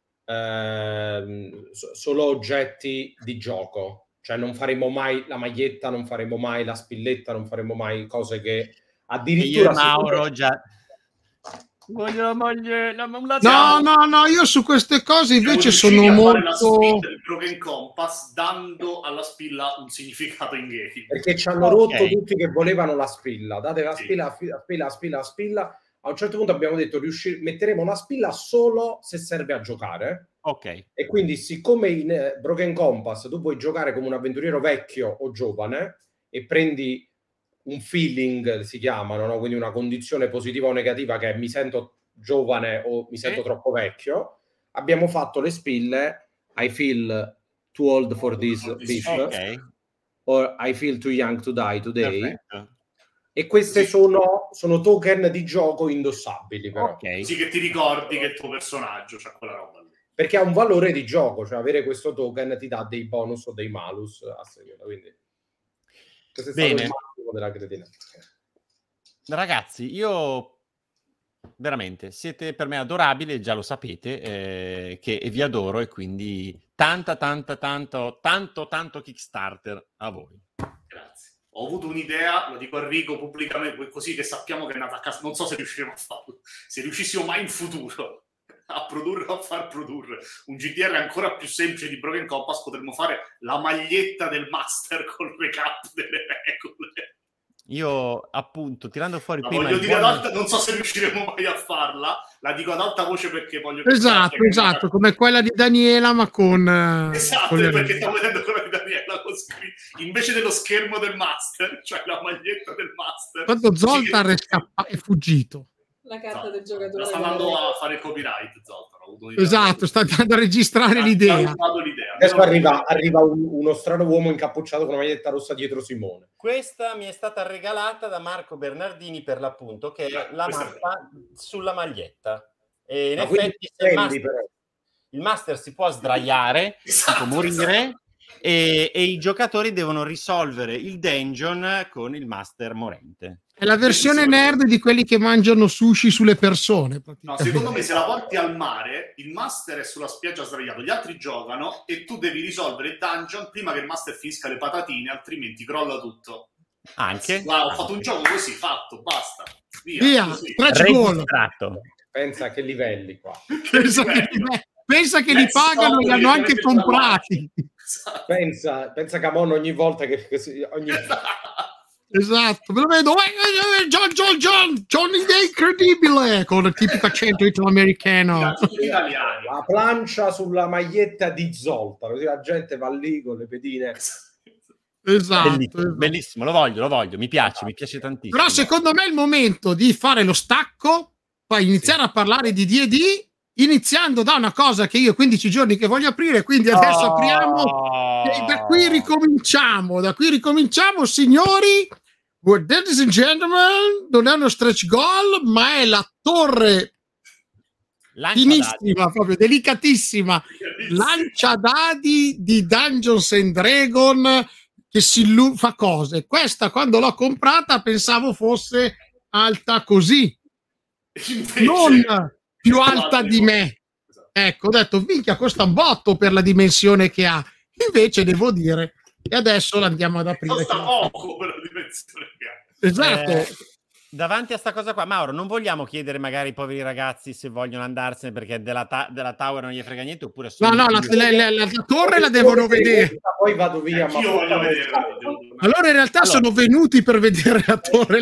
oggetti di gioco, cioè non faremo mai la maglietta, non faremo mai la spilletta, non faremo mai cose che addirittura... Io Mauro già... Voglio la maglietta. No, io su queste cose invece sono molto... la spilla del Broken Compass, dando alla spilla un significato in game. Perché ci hanno rotto tutti che volevano la spilla. Date la spilla. A un certo punto abbiamo detto metteremo una spilla solo se serve a giocare. Ok. E quindi, siccome in Broken Compass tu puoi giocare come un avventuriero vecchio o giovane e prendi un feeling, si chiamano, no? Quindi una condizione positiva o negativa, che è mi sento giovane o mi sento troppo vecchio, abbiamo fatto le spille I feel too old for this beef, or I feel too young to die today. Perfetto. E queste sono token di gioco indossabili, però. Sì, che ti ricordi che il tuo personaggio c'ha quella roba lì. Perché ha un valore di gioco, cioè avere questo token ti dà dei bonus o dei malus a seconda, quindi questo è stato il massimo della cretina. Ragazzi, io veramente siete per me adorabili, già lo sapete, che vi adoro, e quindi tanto Kickstarter a voi. Grazie. Ho avuto un'idea, lo dico a Rico pubblicamente, così che sappiamo che è nata a casa. Non so se riusciremo a farlo, se riuscissimo mai in futuro a produrre o a far produrre un GDR ancora più semplice di Broken Compass, potremmo fare la maglietta del master col recap delle regole. Io appunto, tirando fuori prima... Voglio dire non so se riusciremo mai a farla, la dico ad alta voce perché voglio... Esatto, come quella di Daniela, ma con... Esatto, perché stavo vedendo quella di Daniela con invece dello schermo del master, cioè la maglietta del master. Quando Zoltar è fuggito. La carta del giocatore. Sta andando a fare copyright, Zoltar. Esatto, sta andando a registrare l'idea. Adesso arriva uno strano uomo incappucciato con una maglietta rossa dietro Simone. Questa mi è stata regalata da Marco Bernardini, per l'appunto, che è la mappa sulla maglietta. E in effetti il master si può sdraiare, si può morire, e i giocatori devono risolvere il dungeon con il master morente. È la versione nerd di quelli che mangiano sushi sulle persone. No, secondo me se la porti al mare, il master è sulla spiaggia sdraiato, gli altri giocano e tu devi risolvere il dungeon prima che il master finisca le patatine, altrimenti crolla tutto. Anche? Ho fatto un gioco così, fatto, basta. Via registrato. Pensa a che livelli qua. Pensa che li pagano e li hanno anche comprati. Pensa Camon ogni volta che Esatto, me lo vedo. John idea incredibile con il tipico accento italo-americano. La plancia sulla maglietta di Zoltar, così la gente va lì con le pedine. Esatto, bellissimo, lo voglio, mi piace tantissimo. Però secondo me è il momento di fare lo stacco, poi iniziare a parlare di D&D, iniziando da una cosa che io 15 giorni che voglio aprire, quindi adesso apriamo e da qui ricominciamo, signori. Ladies and gentlemen, non è uno stretch goal, ma è la torre finissima, proprio delicatissima lancia dadi di Dungeons and Dragons che fa cose. Questa, quando l'ho comprata, pensavo fosse alta così, non più alta di me. Ecco, ho detto, minchia, costa un botto per la dimensione che ha. Invece devo dire, e adesso l'andiamo ad aprire. Costa poco per la dimensione che ha. Esatto. davanti a sta cosa qua, Mauro, non vogliamo chiedere magari ai poveri ragazzi se vogliono andarsene perché della Tower non gli frega niente, oppure no, la torre la devono vedere. Poi vado via. Ma io voglio vederla. Allora in realtà sono venuti per vedere la torre.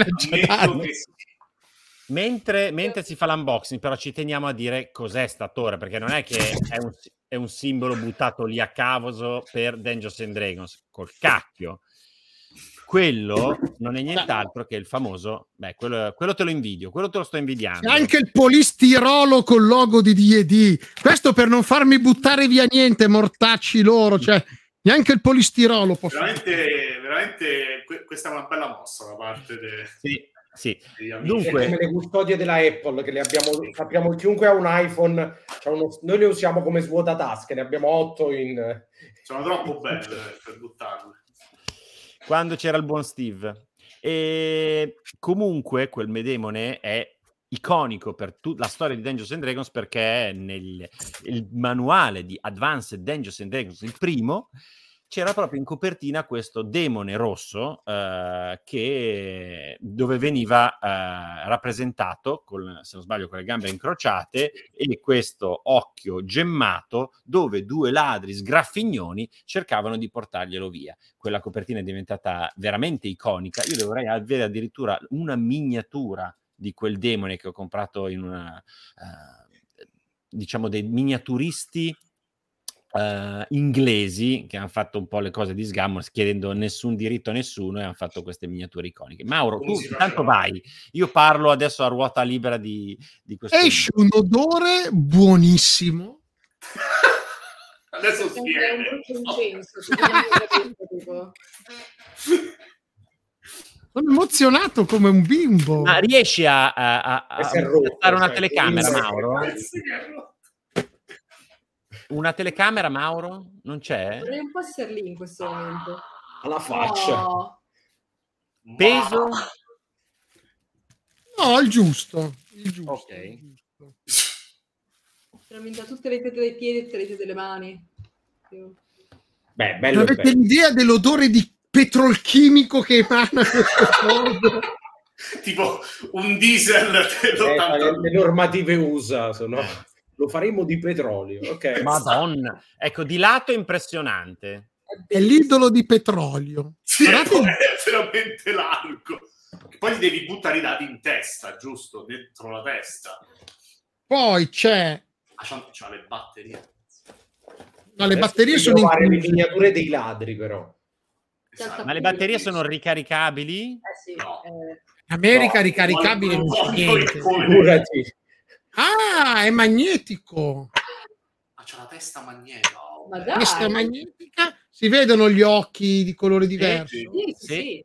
Mentre si fa l'unboxing, però ci teniamo a dire cos'è sta torre, perché non è che è un simbolo buttato lì a cavoso per Dungeons and Dragons, col cacchio. Quello non è nient'altro che il famoso, quello te lo invidio, quello te lo sto invidiando. C'è anche il polistirolo col logo di D&D, questo per non farmi buttare via niente, mortacci loro, cioè neanche il polistirolo posso veramente questa è una bella mossa da parte sì. Dunque, come le custodie della Apple che le abbiamo, sappiamo chiunque ha un iPhone, noi le usiamo come svuotatasche, ne abbiamo 8 sono troppo belle per buttarle. Quando c'era il buon Steve. E comunque quel medemone è iconico per la storia di Dungeons and Dragons, perché nel manuale di Advanced Dungeons and Dragons, il primo, c'era proprio in copertina questo demone rosso che dove veniva rappresentato, se non sbaglio, con le gambe incrociate e questo occhio gemmato, dove 2 ladri sgraffignoni cercavano di portarglielo via. Quella copertina è diventata veramente iconica. Io dovrei avere addirittura una miniatura di quel demone che ho comprato in una diciamo dei miniaturisti inglesi che hanno fatto un po' le cose di sgammo, chiedendo nessun diritto a nessuno, e hanno fatto queste miniature iconiche. Mauro, tu intanto vai, io parlo adesso a ruota libera di questo. Esce un odore buonissimo. Adesso sono emozionato come un bimbo. Ma riesci a fare una telecamera, Mauro? Una telecamera, Mauro? Non c'è? Vorrei un po' essere lì in questo momento. Alla faccia. Oh. Peso? No, il giusto. Ok. Da tutte le tette dei piedi e tutte le tette delle mani. Beh, bello. Avete l'idea dell'odore di petrolchimico che emana questo corpo? Tipo un diesel le normative USA sono... Lo faremo di petrolio, ok? Madonna, ecco, di lato è impressionante. È l'idolo di petrolio. Sì, è veramente largo. Poi gli devi buttare i dadi in testa, giusto? Dentro la testa. Poi c'è... C'ha le batterie. No, le batterie sono le miniature dei ladri, però. Esatto. Ma le batterie sono ricaricabili? Sì. No. America ricaricabile non c'è niente. Ah, è magnetico. C'ha la testa magnetica. Ma dai. Testa magnetica. Si vedono gli occhi di colore diverso? Sì.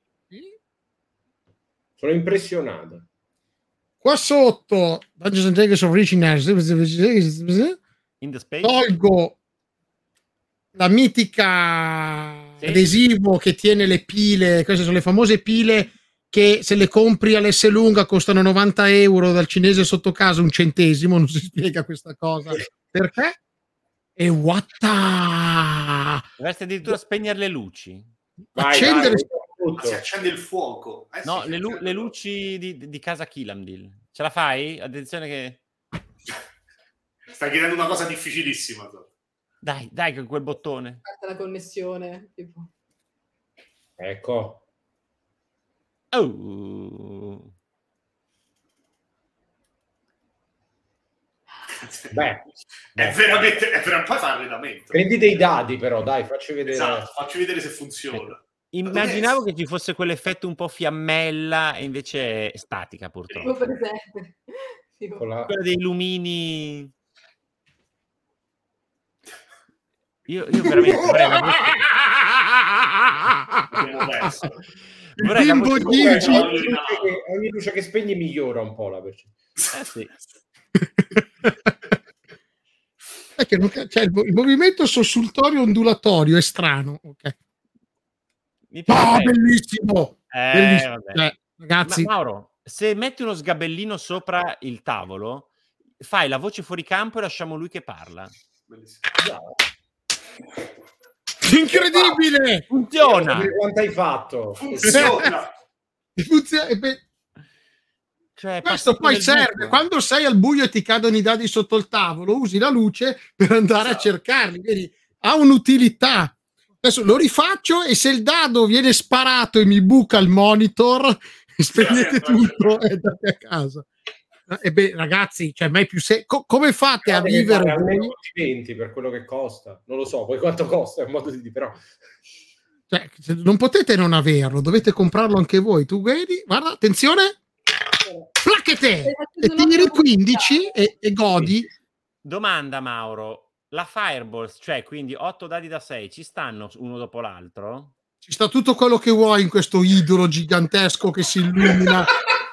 Sono impressionato. Qua sotto Dungeons and Dragons Originals In the space. tolgo la mitica adesivo che tiene le pile. Queste sono le famose pile che se le compri all'S lunga costano 90 euro, dal cinese sotto casa un centesimo, non si spiega questa cosa. Perché? E dovresti addirittura spegnere le luci. Accendere... si accende il fuoco. No, le luci di casa Killamdil. Ce la fai? Attenzione che... Stai chiedendo una cosa difficilissima. Dai, con quel bottone. La connessione. Tipo. Ecco. Oh. Beh, è veramente poi fa arredamento. Prendi dei dadi, però, dai, facci vedere. Esatto, facci vedere se funziona. Immaginavo che ci fosse quell'effetto un po' fiammella e invece è statica, purtroppo. Quella dei lumini. Io veramente ogni luce che spegni migliora un po' la percezione. Sì. È che il movimento sussultorio ondulatorio è strano. Ok. Bellissimo! Bellissimo. Ragazzi, Mauro, se metti uno sgabellino sopra il tavolo, fai la voce fuori campo e lasciamo lui che parla. Incredibile! Funziona! Quanto hai fatto? Funziona! Cioè, questo poi serve quando sei al buio e ti cadono i dadi sotto il tavolo, usi la luce per andare a cercarli, vedi? Ha un'utilità. Adesso lo rifaccio e se il dado viene sparato e mi buca il monitor, spegnete tutto e andate a casa. E beh, ragazzi, cioè, mai più come fate a vivere almeno 20 per quello che costa? Non lo so, poi quanto costa, è un modo di dire, però cioè, non potete non averlo, dovete comprarlo anche voi. Tu vedi, guarda, attenzione, placchete e tiri 15 e godi. Domanda, Mauro. La Fireballs, cioè quindi 8 dadi da 6, ci stanno uno dopo l'altro? Ci sta tutto quello che vuoi in questo idolo gigantesco che si illumina.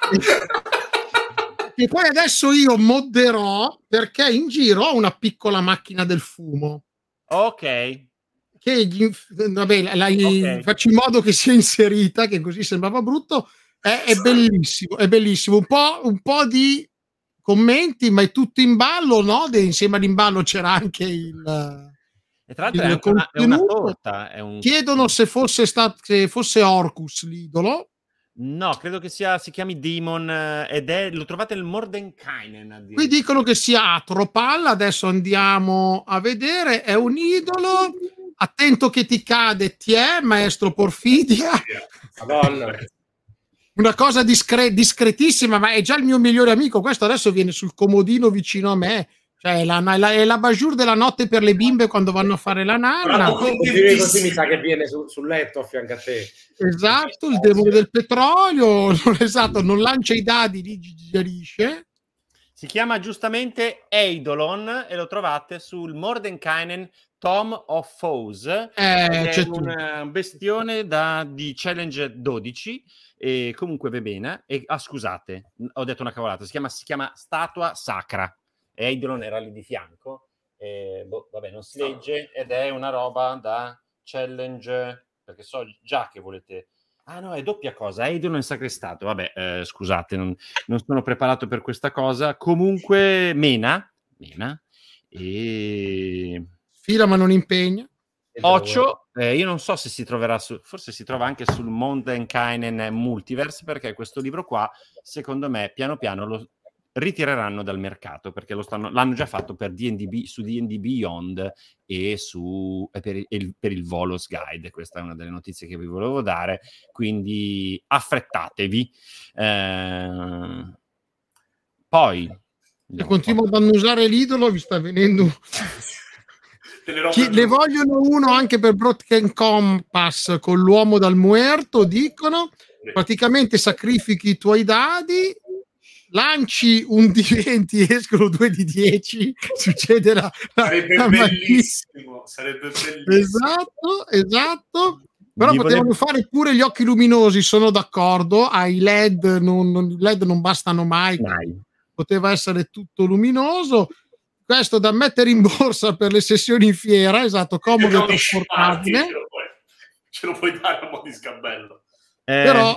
E poi adesso io modderò, perché in giro ho una piccola macchina del fumo. Ok. Che faccio in modo che sia inserita, che così sembrava brutto. È bellissimo, è bellissimo. Un po' di commenti, ma è tutto in ballo, no? Insieme all'imballo c'era anche e tra l'altro è una torta. Chiedono se fosse Orcus l'idolo. No, credo che si chiami Demon lo trovate nel Mordenkainen. Qui dicono che sia Atropal, adesso andiamo a vedere, è un idolo. Attento che ti cade, maestro Porfidia. Madonna. Una cosa discretissima, ma è già il mio migliore amico. Questo adesso viene sul comodino vicino a me. Cioè, è la bajour della notte per le bimbe quando vanno a fare la nanna. Così mi sa che viene sul letto a fianco a te. Esatto, il demone del petrolio. Esatto, non lancia i dadi, li digerisce. Si chiama giustamente Eidolon e lo trovate sul Mordenkainen Tome of Foes. È un bestione di Challenge 12 e comunque va bene. Scusate, ho detto una cavolata, si chiama Statua Sacra. Eidolon era lì di fianco. Vabbè, non si legge ed è una roba da Challenge, perché so già che volete... Ah no, è doppia cosa, Eidolon e Sacrestato. Vabbè, scusate, non sono preparato per questa cosa. Comunque, Mena e... Fila ma non impegna. Occhio, io non so se si troverà forse si trova anche sul Mordenkainen Multiverse, perché questo libro qua, secondo me, piano piano lo ritireranno dal mercato, perché l'hanno già fatto per D&D, su D&D Beyond e per il Volos Guide. Questa è una delle notizie che vi volevo dare, quindi affrettatevi. Poi se continuo ad annusare l'idolo, vi sta venendo... Ne vogliono uno anche per Broken Compass con l'uomo dal muerto, dicono. Praticamente sacrifichi i tuoi dadi, lanci un di 20, escono 2 di 10, succede sarebbe bellissimo. Esatto. Però potevano fare pure gli occhi luminosi, sono d'accordo. Ai LED i LED non bastano mai. Poteva essere tutto luminoso. Questo da mettere in borsa per le sessioni in fiera, esatto, comodo e trasportabile. Ce lo puoi dare a mo' di sgabello. Però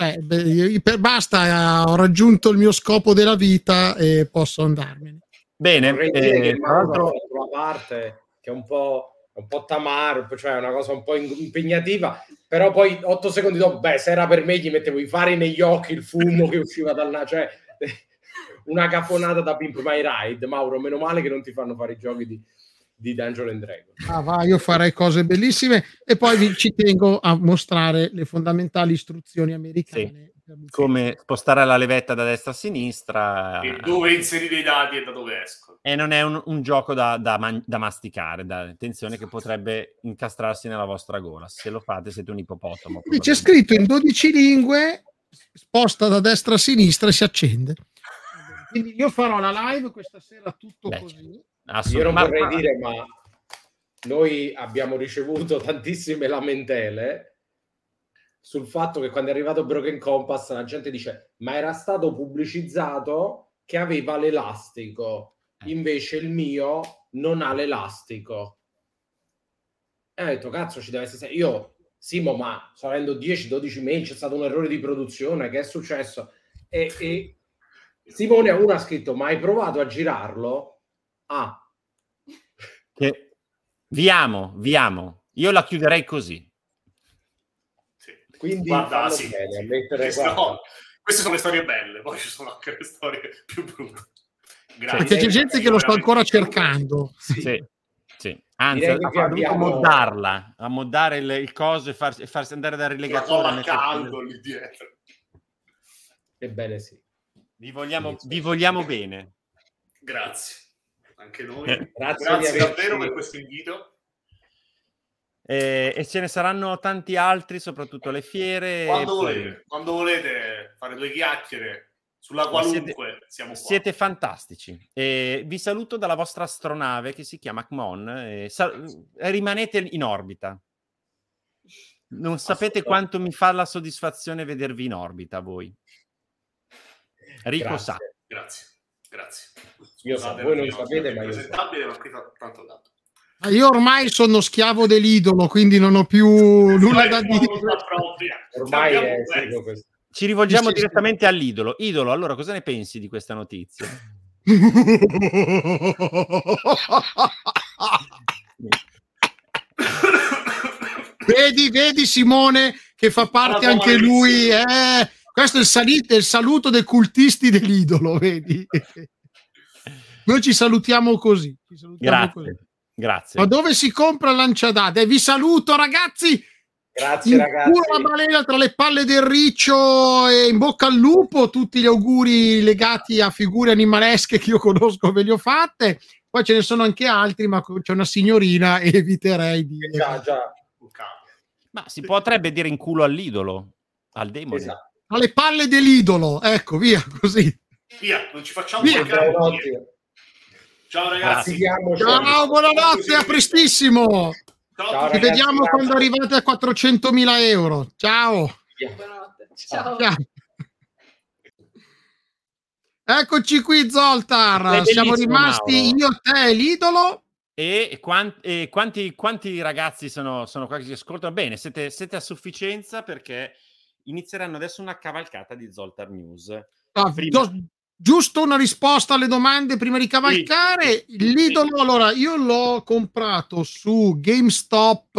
basta, ho raggiunto il mio scopo della vita e posso andarmene. Bene, tra l'altro la parte che è un po' tamaro, cioè una cosa un po' impegnativa, però poi 8 secondi dopo, se era per me gli mettevo i fari negli occhi, il fumo che usciva cioè una cafonata da Pimp My Ride. Mauro, meno male che non ti fanno fare i giochi di Dungeons and Dragons. Io farei cose bellissime e poi ci tengo a mostrare le fondamentali istruzioni americane. Sì. Come spostare la levetta da destra a sinistra. E dove inserire i dadi e da dove escono. E non è un gioco da masticare, attenzione che potrebbe incastrarsi nella vostra gola. Se lo fate siete un ippopotamo. C'è scritto in 12 lingue, sposta da destra a sinistra e si accende. Quindi io farò la live questa sera tutto così. Io non vorrei dire, ma noi abbiamo ricevuto tantissime lamentele sul fatto che quando è arrivato Broken Compass la gente dice ma era stato pubblicizzato che aveva l'elastico, invece il mio non ha l'elastico. E ho detto cazzo, ci deve essere. Io Simo, ma sto avendo 10-12 mail, c'è stato un errore di produzione, che è successo? E Simone ha scritto ma hai provato a girarlo? Vi amo. Io la chiuderei così. Sì. Quindi guarda, Queste sono le storie belle, poi ci sono anche le storie più brutte. Grazie. Perché c'è gente che lo sta ancora cercando. Sì. Anzi, ha dovuto moddarla, a moddare il coso e farsi andare dal rilegatore a caldo lì dietro. Ebbene sì. Vi vogliamo bene. Grazie. Anche noi. Grazie davvero per questo invito. E ce ne saranno tanti altri, soprattutto alle fiere. Quando volete fare due chiacchiere sulla qualunque, siamo qua. Siete fantastici. Vi saluto dalla vostra astronave che si chiama Kmon. Rimanete in orbita. Non sapete quanto mi fa la soddisfazione vedervi in orbita, voi. Rico sa. Grazie. Io so, voi non sapete, ma io so. Ma qui tanto dato. Io ormai sono schiavo dell'idolo, quindi non ho più nulla da dire. Ormai è questo. Ci rivolgiamo direttamente all'idolo. Idolo, allora cosa ne pensi di questa notizia? Vedi Simone che fa parte anche lui. Questo è il saluto dei cultisti dell'idolo, vedi? Noi ci salutiamo così. Grazie. Ma dove si compra il lanciadate? Vi saluto, ragazzi. Grazie, ragazzi. La balena tra le palle del riccio e in bocca al lupo. Tutti gli auguri legati a figure animalesche che io conosco ve li ho fatte. Poi ce ne sono anche altri, ma c'è una signorina e eviterei di... Già. Ma si potrebbe dire in culo all'idolo, al demone. Esatto. Alle palle dell'idolo, ecco, via, così. Via, non ci facciamo Ciao ragazzi. Ciao, buonanotte, a prestissimo. Ci vediamo quando arrivate a 400.000 euro. Ciao. Buonanotte. Ciao. Eccoci qui, Zoltar. Siamo rimasti Mauro. io, te e l'idolo. E quanti ragazzi sono qua che ci ascoltano? Bene, siete a sufficienza, perché inizieranno adesso una cavalcata di Zoltar News. Giusto una risposta alle domande prima di cavalcare. L'idolo, allora, io l'ho comprato su GameStop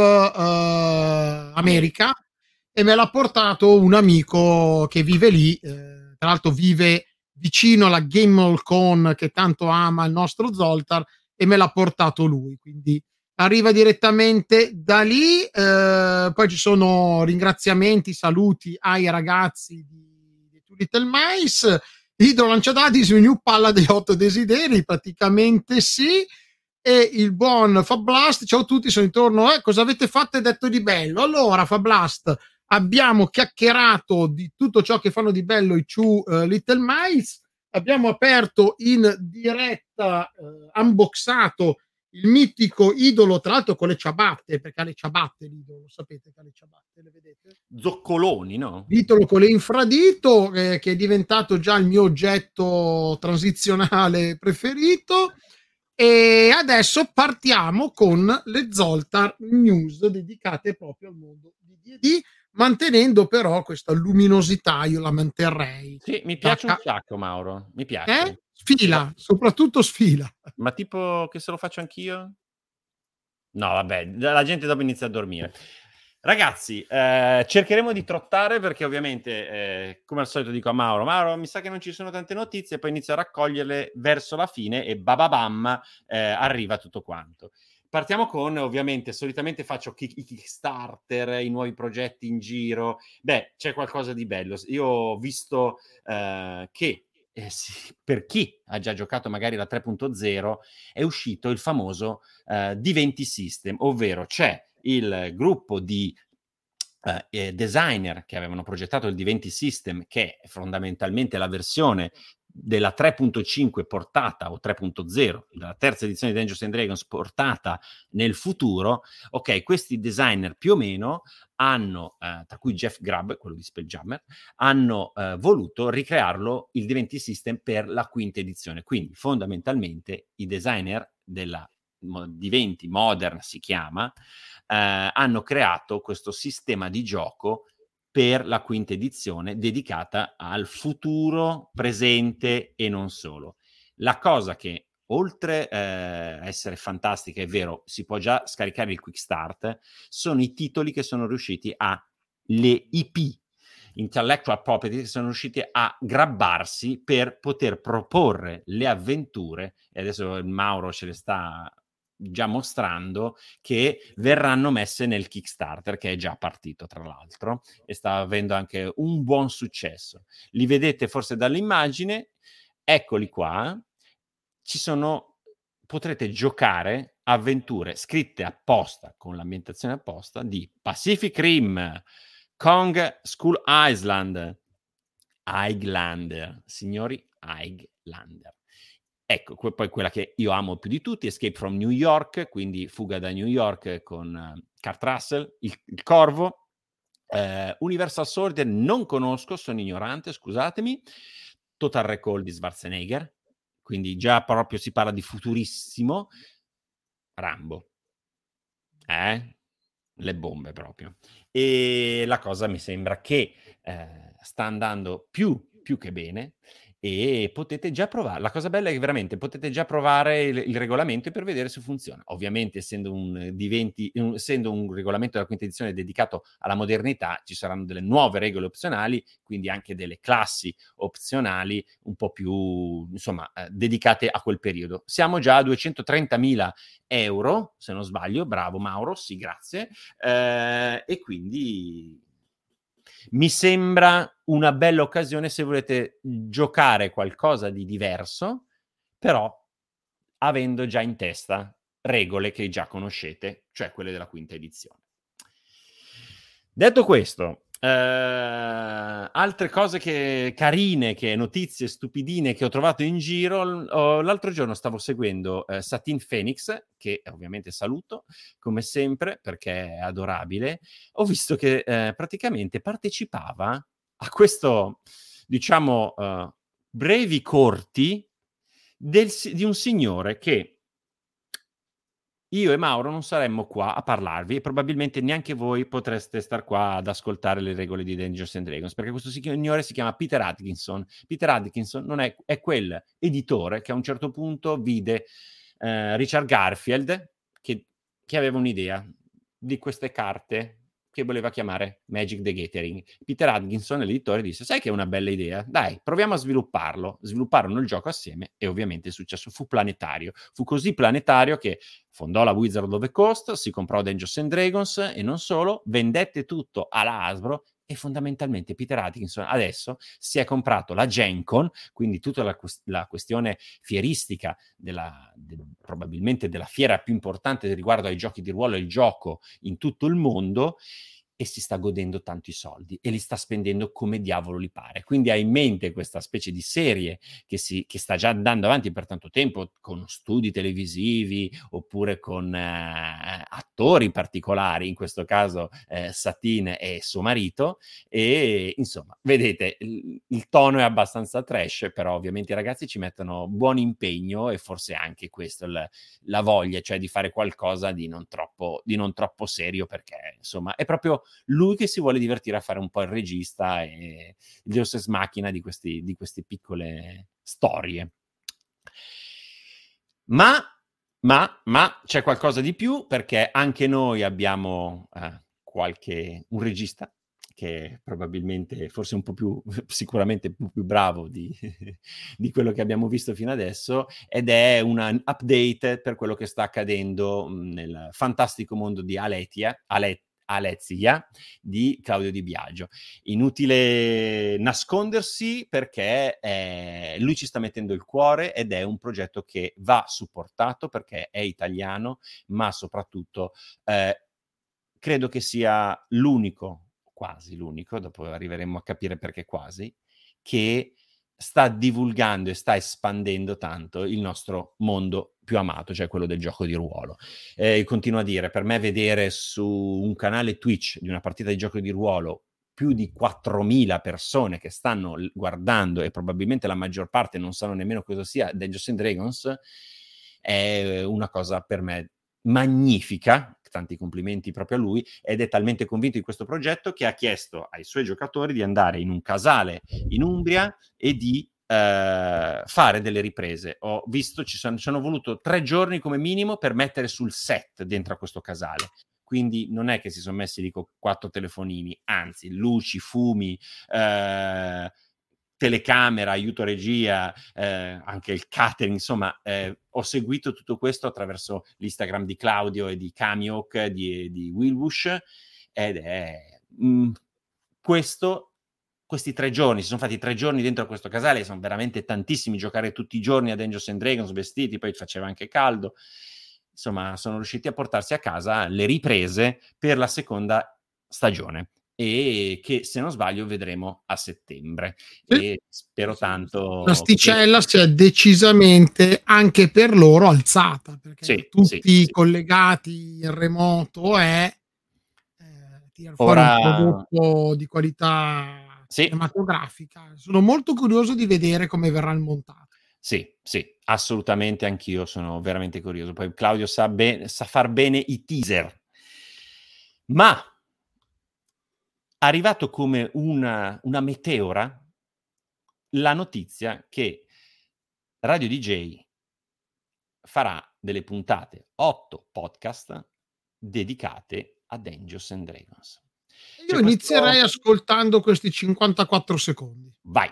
America e me l'ha portato un amico che vive lì, tra l'altro vive vicino alla GameCon che tanto ama il nostro Zoltar, e me l'ha portato lui, quindi arriva direttamente da lì. Poi ci sono ringraziamenti, saluti ai ragazzi di Two Little Mice. Idolo lanciadati su New Palla dei 8 desideri, praticamente sì. E il buon Fablast, ciao a tutti, sono intorno. Cosa avete fatto e detto di bello? Allora, Fablast, abbiamo chiacchierato di tutto ciò che fanno di bello i Two Little Mice. Abbiamo aperto in diretta, unboxato il mitico idolo, tra l'altro con le ciabatte, perché ha le ciabatte l'idolo, sapete che ha le ciabatte, le vedete? Zoccoloni, no? L'idolo con le infradito, che è diventato già il mio oggetto transizionale preferito. E adesso partiamo con le Zoltar News dedicate proprio al mondo di D&D, mantenendo però questa luminosità, io la manterrei. Sì, mi piace un sacco, Mauro, mi piace. Sfila, soprattutto sfila. Ma tipo che se lo faccio anch'io? No, vabbè, la gente dopo inizia a dormire. Ragazzi, cercheremo di trottare, perché ovviamente, come al solito dico a Mauro, mi sa che non ci sono tante notizie, poi inizio a raccoglierle verso la fine e bababam, arriva tutto quanto. Partiamo con, ovviamente, solitamente faccio i Kickstarter, i nuovi progetti in giro. Beh, c'è qualcosa di bello. Io ho visto che sì, per chi ha già giocato magari la 3.0 è uscito il famoso D20 System, ovvero c'è il gruppo di designer che avevano progettato il D20 System, che è fondamentalmente la versione della 3.5 portata, o 3.0, la terza edizione di Dungeons and Dragons portata nel futuro. Ok, questi designer più o meno hanno, tra cui Jeff Grubb, quello di Spelljammer, hanno voluto ricrearlo il D20 System per la quinta edizione. Quindi fondamentalmente i designer della D20 Modern, si chiama, hanno creato questo sistema di gioco per la quinta edizione dedicata al futuro, presente e non solo. La cosa che, oltre a essere fantastica, è vero, si può già scaricare il Quick Start, sono i titoli che sono riusciti le IP. intellectual property sono riusciti a grabbarsi per poter proporre le avventure, e adesso il Mauro ce le sta già mostrando, che verranno messe nel Kickstarter, che è già partito tra l'altro e sta avendo anche un buon successo. Li vedete forse dall'immagine, eccoli qua. Potrete giocare avventure scritte apposta, con l'ambientazione apposta, di Pacific Rim, Kong School Island, Highlander, signori, Highlander. Ecco, poi quella che io amo più di tutti, Escape from New York, quindi Fuga da New York con Kurt Russell, il Corvo, Universal Soldier non conosco, sono ignorante, scusatemi, Total Recall di Schwarzenegger, quindi già proprio si parla di futurissimo, Rambo, le bombe proprio. E la cosa mi sembra che sta andando più che bene, e potete già provare. La cosa bella è che veramente potete già provare il regolamento per vedere se funziona. Ovviamente, essendo un regolamento della quinta edizione dedicato alla modernità, ci saranno delle nuove regole opzionali, quindi anche delle classi opzionali un po' più, insomma, dedicate a quel periodo. Siamo già a 230.000 euro, se non sbaglio. Bravo Mauro, sì, grazie. E quindi mi sembra una bella occasione se volete giocare qualcosa di diverso, però avendo già in testa regole che già conoscete, cioè quelle della quinta edizione. Detto questo, altre cose carine, che notizie stupidine che ho trovato in giro. L'altro giorno stavo seguendo Satin Phoenix, che ovviamente saluto come sempre perché è adorabile. Ho visto che praticamente partecipava a questo, diciamo, brevi corti di un signore che io e Mauro non saremmo qua a parlarvi, e probabilmente neanche voi potreste star qua ad ascoltare le regole di Dungeons and Dragons, perché questo signore si chiama Peter Atkinson. Peter Atkinson è quel editore che a un certo punto vide Richard Garfield che aveva un'idea di queste carte che voleva chiamare Magic the Gathering. Peter Atkinson, l'editore, disse: sai che è una bella idea? Dai, proviamo a svilupparlo. Svilupparono il gioco assieme e ovviamente il successo fu planetario. Fu così planetario che fondò la Wizard of the Coast, si comprò Dungeons and Dragons e non solo, vendette tutto alla Hasbro, e fondamentalmente Peter Atkinson adesso si è comprato la Gen Con, quindi tutta la questione fieristica probabilmente della fiera più importante riguardo ai giochi di ruolo e il gioco in tutto il mondo, e si sta godendo tanto i soldi e li sta spendendo come diavolo li pare. Quindi ha in mente questa specie di serie che sta già andando avanti per tanto tempo, con studi televisivi oppure con attori particolari, in questo caso Satin e suo marito, e insomma, vedete, il tono è abbastanza trash, però ovviamente i ragazzi ci mettono buon impegno, e forse anche questo la voglia, cioè di fare qualcosa di non troppo serio, perché insomma è proprio lui che si vuole divertire a fare un po' il regista e il deus ex machina di queste piccole storie. Ma c'è qualcosa di più, perché anche noi abbiamo un regista che probabilmente forse sicuramente un po' più bravo di quello che abbiamo visto fino adesso, ed è una update per quello che sta accadendo nel fantastico mondo di Aletia di Claudio Di Biagio. Inutile nascondersi, perché lui ci sta mettendo il cuore, ed è un progetto che va supportato perché è italiano, ma soprattutto credo che sia quasi l'unico, dopo arriveremo a capire perché quasi, che sta divulgando e sta espandendo tanto il nostro mondo più amato, cioè quello del gioco di ruolo. Continuo a dire, per me vedere su un canale Twitch di una partita di gioco di ruolo più di 4.000 persone che stanno guardando, e probabilmente la maggior parte non sanno nemmeno cosa sia Dungeons and Dragons, è una cosa per me magnifica. Tanti complimenti proprio a lui, ed è talmente convinto di questo progetto che ha chiesto ai suoi giocatori di andare in un casale in Umbria e di fare delle riprese. Ho visto, ci hanno voluto 3 giorni come minimo per mettere sul set dentro a questo casale. quindi non è che si sono messi lì con 4 telefonini, anzi luci, fumi, telecamera, aiuto regia, anche il catering, insomma ho seguito tutto questo attraverso l'Instagram di Claudio e di Camioc di Wilbush, ed è questi 3 giorni, si sono fatti 3 giorni dentro a questo casale, sono veramente tantissimi, giocare tutti i giorni a Dungeons and Dragons vestiti, poi faceva anche caldo, insomma sono riusciti a portarsi a casa le riprese per la seconda stagione, e che se non sbaglio vedremo a settembre, e spero tanto. L'asticella si è decisamente anche per loro alzata, perché tutti collegati in remoto è tirare fuori un prodotto di qualità cinematografica. Sono molto curioso di vedere come verrà montato. Sì, assolutamente, anch'io sono veramente curioso. Poi Claudio sa far bene i teaser, ma arrivato come una meteora la notizia che Radio DJ farà delle puntate, 8 podcast dedicate a Dungeons and Dragons. Io inizierei ascoltando questi 54 secondi. Vai.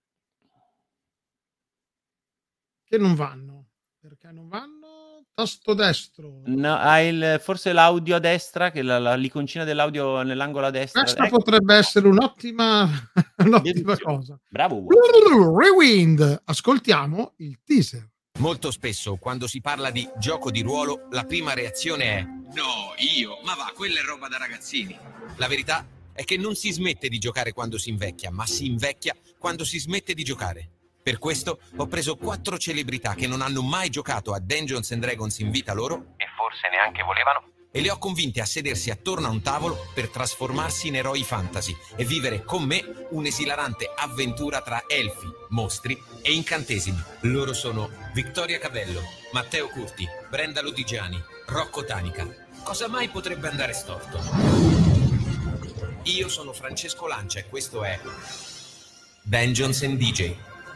Che non vanno. Perché non vanno? Tasto destro. No, hai forse l'audio a destra, che l'iconcina dell'audio nell'angolo a destra. Questa potrebbe essere un'ottima cosa. Bravo. Rewind. Ascoltiamo il teaser. Molto spesso, quando si parla di gioco di ruolo, la prima reazione è «No, io, ma va, quella è roba da ragazzini». La verità è che non si smette di giocare quando si invecchia, ma si invecchia quando si smette di giocare. Per questo ho preso 4 celebrità che non hanno mai giocato a Dungeons and Dragons in vita loro, e forse neanche volevano, e le ho convinte a sedersi attorno a un tavolo per trasformarsi in eroi fantasy e vivere con me un'esilarante avventura tra elfi, mostri e incantesimi. Loro sono Vittoria Cavello, Matteo Curti, Brenda Lodigiani, Rocco Tanica. Cosa mai potrebbe andare storto? Io sono Francesco Lancia e questo è Dungeons and DJ.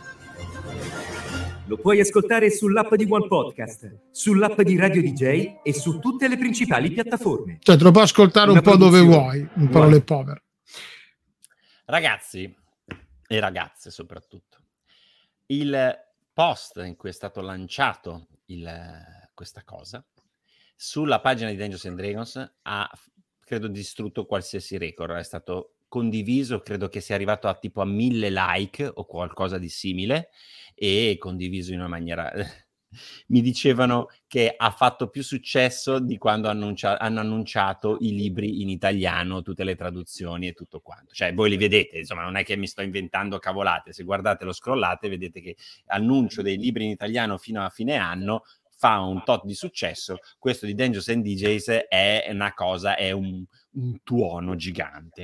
Lo puoi ascoltare sull'app di One Podcast, sull'app di Radio DJ e su tutte le principali piattaforme. Cioè, te lo puoi ascoltare un po' dove vuoi, in parole povere. Ragazzi e ragazze soprattutto, il post in cui è stato lanciato questa cosa sulla pagina di Dungeons and Dragons ha, credo, distrutto qualsiasi record. È stato condiviso, credo che sia arrivato a tipo a 1000 like o qualcosa di simile, e condiviso in una maniera mi dicevano che ha fatto più successo di quando hanno annunciato i libri in italiano, tutte le traduzioni e tutto quanto. Cioè, voi li vedete, insomma, non è che mi sto inventando cavolate, se guardate lo scrollate vedete che annuncio dei libri in italiano fino a fine anno fa un tot di successo. Questo di Dungeons and DJs è una cosa, è un tuono gigante.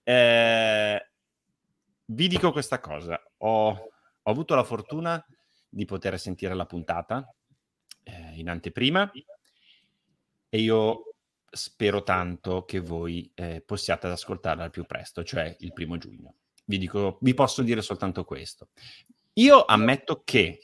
Vi dico questa cosa, ho avuto la fortuna di poter sentire la puntata in anteprima, e io spero tanto che voi possiate ascoltarla al più presto, cioè il 1° giugno. Vi posso dire soltanto questo. Io ammetto che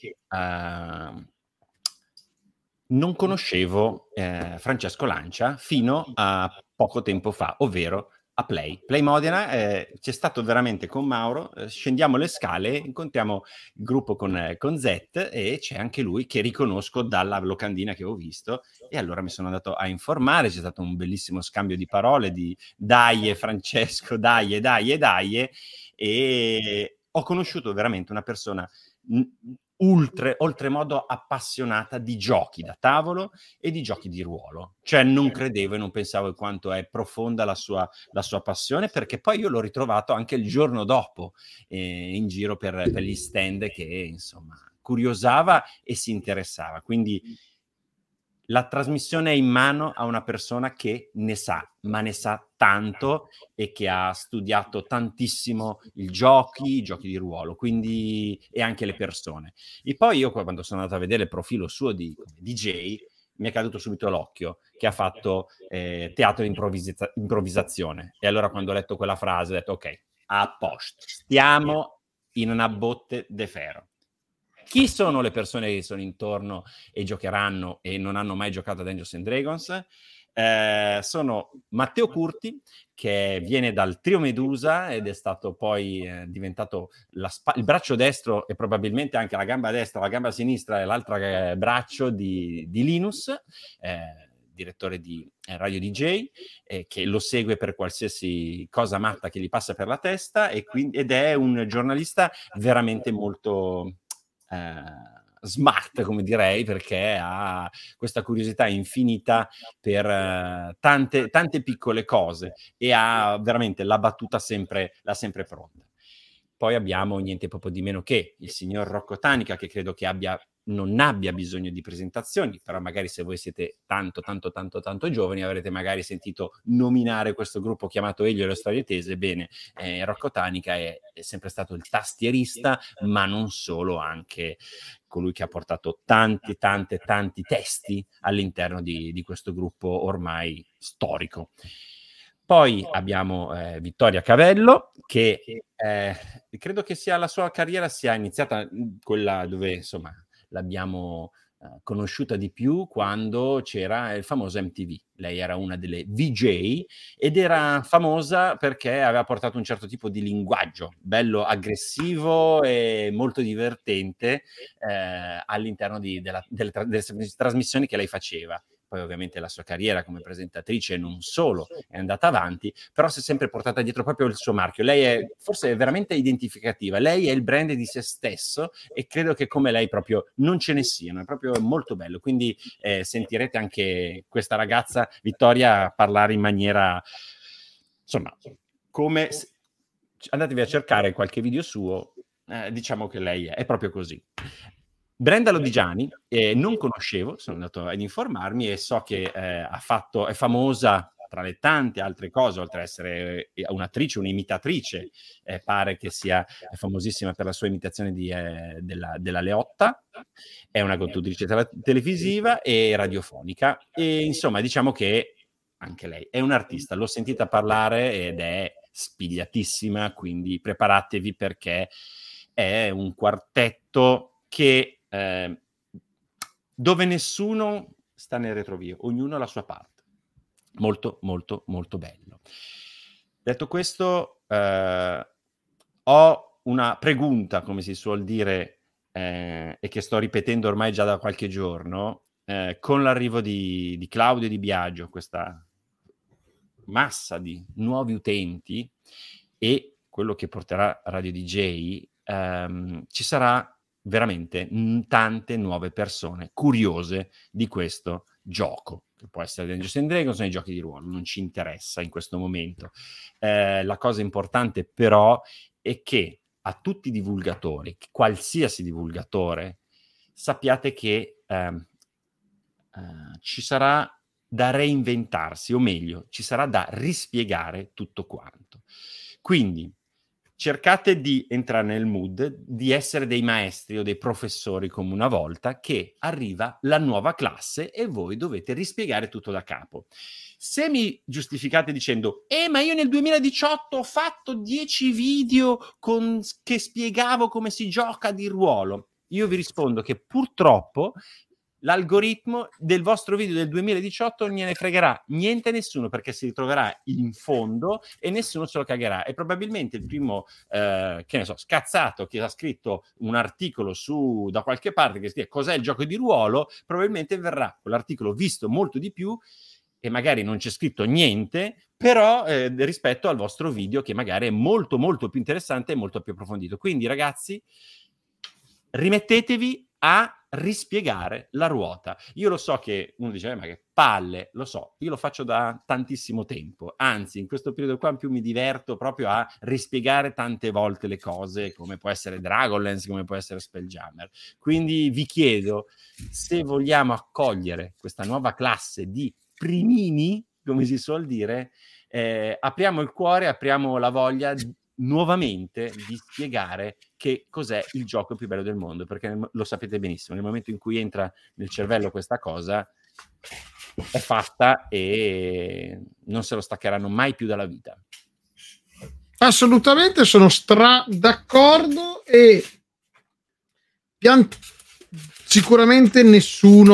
non conoscevo Francesco Lancia fino a poco tempo fa, ovvero a Play Modena. C'è stato veramente con Mauro, scendiamo le scale, incontriamo il gruppo con Zet, e c'è anche lui che riconosco dalla locandina che ho visto, e allora mi sono andato a informare. C'è stato un bellissimo scambio di parole di dai Francesco, dai, e ho conosciuto veramente una persona oltremodo appassionata di giochi da tavolo e di giochi di ruolo. Cioè, non credevo e non pensavo quanto è profonda la sua passione, perché poi io l'ho ritrovato anche il giorno dopo in giro per gli stand, che insomma curiosava e si interessava. Quindi la trasmissione è in mano a una persona che ne sa, ma ne sa tanto, e che ha studiato tantissimo i giochi di ruolo, quindi, e anche le persone. E poi io, quando sono andato a vedere il profilo suo di DJ, mi è caduto subito l'occhio che ha fatto teatro di improvvisazione. E allora, quando ho letto quella frase, ho detto ok, a posto, stiamo in una botte de ferro. Chi sono le persone che sono intorno e giocheranno e non hanno mai giocato a Dungeons and Dragons? sono Matteo Curti, che viene dal trio Medusa ed è stato poi diventato il braccio destro e probabilmente anche la gamba destra, la gamba sinistra e l'altro braccio di Linus, direttore di Radio DJ, che lo segue per qualsiasi cosa matta che gli passa per la testa, ed è un giornalista veramente molto smart, come direi, perché ha questa curiosità infinita per tante piccole cose e ha veramente la battuta sempre pronta. Poi abbiamo niente proprio di meno che il signor Rocco Tanica, che credo che non abbia bisogno di presentazioni, però magari se voi siete tanto giovani avrete magari sentito nominare questo gruppo chiamato Elio e le Storie Tese. Bene, Rocco Tanica è sempre stato il tastierista, ma non solo, anche colui che ha portato tanti testi all'interno di questo gruppo ormai storico. Poi abbiamo Vittoria Cavello, che credo che la sua carriera sia iniziata quella dove insomma l'abbiamo conosciuta di più quando c'era il famoso MTV. Lei era una delle VJ ed era famosa perché aveva portato un certo tipo di linguaggio bello aggressivo e molto divertente all'interno delle trasmissioni che lei faceva. Poi ovviamente la sua carriera come presentatrice non solo è andata avanti, però si è sempre portata dietro proprio il suo marchio. Lei forse è veramente identificativa, lei è il brand di se stesso e credo che come lei proprio non ce ne siano, è proprio molto bello. Quindi sentirete anche questa ragazza Vittoria parlare in maniera, insomma, come andatevi a cercare qualche video suo, diciamo che lei è proprio così. Brenda Lodigiani, non conoscevo, sono andato ad informarmi e so che è famosa tra le tante altre cose, oltre ad essere un'attrice, un'imitatrice, pare che sia famosissima per la sua imitazione della Leotta, è una conduttrice televisiva e radiofonica e insomma diciamo che anche lei è un'artista, l'ho sentita parlare ed è spigliatissima, quindi preparatevi perché è un quartetto che dove nessuno sta nel retrovie, ognuno ha la sua parte. Molto bello. Detto questo, ho una pregunta, come si suol dire, e che sto ripetendo ormai già da qualche giorno, con l'arrivo di Claudio Di Biagio, questa massa di nuovi utenti e quello che porterà Radio DJ, ci sarà veramente tante nuove persone curiose di questo gioco, che può essere Dungeons and Dragons o nei giochi di ruolo, non ci interessa in questo momento. La cosa importante però è che a tutti i divulgatori, qualsiasi divulgatore, sappiate che ci sarà da reinventarsi, o meglio, ci sarà da rispiegare tutto quanto. Quindi cercate di entrare nel mood di essere dei maestri o dei professori come una volta, che arriva la nuova classe e voi dovete rispiegare tutto da capo. Se mi giustificate dicendo ma io nel 2018 ho fatto 10 video che spiegavo come si gioca di ruolo, io vi rispondo che purtroppo l'algoritmo del vostro video del 2018 non gliene fregherà niente a nessuno, perché si ritroverà in fondo e nessuno se lo cagherà. E probabilmente il primo, che ne so, scazzato che ha scritto un articolo da qualche parte che scrive cos'è il gioco di ruolo, probabilmente verrà quell'articolo visto molto di più e magari non c'è scritto niente, però rispetto al vostro video che magari è molto più interessante e molto più approfondito. Quindi ragazzi, rimettetevi a rispiegare la ruota. Io lo so che uno dice ma che palle, lo so, io lo faccio da tantissimo tempo, anzi in questo periodo qua in più mi diverto proprio a rispiegare tante volte le cose, come può essere Dragonlance, come può essere Spelljammer. Quindi vi chiedo, se vogliamo accogliere questa nuova classe di primini, come si suol dire, apriamo il cuore, apriamo la voglia nuovamente di spiegare che cos'è il gioco più bello del mondo, perché lo sapete benissimo, nel momento in cui entra nel cervello questa cosa è fatta e non se lo staccheranno mai più dalla vita. Assolutamente, sono d'accordo e sicuramente nessuno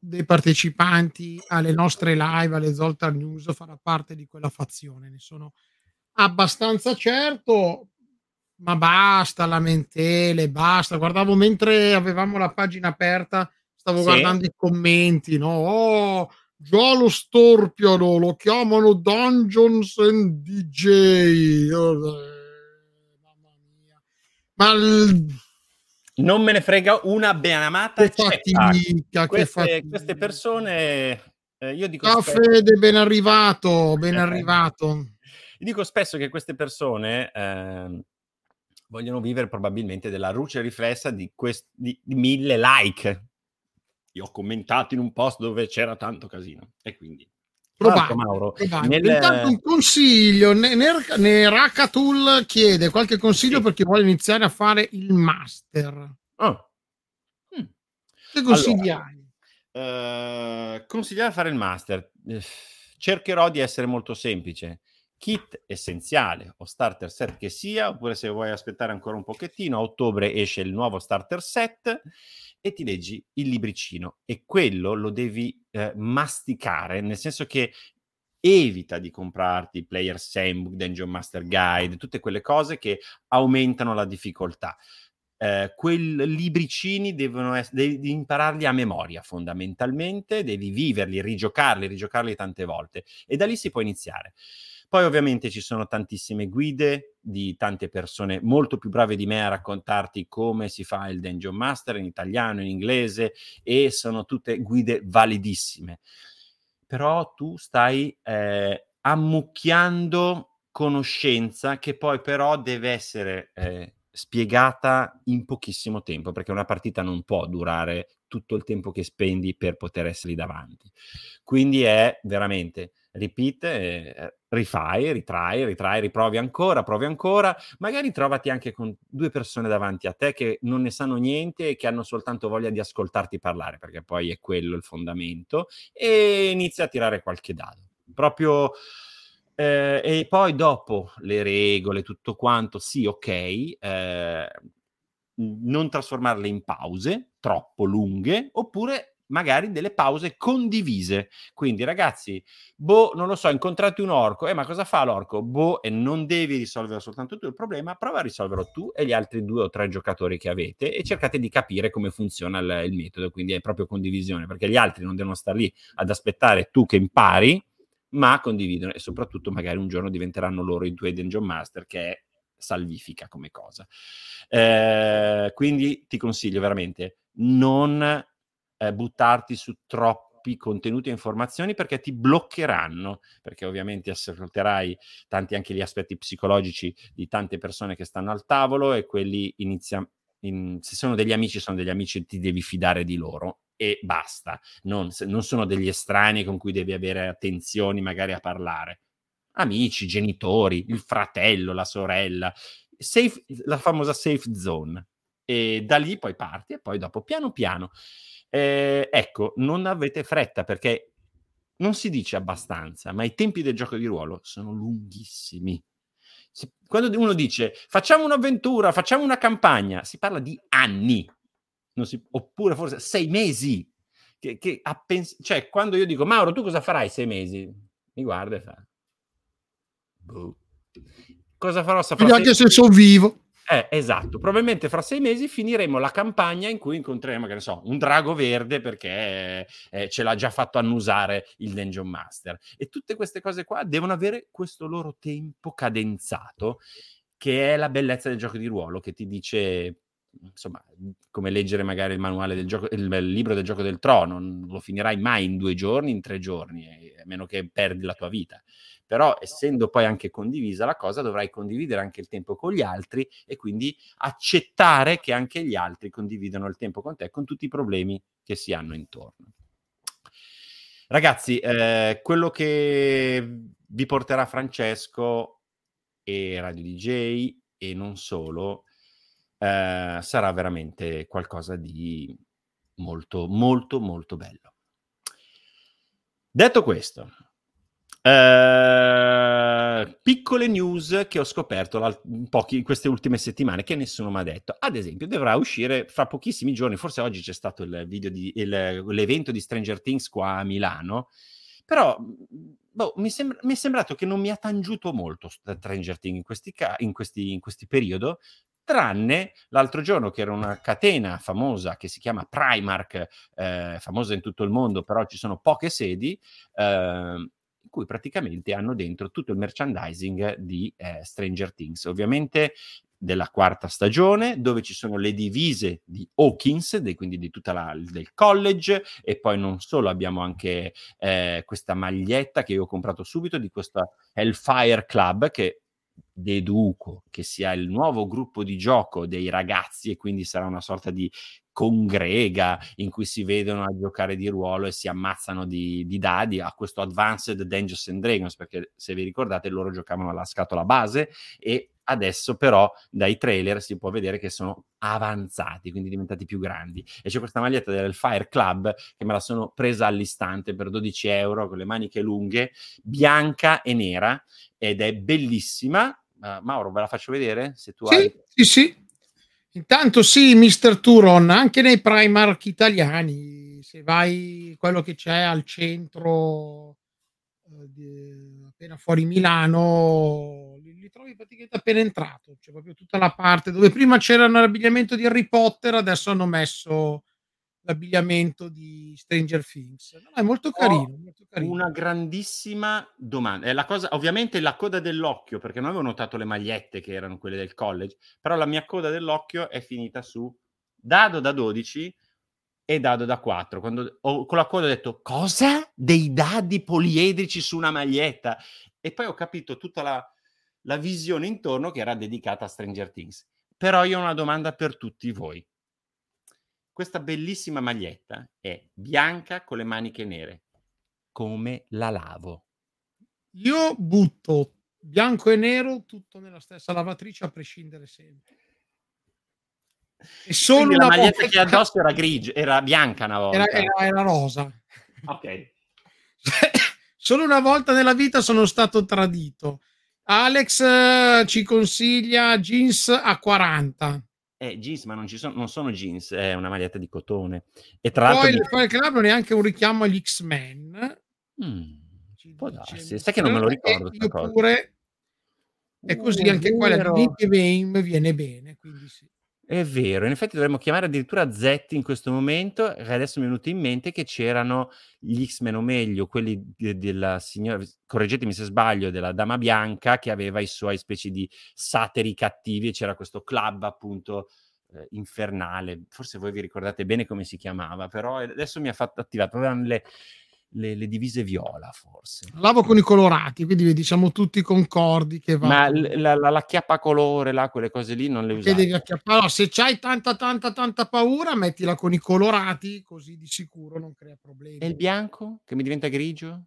dei partecipanti alle nostre live, alle Zoltar News, farà parte di quella fazione, ne sono abbastanza certo. Ma basta lamentele, basta. Guardavo mentre avevamo la pagina aperta, stavo guardando i commenti, no? Oh, già lo storpiano, lo chiamano Dungeons and DJ. Mamma mia. Ma non me ne frega una benamata. Che fatica, queste persone, io dico ciao Fede, ben arrivato, ben arrivato. Io dico spesso che queste persone vogliono vivere probabilmente della luce riflessa di 1000 like. Io ho commentato in un post dove c'era tanto casino e quindi Mauro, intanto un consiglio, Nerakatul chiede qualche consiglio per chi vuole iniziare a fare il master. Che consigli hai? Consigliare a fare il master, cercherò di essere molto semplice. Kit essenziale o starter set che sia, oppure se vuoi aspettare ancora un pochettino, a ottobre esce il nuovo starter set e ti leggi il libricino, e quello lo devi masticare, nel senso che evita di comprarti Player's Handbook, Dungeon Master Guide, tutte quelle cose che aumentano la difficoltà. Quei libricini devi impararli a memoria, fondamentalmente, devi viverli, rigiocarli tante volte, e da lì si può iniziare. Poi ovviamente ci sono tantissime guide di tante persone molto più brave di me a raccontarti come si fa il Dungeon Master in italiano, in inglese, e sono tutte guide validissime. Però tu stai ammucchiando conoscenza che poi però deve essere spiegata in pochissimo tempo, perché una partita non può durare tutto il tempo che spendi per poter essere lì davanti. Quindi è veramente repeat, rifai, ritrai, riprovi ancora, provi ancora, magari trovati anche con 2 persone davanti a te che non ne sanno niente e che hanno soltanto voglia di ascoltarti parlare, perché poi è quello il fondamento, e inizia a tirare qualche dado. Proprio e poi dopo le regole, tutto quanto, sì, ok, non trasformarle in pause troppo lunghe, oppure magari delle pause condivise. Quindi ragazzi, non lo so, incontrate un orco, ma cosa fa l'orco? E non devi risolvere soltanto tu il problema, prova a risolverlo tu e gli altri 2 o 3 giocatori che avete, e cercate di capire come funziona il metodo. Quindi è proprio condivisione, perché gli altri non devono stare lì ad aspettare tu che impari, ma condividono, e soprattutto magari un giorno diventeranno loro i 2 Dungeon Master, che è salvifica come cosa. Quindi ti consiglio veramente non buttarti su troppi contenuti e informazioni, perché ti bloccheranno, perché ovviamente ascolterai tanti anche gli aspetti psicologici di tante persone che stanno al tavolo, e quelli se sono degli amici, ti devi fidare di loro e basta, non sono degli estranei con cui devi avere attenzioni magari a parlare. Amici, genitori, il fratello, la sorella, la famosa safe zone, e da lì poi parti, e poi dopo piano piano. Ecco, non avete fretta, perché non si dice abbastanza, ma i tempi del gioco di ruolo sono lunghissimi. Quando uno dice facciamo un'avventura, facciamo una campagna, si parla di anni, oppure forse 6 mesi. Cioè, quando io dico Mauro, tu cosa farai 6 mesi? Mi guarda e fa cosa farò? Anche se sono vivo. Esatto, probabilmente fra 6 mesi finiremo la campagna in cui incontreremo, che ne so, un drago verde, perché ce l'ha già fatto annusare il Dungeon Master. E tutte queste cose qua devono avere questo loro tempo cadenzato, che è la bellezza del gioco di ruolo, che ti dice, insomma, come leggere magari il manuale del gioco, il libro del Gioco del Trono, non lo finirai mai in 2 giorni, in 3 giorni, a meno che perdi la tua vita. Però essendo poi anche condivisa la cosa, dovrai condividere anche il tempo con gli altri, e quindi accettare che anche gli altri condividano il tempo con te, con tutti i problemi che si hanno intorno. Ragazzi, quello che vi porterà Francesco e Radio DJ, e non solo, sarà veramente qualcosa di molto, molto, molto bello. Detto questo, Piccole news che ho scoperto queste ultime settimane che nessuno mi ha detto. Ad esempio, dovrà uscire fra pochissimi giorni, forse oggi c'è stato il video l'evento di Stranger Things qua a Milano, però mi è sembrato che non mi ha tangiuto molto Stranger Things in questi periodo, tranne l'altro giorno che era una catena famosa che si chiama Primark, famosa in tutto il mondo, però ci sono poche sedi, in cui praticamente hanno dentro tutto il merchandising di Stranger Things, ovviamente della quarta stagione, dove ci sono le divise di Hawkins, quindi di tutta del college, e poi non solo, abbiamo anche questa maglietta che io ho comprato subito di questa Hellfire Club, che deduco che sia il nuovo gruppo di gioco dei ragazzi, e quindi sarà una sorta di congrega in cui si vedono a giocare di ruolo e si ammazzano di dadi a questo Advanced Dungeons and Dragons, perché se vi ricordate loro giocavano alla scatola base, e adesso però dai trailer si può vedere che sono avanzati, quindi diventati più grandi, e c'è questa maglietta del Fire Club che me la sono presa all'istante per 12 euro con le maniche lunghe, bianca e nera, ed è bellissima. Mauro, ve la faccio vedere? Se tu hai... Sì. Intanto sì, Mr. Turon, anche nei Primark italiani, se vai quello che c'è al centro, appena fuori Milano, li trovi praticamente appena entrato. C'è proprio tutta la parte dove prima c'era l'abbigliamento di Harry Potter, adesso hanno messo l'abbigliamento di Stranger Things. No, è molto carino, molto carino. Una grandissima domanda. È la cosa, ovviamente la coda dell'occhio, perché non avevo notato le magliette che erano quelle del college, però la mia coda dell'occhio è finita su dado da 12 e dado da 4. Quando con la coda ho detto, cosa? Dei dadi poliedrici su una maglietta? E poi ho capito tutta la visione intorno che era dedicata a Stranger Things. Però io ho una domanda per tutti voi. Questa bellissima maglietta è bianca con le maniche nere. Come la lavo? Io butto bianco e nero tutto nella stessa lavatrice, a prescindere sempre. E solo quindi una la maglietta volta che addosso era grigia, era bianca una volta. Era rosa. Ok. Solo una volta nella vita sono stato tradito. Alex ci consiglia jeans a 40. Jeans, ma non sono jeans, è una maglietta di cotone. E tra l'altro poi il club non è anche un richiamo agli X-Men. Può darsi. Sai che non me lo ricordo sta cosa. Pure è così, anche quella di Nick Wayne viene bene, quindi sì. È vero, in effetti dovremmo chiamare addirittura Z in questo momento, e adesso mi è venuto in mente che c'erano gli X-Men, o meglio, quelli della signora, correggetemi se sbaglio, della Dama Bianca, che aveva i suoi specie di satiri cattivi, e c'era questo club appunto infernale. Forse voi vi ricordate bene come si chiamava, però adesso mi ha fatto attivare, avevano le divise viola, forse. Lavo con i colorati, quindi vedi, siamo tutti concordi che va. Ma la chiappa colore, là, quelle cose lì non le usate. Devi acchiappare. No, se c'hai tanta paura, mettila con i colorati, così di sicuro non crea problemi. E il bianco che mi diventa grigio?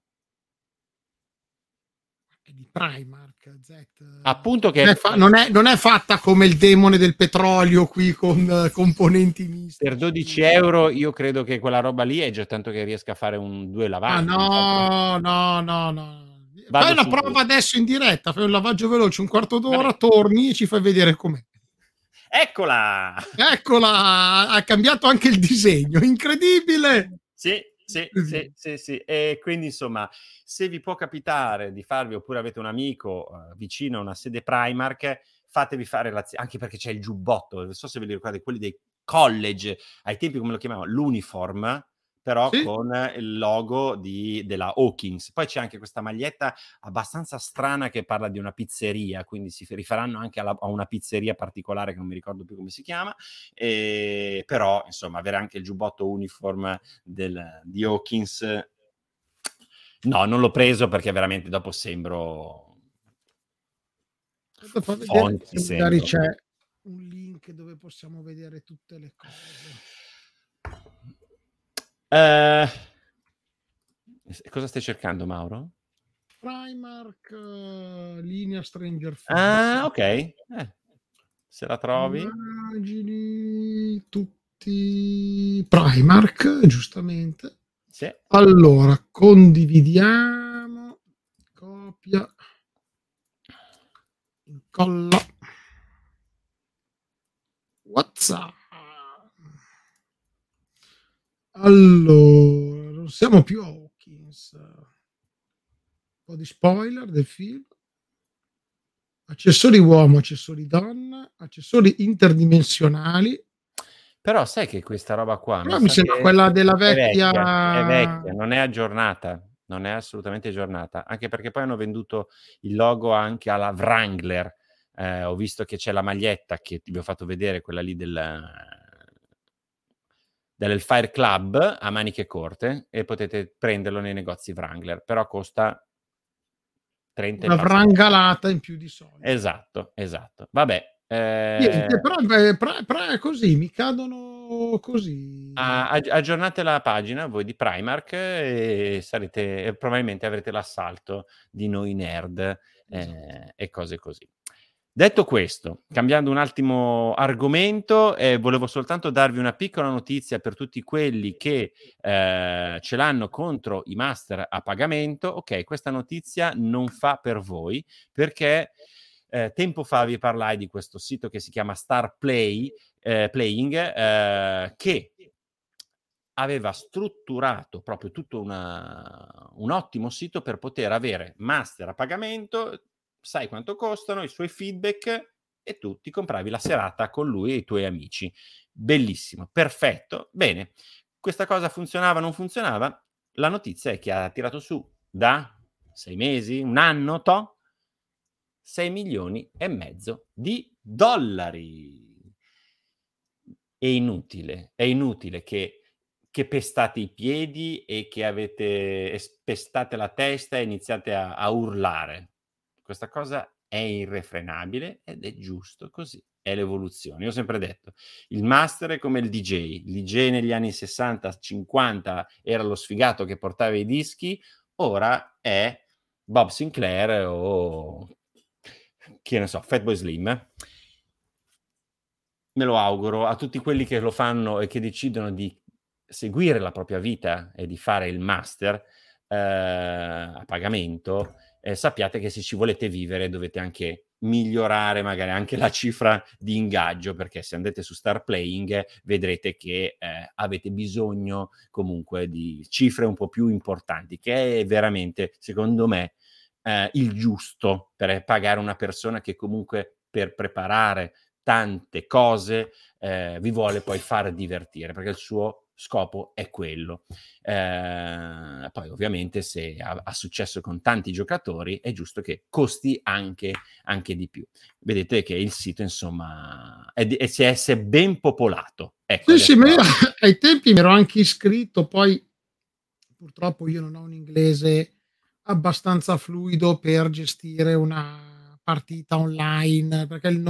È di Primark, Z. Appunto che non è fatta come il demone del petrolio qui con componenti misti. Per 12 euro io credo che quella roba lì è già tanto che riesca a fare 2 lavaggi. No. Fai una prova adesso in diretta, fai un lavaggio veloce, un quarto d'ora, torni e ci fai vedere com'è. Eccola, ha cambiato anche il disegno, incredibile. Sì. E quindi insomma, se vi può capitare di farvi, oppure avete un amico vicino a una sede Primark, fatevi fare anche perché c'è il giubbotto, non so se ve li ricordate, quelli dei college, ai tempi come lo chiamavano, l'uniform, però sì, con il logo della Hawkins. Poi c'è anche questa maglietta abbastanza strana che parla di una pizzeria, quindi si rifaranno anche a una pizzeria particolare che non mi ricordo più come si chiama, però insomma avere anche il giubbotto uniform di Hawkins, no, non l'ho preso perché veramente dopo sembro magari c'è un link dove possiamo vedere tutte le cose. Cosa stai cercando, Mauro? Primark linea Stranger Things. Ah, ok. Se la trovi. Immagini tutti Primark, giustamente. Sì. Allora, condividiamo. copia, incolla, WhatsApp. Allora, non siamo più a Hawkins. Un po' di spoiler del film. Accessori uomo, accessori donna, accessori interdimensionali. Però sai che questa roba qua Però mi sembra quella della vecchia... È vecchia, non è aggiornata, non è assolutamente aggiornata, anche perché poi hanno venduto il logo anche alla Wrangler. Ho visto che c'è la maglietta che vi ho fatto vedere, quella lì dell'Hellfire Club a maniche corte, e potete prenderlo nei negozi Wrangler, però costa 30 una wrangalata in più di soldi. Esatto. Vabbè. Niente, però è così, mi cadono così. Aggiornate la pagina voi di Primark e probabilmente avrete l'assalto di noi nerd, e cose così. Detto questo, cambiando un attimo argomento, volevo soltanto darvi una piccola notizia per tutti quelli che ce l'hanno contro i master a pagamento. Ok, questa notizia non fa per voi, perché tempo fa vi parlai di questo sito che si chiama Star Playing, che aveva strutturato proprio tutto un ottimo sito per poter avere master a pagamento. Sai quanto costano, i suoi feedback, e tu ti compravi la serata con lui e i tuoi amici. Bellissimo, perfetto. Bene, questa cosa funzionava, non funzionava? La notizia è che ha tirato su da 6 mesi, un anno, 6 milioni e mezzo di dollari. È inutile che pestate i piedi e che pestate la testa e iniziate a urlare. Questa cosa è irrefrenabile ed è giusto così, è l'evoluzione. Io ho sempre detto, il master è come il DJ. Il DJ negli anni 60-50 era lo sfigato che portava i dischi, ora è Bob Sinclair o che ne so, Fatboy Slim. Me lo auguro a tutti quelli che lo fanno e che decidono di seguire la propria vita e di fare il master a pagamento. Sappiate che se ci volete vivere dovete anche migliorare magari anche la cifra di ingaggio, perché se andate su Star Playing vedrete che avete bisogno comunque di cifre un po' più importanti, che è veramente, secondo me, il giusto per pagare una persona che comunque per preparare tante cose vi vuole poi far divertire, perché il suo scopo è quello. Poi ovviamente se ha successo con tanti giocatori è giusto che costi anche di più. Vedete che il sito insomma si è ben popolato. Ecco, sì, ma io ai tempi mi ero anche iscritto, poi purtroppo io non ho un inglese abbastanza fluido per gestire una partita online, perché il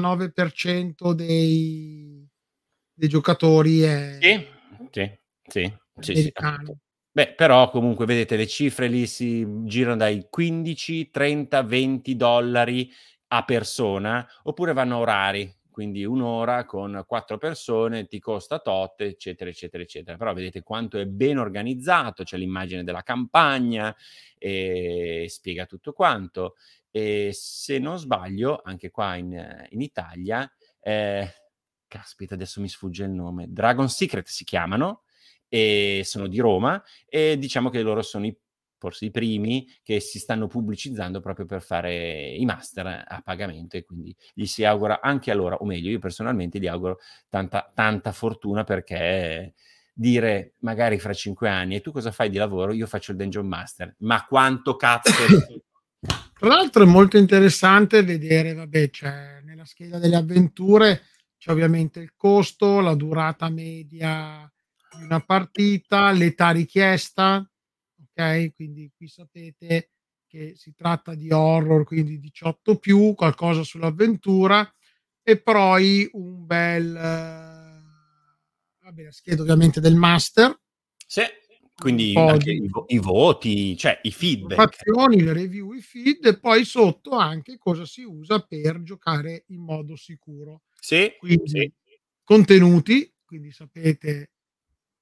99% dei giocatori è sì. americano. Beh, però comunque vedete le cifre lì si girano dai 15, 30, 20 dollari a persona, oppure vanno a orari, quindi un'ora con 4 persone ti costa tot, eccetera. Però vedete quanto è ben organizzato, c'è l'immagine della campagna e spiega tutto quanto. E se non sbaglio, anche qua in Italia, caspita, adesso mi sfugge il nome, Dragon Secret si chiamano, e sono di Roma, e diciamo che loro sono forse i primi che si stanno pubblicizzando proprio per fare i master a pagamento, e quindi gli si augura anche a loro, o meglio io personalmente gli auguro tanta fortuna, perché dire magari fra 5 anni e tu cosa fai di lavoro? Io faccio il Dungeon Master, ma quanto cazzo Tra l'altro è molto interessante vedere, vabbè, c'è nella scheda delle avventure c'è ovviamente il costo, la durata media di una partita, l'età richiesta, ok? Quindi qui sapete che si tratta di horror, quindi 18 più, qualcosa sull'avventura, e poi un bel vabbè, la scheda ovviamente del master. Sì, quindi anche i voti, cioè i feedback, le review, i feed, e poi sotto anche cosa si usa per giocare in modo sicuro. Sì, quindi contenuti, quindi sapete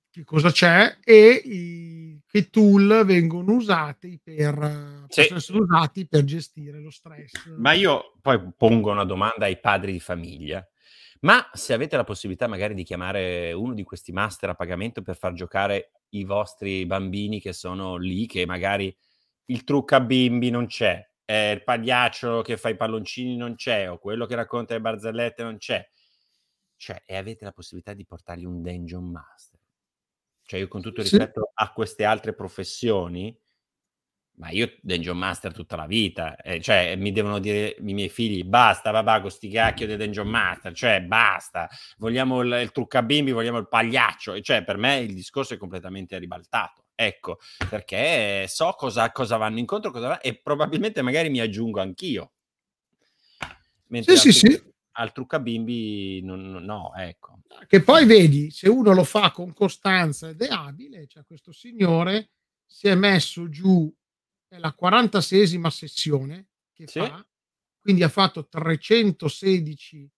che cosa c'è, e che tool vengono usati possono essere usati per gestire lo stress. Ma io poi pongo una domanda ai padri di famiglia. Ma se avete la possibilità magari di chiamare uno di questi master a pagamento per far giocare i vostri bambini che sono lì, che magari il trucca bimbi non c'è, il pagliaccio che fa i palloncini non c'è, o quello che racconta le barzellette non c'è, cioè, e avete la possibilità di portargli un Dungeon Master. Cioè, io con tutto il rispetto a queste altre professioni, ma io Dungeon Master tutta la vita, cioè mi devono dire i miei figli basta papà con sti cacchio di Dungeon Master, cioè basta, vogliamo il truccabimbi, vogliamo il pagliaccio, e cioè per me il discorso è completamente ribaltato, ecco, perché so cosa vanno incontro, e probabilmente magari mi aggiungo anch'io, mentre al truccabimbi no, ecco. Che poi vedi, se uno lo fa con costanza ed è abile, cioè questo signore si è messo giù, è la 46esima sessione che fa, quindi ha fatto 316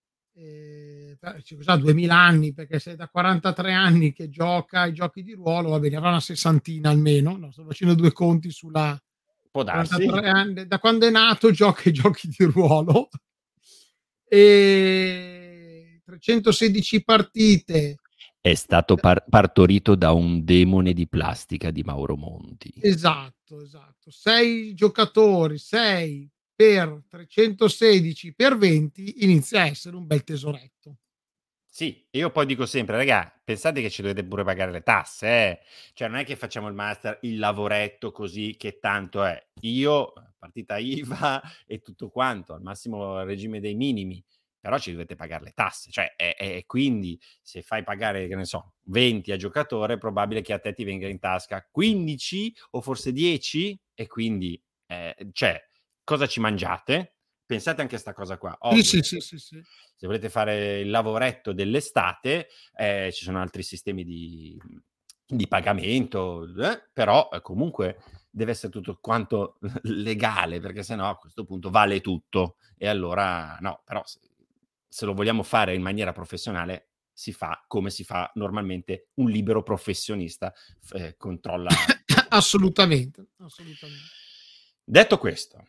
2000 anni, perché se è da 43 anni che gioca ai giochi di ruolo, va bene, avrà una sessantina almeno, no, sto facendo due conti sulla 43 anni, da quando è nato gioca ai giochi di ruolo, e 316 partite. È stato partorito da un demone di plastica di Mauro Monti. Esatto. 6 giocatori, 6 per 316 per 20 inizia a essere un bel tesoretto. Sì, io poi dico sempre, raga, pensate che ci dovete pure pagare le tasse, cioè non è che facciamo il master, il lavoretto così che tanto è. Io, partita IVA e tutto quanto, al massimo il regime dei minimi, però ci dovete pagare le tasse, cioè quindi se fai pagare, che ne so, 20 a giocatore, è probabile che a te ti venga in tasca 15 o forse 10, e quindi, cioè, cosa ci mangiate? Pensate anche a sta cosa qua. Sì. Se volete fare il lavoretto dell'estate, ci sono altri sistemi di pagamento, però comunque deve essere tutto quanto legale, perché sennò a questo punto vale tutto, e allora no, però se lo vogliamo fare in maniera professionale si fa come si fa normalmente un libero professionista, controlla. Assolutamente. Detto questo,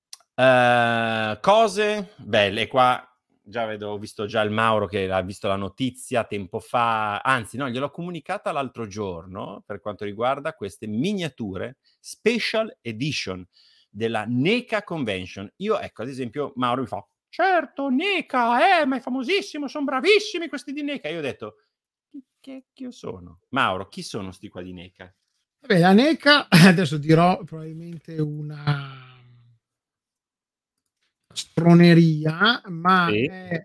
cose belle, qua già ho visto già il Mauro che ha visto la notizia tempo fa, anzi no, gliel'ho comunicata l'altro giorno per quanto riguarda queste miniature special edition della NECA Convention. Io, ecco, ad esempio, Mauro mi fa: certo, NECA, ma è famosissimo, sono bravissimi questi di NECA. Io ho detto: chi cacchio sono? Mauro, chi sono sti qua di NECA? Vabbè, la NECA, adesso dirò probabilmente una stroneria, ma è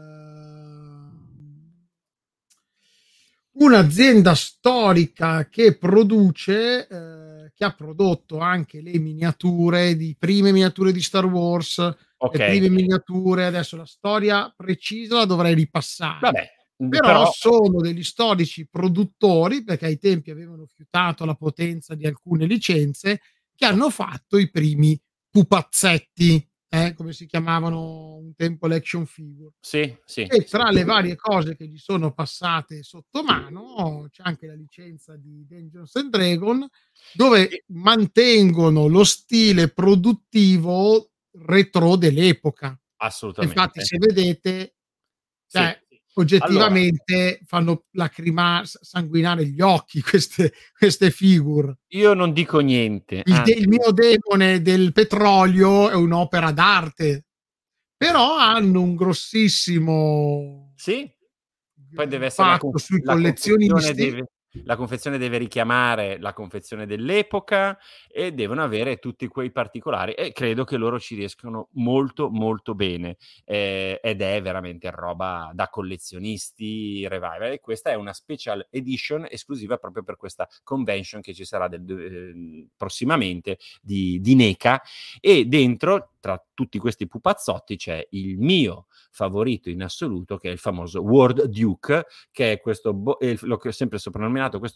un'azienda storica che produce, che ha prodotto anche le miniature di prime miniature di Star Wars, le prime miniature, adesso la storia precisa la dovrei ripassare. Vabbè, però sono degli storici produttori, perché ai tempi avevano fiutato la potenza di alcune licenze, che hanno fatto i primi pupazzetti, come si chiamavano un tempo, l'action figure. Sì. E tra le varie cose che gli sono passate sotto mano c'è anche la licenza di Dungeons and Dragons, dove mantengono lo stile produttivo retro dell'epoca. Assolutamente. Infatti, se vedete, oggettivamente fanno sanguinare gli occhi queste figure. Io non dico niente. Il mio demone del petrolio è un'opera d'arte, però hanno un grossissimo poi deve essere sui collezionisti. La confezione deve richiamare la confezione dell'epoca e devono avere tutti quei particolari, e credo che loro ci riescono molto molto bene, ed è veramente roba da collezionisti revival, e questa è una special edition esclusiva proprio per questa convention che ci sarà prossimamente di NECA, e dentro, tra tutti questi pupazzotti, c'è il mio favorito in assoluto, che è il famoso World Duke, che è questo, l'ho sempre soprannominato, questo è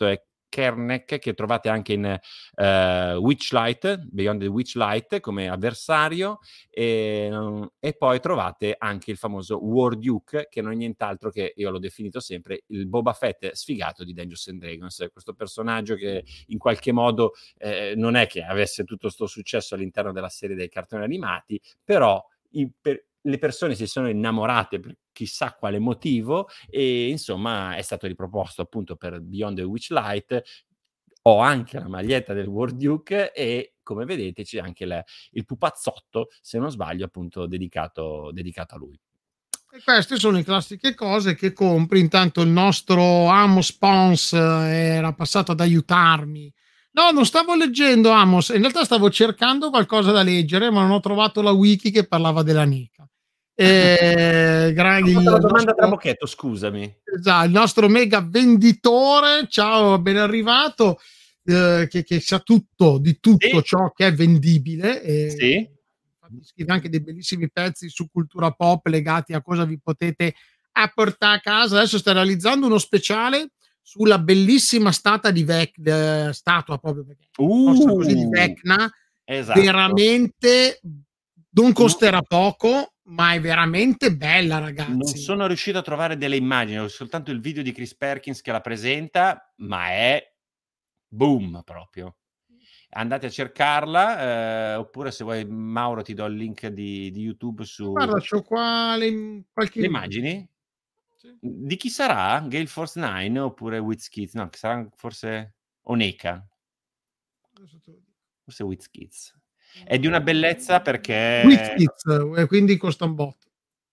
Kernek, che trovate anche in Witchlight, Beyond the Witchlight come avversario, e poi trovate anche il famoso War Duke, che non è nient'altro che, io l'ho definito sempre, il Boba Fett sfigato di Dungeons and Dragons, questo personaggio che in qualche modo non è che avesse tutto sto successo all'interno della serie dei cartoni animati, però le persone si sono innamorate per chissà quale motivo, e insomma è stato riproposto appunto per Beyond the Witchlight. Ho anche la maglietta del War Duke e, come vedete, c'è anche il pupazzotto, se non sbaglio, appunto dedicato a lui. E queste sono le classiche cose che compri. Intanto il nostro Amos Pons era passato ad aiutarmi. No, non stavo leggendo Amos, in realtà stavo cercando qualcosa da leggere, ma non ho trovato la wiki che parlava della NECA. La domanda trabocchetto, scusami. Esatto, il nostro mega venditore, ciao, ben arrivato, che sa tutto di tutto ciò che è vendibile. Sì. Scrive anche dei bellissimi pezzi su cultura pop legati a cosa vi potete apportare a casa. Adesso sta realizzando uno speciale sulla bellissima statua di statua proprio perché così di Vecna. Esatto. Veramente non costerà poco, ma è veramente bella, ragazzi. Non sono riuscito a trovare delle immagini, ho soltanto il video di Chris Perkins che la presenta, ma è boom proprio. Andate a cercarla, oppure se vuoi, Mauro, ti do il link di YouTube su... Guarda, c'ho qua qualche le immagini. Sì. Di chi sarà? Gale Force 9 oppure WizKids? No, sarà forse Oneka. Forse WizKids. È di una bellezza perché... WizKids, quindi costa un botto.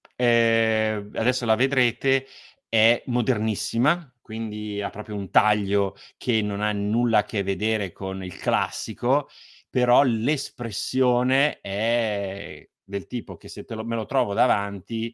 Adesso la vedrete, è modernissima, quindi ha proprio un taglio che non ha nulla a che vedere con il classico, però l'espressione è del tipo che se me lo trovo davanti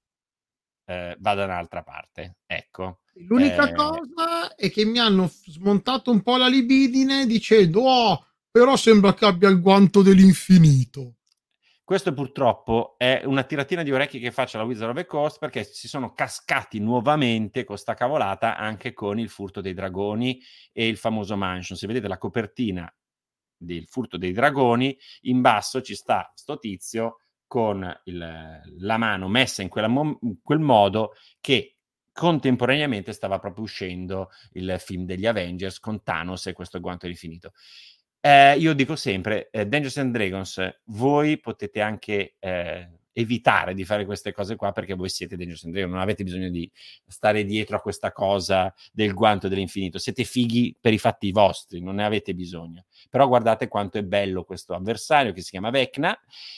va da un'altra parte, ecco. L'unica cosa è che mi hanno smontato un po' la libidine dicendo però sembra che abbia il guanto dell'infinito. Questo purtroppo è una tiratina di orecchie che faccio alla Wizard of the Coast, perché si sono cascati nuovamente con sta cavolata anche con il Furto dei Dragoni e il famoso Mansion. Se vedete la copertina del Furto dei Dragoni, in basso ci sta sto tizio con la mano messa in quel modo, che contemporaneamente stava proprio uscendo il film degli Avengers con Thanos e questo guanto all'infinito. Io dico sempre, Dungeons and Dragons, voi potete anche evitare di fare queste cose qua, perché voi siete Dungeons and Dragons, non avete bisogno di stare dietro a questa cosa del guanto dell'infinito, siete fighi per i fatti vostri, non ne avete bisogno. Però guardate quanto è bello questo avversario che si chiama Vecna,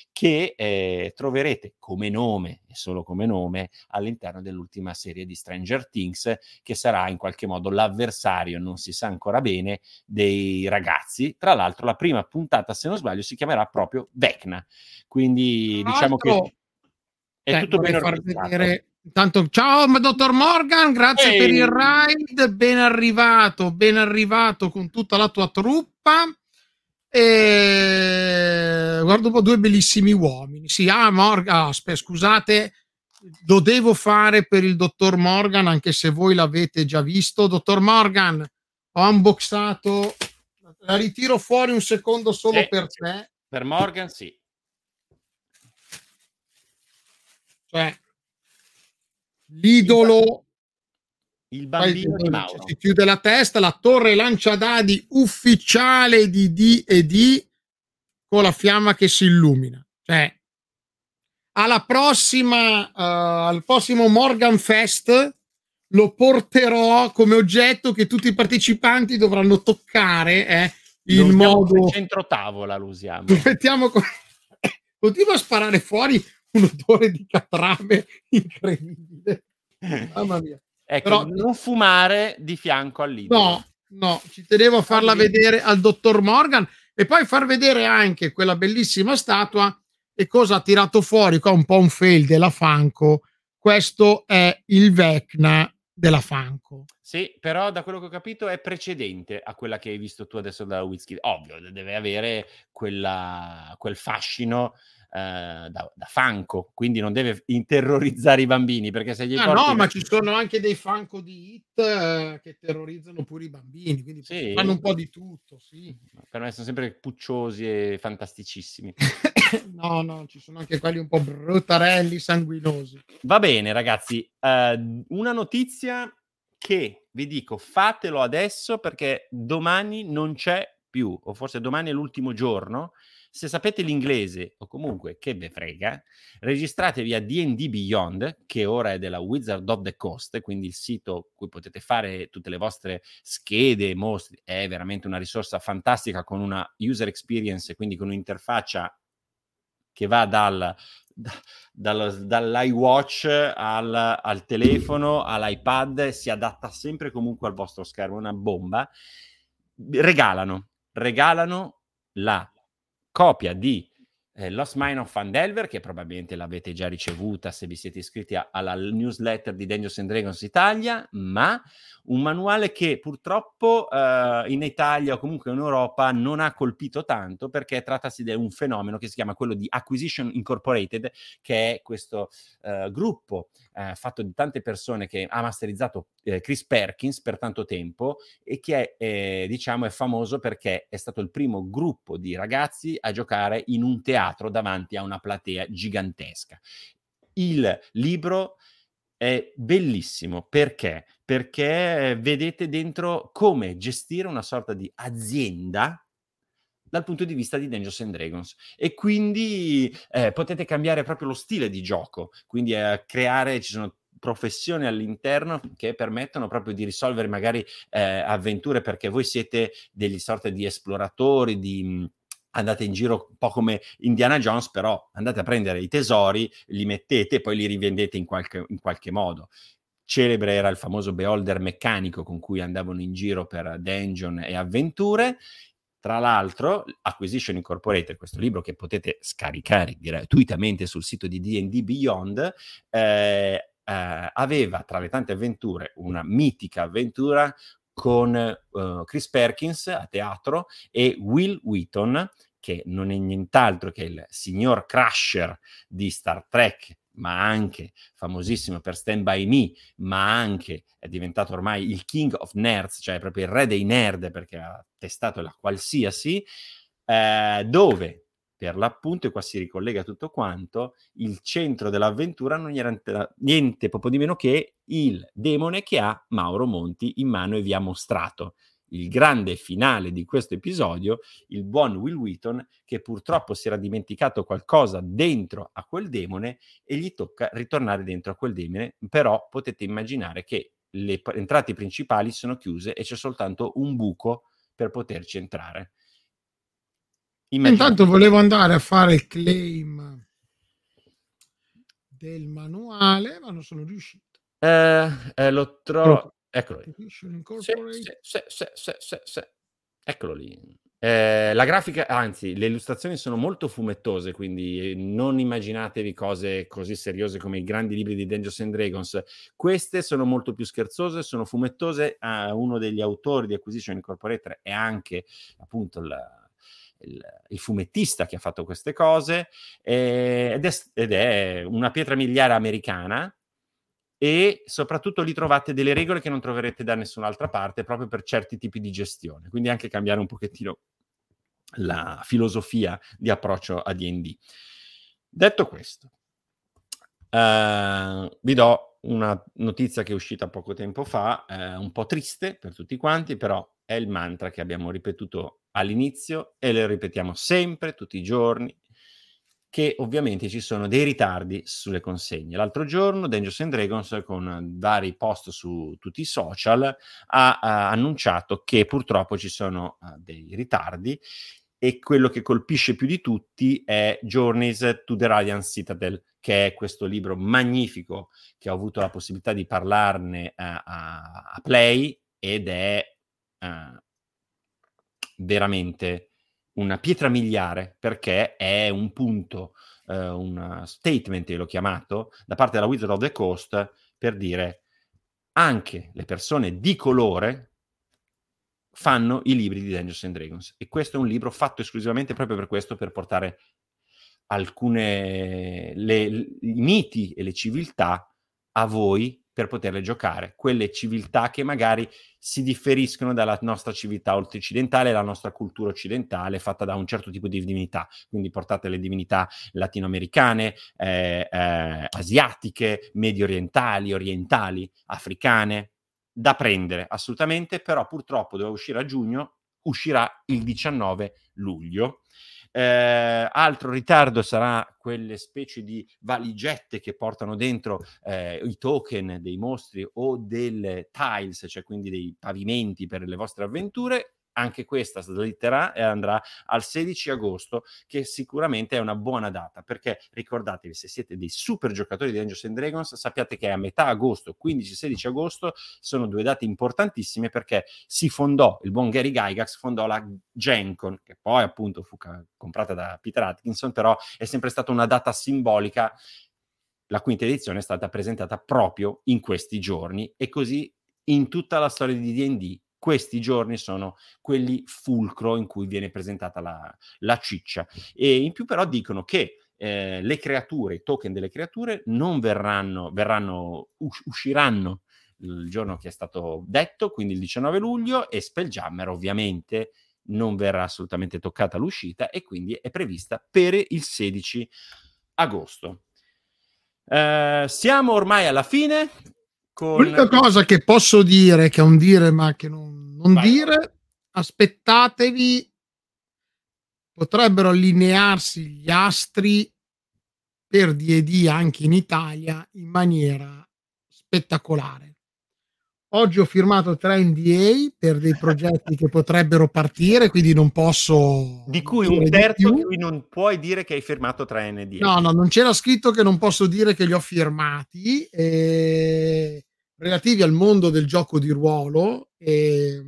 che troverete come nome, e solo come nome, all'interno dell'ultima serie di Stranger Things, che sarà in qualche modo l'avversario, non si sa ancora bene, dei ragazzi. Tra l'altro la prima puntata, se non sbaglio, si chiamerà proprio Vecna, quindi diciamo che è tutto ben organizzato. Intanto, ciao dottor Morgan, grazie per il ride, ben arrivato con tutta la tua truppa. E guardo un po' due bellissimi uomini. Sì, Morgan, scusate, lo devo fare per il dottor Morgan, anche se voi l'avete già visto. Dottor Morgan, ho unboxato, la ritiro fuori un secondo solo per te. Per Morgan, sì. Cioè, l'idolo, il bambino di Mauro. Si chiude la testa, la torre lanciadadi ufficiale di D&D con la fiamma che si illumina. Cioè, al prossimo Morgan Fest lo porterò come oggetto che tutti i partecipanti dovranno toccare. Il modo centro tavola lo usiamo. Mettiamo continua a sparare fuori un odore di catrame incredibile. Mamma mia. Ecco, però non fumare di fianco all'idolo. No, ci tenevo a farla vedere al dottor Morgan e poi far vedere anche quella bellissima statua. E cosa ha tirato fuori qua un po' un fail della Funko. Questo è il Vecna della Funko. Sì, però da quello che ho capito è precedente a quella che hai visto tu adesso da WizKids. Ovvio, deve avere quel fascino Funko, quindi non deve terrorizzare i bambini, perché se gli no, ma ci sono anche dei Funko di It che terrorizzano pure i bambini, quindi sì? fanno un po' di tutto, sì. Per me sono sempre pucciosi e fantasticissimi. No, ci sono anche quelli un po' bruttarelli, sanguinosi. Va bene, ragazzi, una notizia che vi dico, fatelo adesso perché domani non c'è più, o forse domani è l'ultimo giorno. Se sapete l'inglese, o comunque che ve frega, registratevi a D&D Beyond, che ora è della Wizard of the Coast, quindi il sito cui potete fare tutte le vostre schede, mostri, è veramente una risorsa fantastica con una user experience, quindi con un'interfaccia che va dall'iWatch al telefono, all'iPad, si adatta sempre comunque al vostro schermo, una bomba. Regalano la copia di Lost Mine of Phandelver, che probabilmente l'avete già ricevuta se vi siete iscritti alla newsletter di Dungeons and Dragons Italia, ma un manuale che purtroppo in Italia o comunque in Europa non ha colpito tanto, perché trattasi di un fenomeno che si chiama quello di Acquisition Incorporated, che è questo gruppo fatto di tante persone che ha masterizzato Chris Perkins per tanto tempo e che è famoso perché è stato il primo gruppo di ragazzi a giocare in un teatro davanti a una platea gigantesca. Il libro è bellissimo perché vedete dentro come gestire una sorta di azienda dal punto di vista di Dungeons and Dragons, e quindi potete cambiare proprio lo stile di gioco, quindi creare, ci sono professioni all'interno che permettono proprio di risolvere magari avventure, perché voi siete degli sorte di esploratori, andate in giro un po' come Indiana Jones, però andate a prendere i tesori, li mettete e poi li rivendete in qualche modo. Celebre era il famoso beholder meccanico con cui andavano in giro per dungeon e avventure. Tra l'altro, Acquisition Incorporated, questo libro che potete scaricare gratuitamente sul sito di D&D Beyond, aveva tra le tante avventure una mitica avventura con Chris Perkins a teatro e Will Wheaton, che non è nient'altro che il signor Crusher di Star Trek, ma anche famosissimo per Stand By Me, ma anche è diventato ormai il King of Nerds, cioè proprio il re dei nerd, perché ha testato la qualsiasi, dove per l'appunto, e qua si ricollega tutto quanto, il centro dell'avventura non era niente proprio di meno che il demone che ha Mauro Monti in mano e vi ha mostrato. Il grande finale di questo episodio, il buon Will Wheaton, che purtroppo si era dimenticato qualcosa dentro a quel demone e gli tocca ritornare dentro a quel demone, però potete immaginare che le entrate principali sono chiuse e c'è soltanto un buco per poterci entrare. Intanto volevo andare a fare il claim del manuale, ma non sono riuscito. Lo trovo. Eccolo lì. Sì. Eccolo lì. La grafica, anzi, le illustrazioni sono molto fumettose, quindi non immaginatevi cose così seriose come i grandi libri di Dungeons and Dragons. Queste sono molto più scherzose, sono fumettose. Uno degli autori di Acquisition Incorporated è anche appunto il fumettista che ha fatto queste cose, ed è una pietra miliare americana, e soprattutto lì trovate delle regole che non troverete da nessun'altra parte, proprio per certi tipi di gestione, quindi anche cambiare un pochettino la filosofia di approccio a D&D. Detto questo, vi do una notizia che è uscita poco tempo fa, un po' triste per tutti quanti, però è il mantra che abbiamo ripetuto all'inizio e lo ripetiamo sempre, tutti i giorni, che ovviamente ci sono dei ritardi sulle consegne. L'altro giorno Dungeons and Dragons, con vari post su tutti i social, ha annunciato che purtroppo ci sono dei ritardi, e quello che colpisce più di tutti è Journeys to the Radiant Citadel, che è questo libro magnifico che ho avuto la possibilità di parlarne a Play, ed è veramente una pietra miliare, perché è un punto, un statement, l'ho chiamato, da parte della Wizard of the Coast, per dire anche le persone di colore fanno i libri di Dungeons and Dragons, e questo è un libro fatto esclusivamente proprio per questo, per portare alcune i miti e le civiltà a voi per poterle giocare, quelle civiltà che magari si differiscono dalla nostra civiltà occidentale, la nostra cultura occidentale fatta da un certo tipo di divinità, quindi portate le divinità latinoamericane, asiatiche, medio orientali, orientali, africane, da prendere assolutamente, però purtroppo doveva uscire a giugno, uscirà il 19 luglio. Altro ritardo sarà quelle specie di valigette che portano dentro i token dei mostri o delle tiles, cioè quindi dei pavimenti per le vostre avventure. Anche questa slitterà e andrà al 16 agosto, che sicuramente è una buona data, perché ricordatevi, se siete dei super giocatori di Dungeons & Dragons, sappiate che a metà agosto, 15-16 agosto, sono due date importantissime, perché si fondò, il buon Gary Gygax fondò la Gen Con, che poi appunto fu comprata da Peter Atkinson, però è sempre stata una data simbolica. La quinta edizione è stata presentata proprio in questi giorni, e così in tutta la storia di D&D questi giorni sono quelli fulcro in cui viene presentata la ciccia. E in più però dicono che le creature, i token delle creature non usciranno il giorno che è stato detto, quindi il 19 luglio, e Spelljammer ovviamente non verrà assolutamente toccata l'uscita, e quindi è prevista per il 16 agosto. Siamo ormai alla fine. L'unica cosa che posso dire, che è un dire ma che non dire, aspettatevi, potrebbero allinearsi gli astri per D&D anche in Italia in maniera spettacolare. Oggi ho firmato 3 NDA per dei progetti che potrebbero partire, quindi non posso... Di cui un terzo di cui non puoi dire che hai firmato 3 NDA. No, non c'era scritto che non posso dire che li ho firmati, relativi al mondo del gioco di ruolo, che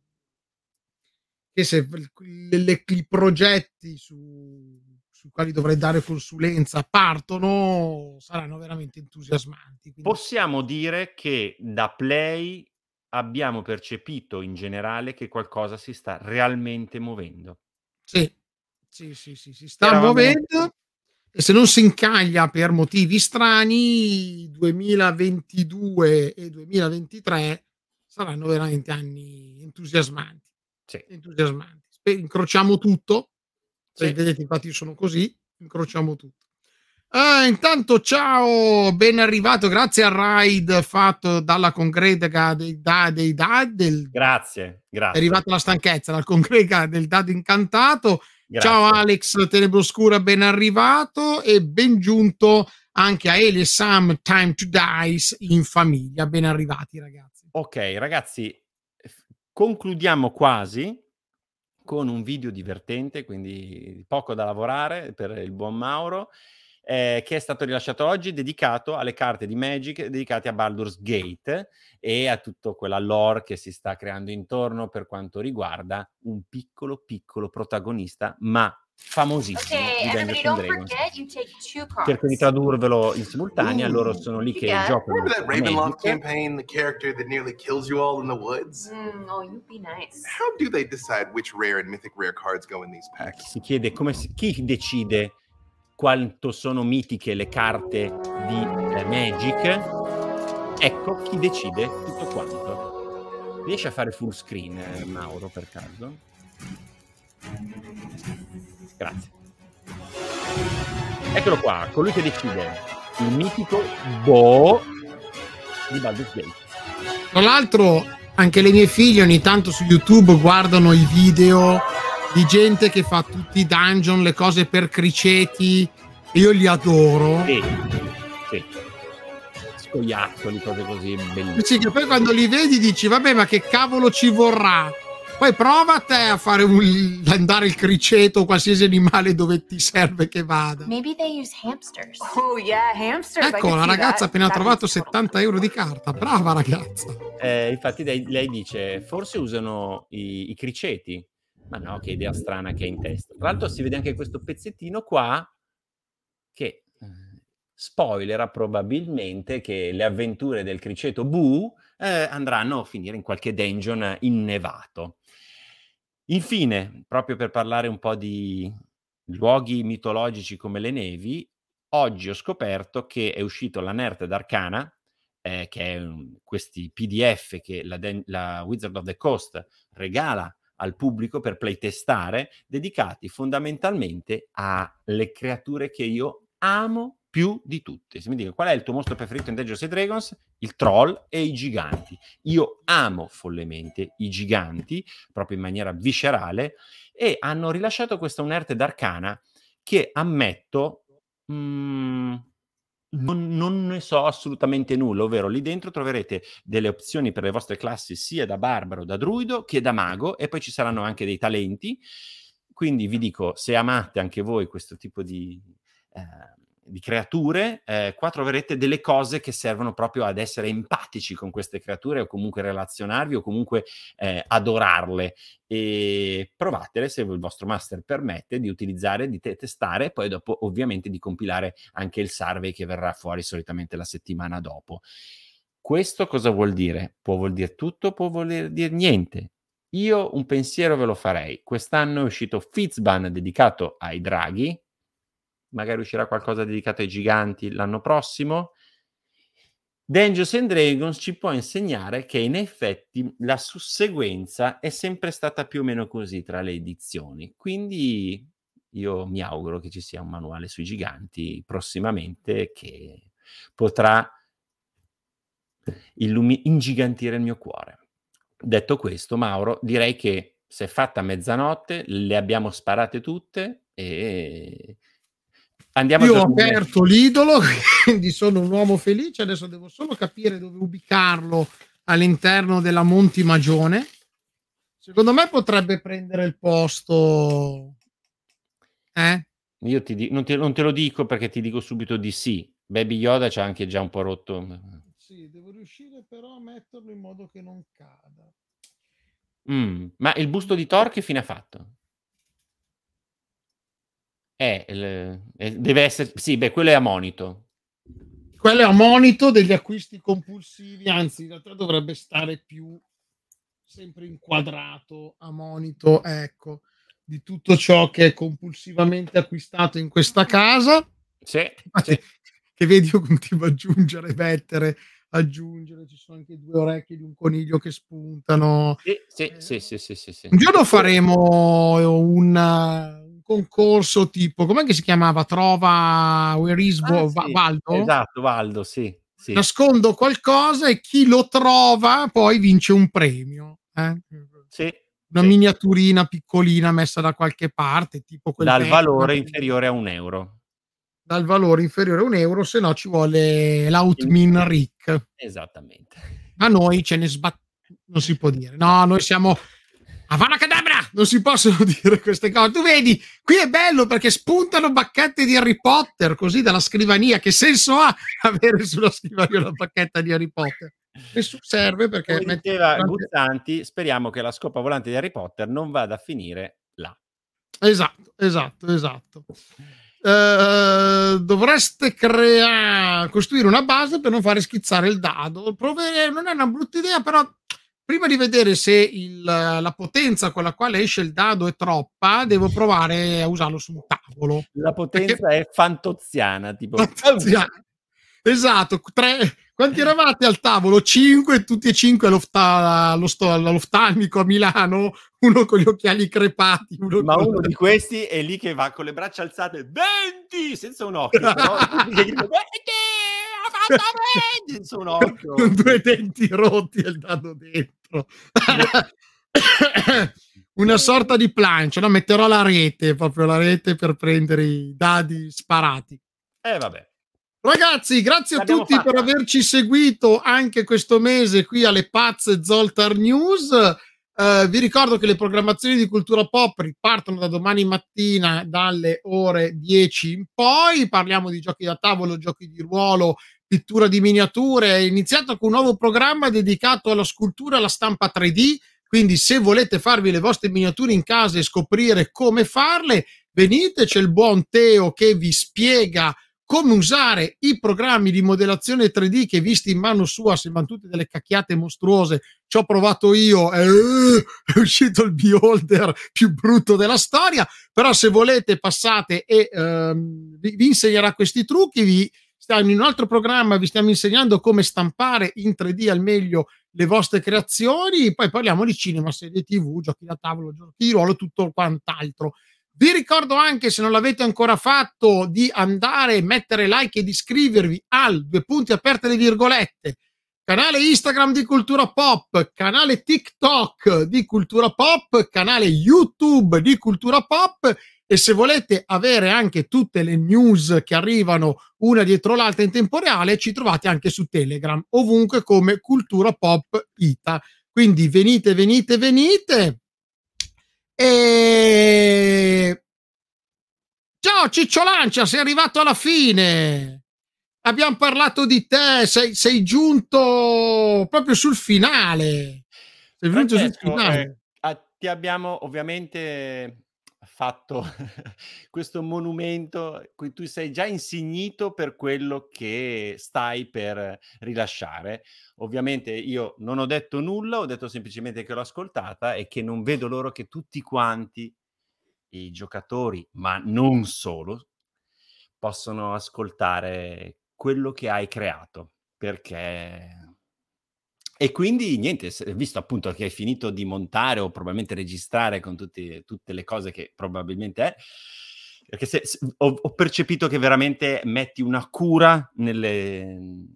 se i progetti su quali dovrei dare consulenza partono, saranno veramente entusiasmanti. Quindi... Possiamo dire che da Play abbiamo percepito in generale che qualcosa si sta realmente muovendo. Sì, si sta muovendo, e se non si incaglia per motivi strani, 2022 e 2023 saranno veramente anni entusiasmanti. Sì. Entusiasmanti. Incrociamo tutto. Sì. Vedete, infatti io sono così, incrociamo tutto. Intanto ciao, ben arrivato, grazie al raid fatto dalla congrega del grazie. È arrivata la stanchezza dal congrega del dado incantato. Grazie. Ciao Alex Tenebroscura, ben arrivato, e ben giunto anche a Eli e Sam Time to Dice in famiglia. Ben arrivati ragazzi. Ok ragazzi, concludiamo quasi con un video divertente, quindi poco da lavorare per il buon Mauro, che è stato rilasciato oggi, dedicato alle carte di Magic dedicate a Baldur's Gate e a tutta quella lore che si sta creando intorno per quanto riguarda un piccolo protagonista, ma famosissimo di Dungeons & Dragons. Cerco di tradurvelo in simultanea, loro sono lì che giocano. Remember that Ravenloft campaign, the character that nearly kills you all in the woods? Oh, you be nice. How do they decide which rare and mythic rare cards go in these packs? Si chiede chi decide quanto sono mitiche le carte di Magic. Ecco chi decide tutto quanto. Riesci a fare full screen, Mauro, per caso? Grazie. Eccolo qua, colui che decide, il mitico Bo di Baldur's Gate. Tra l'altro anche le mie figlie ogni tanto su YouTube guardano i video di gente che fa tutti i dungeon, le cose per criceti, e io li adoro. Sì. Scoiattoli, cose così bellissime. Sì, che poi quando li vedi dici vabbè, ma che cavolo ci vorrà? Poi prova te a fare andare il criceto o qualsiasi animale dove ti serve che vada. Maybe they use hamsters. Oh yeah, hamsters. Ecco, la ragazza ha appena trovato 70 euro di carta. Brava ragazza. Infatti lei dice forse usano i criceti. Ma no, che idea strana che è in testa. Tra l'altro si vede anche questo pezzettino qua che spoilera probabilmente che le avventure del criceto Boo andranno a finire in qualche dungeon innevato. Infine, proprio per parlare un po' di luoghi mitologici come le nevi, oggi ho scoperto che è uscito l'Unearthed Arcana, che è questi PDF che la Wizard of the Coast regala al pubblico per playtestare, dedicati fondamentalmente alle creature che io amo più di tutte. Se mi dicono qual è il tuo mostro preferito in Dungeons & Dragons, il troll e i giganti. Io amo follemente i giganti, proprio in maniera viscerale, e hanno rilasciato questa Unearthed Arcana che ammetto non ne so assolutamente nulla, ovvero lì dentro troverete delle opzioni per le vostre classi sia da barbaro, da druido che da mago, e poi ci saranno anche dei talenti. Quindi vi dico, se amate anche voi questo tipo di creature, qua troverete delle cose che servono proprio ad essere empatici con queste creature, o comunque relazionarvi, o comunque adorarle, e provatele se il vostro master permette di utilizzare, di testare, e poi dopo ovviamente di compilare anche il survey che verrà fuori solitamente la settimana dopo. Questo cosa vuol dire? Può vuol dire tutto, può voler dire niente. Io un pensiero ve lo farei. Quest'anno è uscito Fizzban dedicato ai draghi, magari uscirà qualcosa dedicato ai giganti l'anno prossimo. Dungeons & Dragons ci può insegnare che in effetti la susseguenza è sempre stata più o meno così tra le edizioni, quindi io mi auguro che ci sia un manuale sui giganti prossimamente che potrà ingigantire il mio cuore. Detto questo, Mauro, direi che si è fatta mezzanotte, le abbiamo sparate tutte e andiamo. Io ho aperto l'idolo, quindi sono un uomo felice. Adesso devo solo capire dove ubicarlo all'interno della Montimagione. Secondo me potrebbe prendere il posto. Io non te lo dico perché ti dico subito di sì. Baby Yoda c'ha anche già un po' rotto. Sì, devo riuscire però a metterlo in modo che non cada. Ma il busto di Thor che fine ha fatto? Deve essere, sì, beh, quello è a monito. Quello è a monito degli acquisti compulsivi, anzi in realtà dovrebbe stare più sempre inquadrato a monito, ecco, di tutto ciò che è compulsivamente acquistato in questa casa. Sì, infatti, che vedi, io continuo ad aggiungere, ci sono anche 2 orecchie di un coniglio che spuntano. Sì. Un giorno faremo un concorso tipo, com'è che si chiamava? Trova Where is Valdo? Esatto, Valdo, sì. Nascondo qualcosa e chi lo trova poi vince un premio. Una miniaturina piccolina messa da qualche parte, tipo quel dal valore inferiore a €1. Dal valore inferiore a €1, se no ci vuole l'Outmin Rick. Esattamente. A noi ce ne non si può dire. No, noi siamo Avana Cadabra! Non si possono dire queste cose. Tu vedi, qui è bello perché spuntano bacchette di Harry Potter così dalla scrivania. Che senso ha avere sulla scrivania una bacchetta di Harry Potter? Nessuno serve perché... Come diceva Guzzanti, speriamo che la scopa volante di Harry Potter non vada a finire là. Esatto. Dovreste costruire una base per non fare schizzare il dado. Non è una brutta idea, però prima di vedere se la potenza con la quale esce il dado è troppa, devo provare a usarlo su un tavolo. La potenza è fantoziana, tipo. Esatto. 3. Quanti eravate al tavolo? 5, tutti e 5 all'oftalmico a Milano, uno con gli occhiali crepati. Uno di questi è lì che va con le braccia alzate, 20! Senza un occhio. Però, 20! Ha fatto 20! Senza un occhio. Con 2 denti rotti e il dado dentro. Una sorta di planche, no? Metterò proprio la rete per prendere i dadi sparati. Vabbè. Ragazzi, grazie a tutti per averci seguito anche questo mese qui alle pazze Zoltar News. Vi ricordo che le programmazioni di Cultura Pop ripartono da domani mattina dalle ore 10 in poi. Parliamo di giochi da tavolo, giochi di ruolo, pittura di miniature. È iniziato con un nuovo programma dedicato alla scultura e alla stampa 3D. Quindi se volete farvi le vostre miniature in casa e scoprire come farle, venite, c'è il buon Teo che vi spiega come usare i programmi di modellazione 3D che, visti in mano sua, sembrano tutte delle cacchiate mostruose. Ci ho provato io, è uscito il beholder più brutto della storia, però se volete passate e vi insegnerà questi trucchi. In un altro programma vi stiamo insegnando come stampare in 3D al meglio le vostre creazioni. Poi parliamo di cinema, serie TV, giochi da tavolo, giochi di ruolo, tutto quant'altro. Vi ricordo anche, se non l'avete ancora fatto, di andare, mettere like e di iscrivervi al canale Instagram di Cultura Pop, canale TikTok di Cultura Pop, canale YouTube di Cultura Pop. E se volete avere anche tutte le news che arrivano una dietro l'altra in tempo reale, ci trovate anche su Telegram, ovunque come Cultura Pop Ita. Quindi venite. E ciao Ciccio Lancia, sei arrivato alla fine. Abbiamo parlato di te, sei giunto proprio sul finale. Sei venuto sul finale. Ti abbiamo ovviamente fatto questo monumento, cui tu sei già insignito per quello che stai per rilasciare. Ovviamente io non ho detto nulla, ho detto semplicemente che l'ho ascoltata e che non vedo l'ora che tutti quanti i giocatori, ma non solo, possono ascoltare quello che hai creato, perché... E quindi niente, visto appunto che hai finito di montare o probabilmente registrare con tutte le cose che probabilmente è, perché ho percepito che veramente metti una cura nella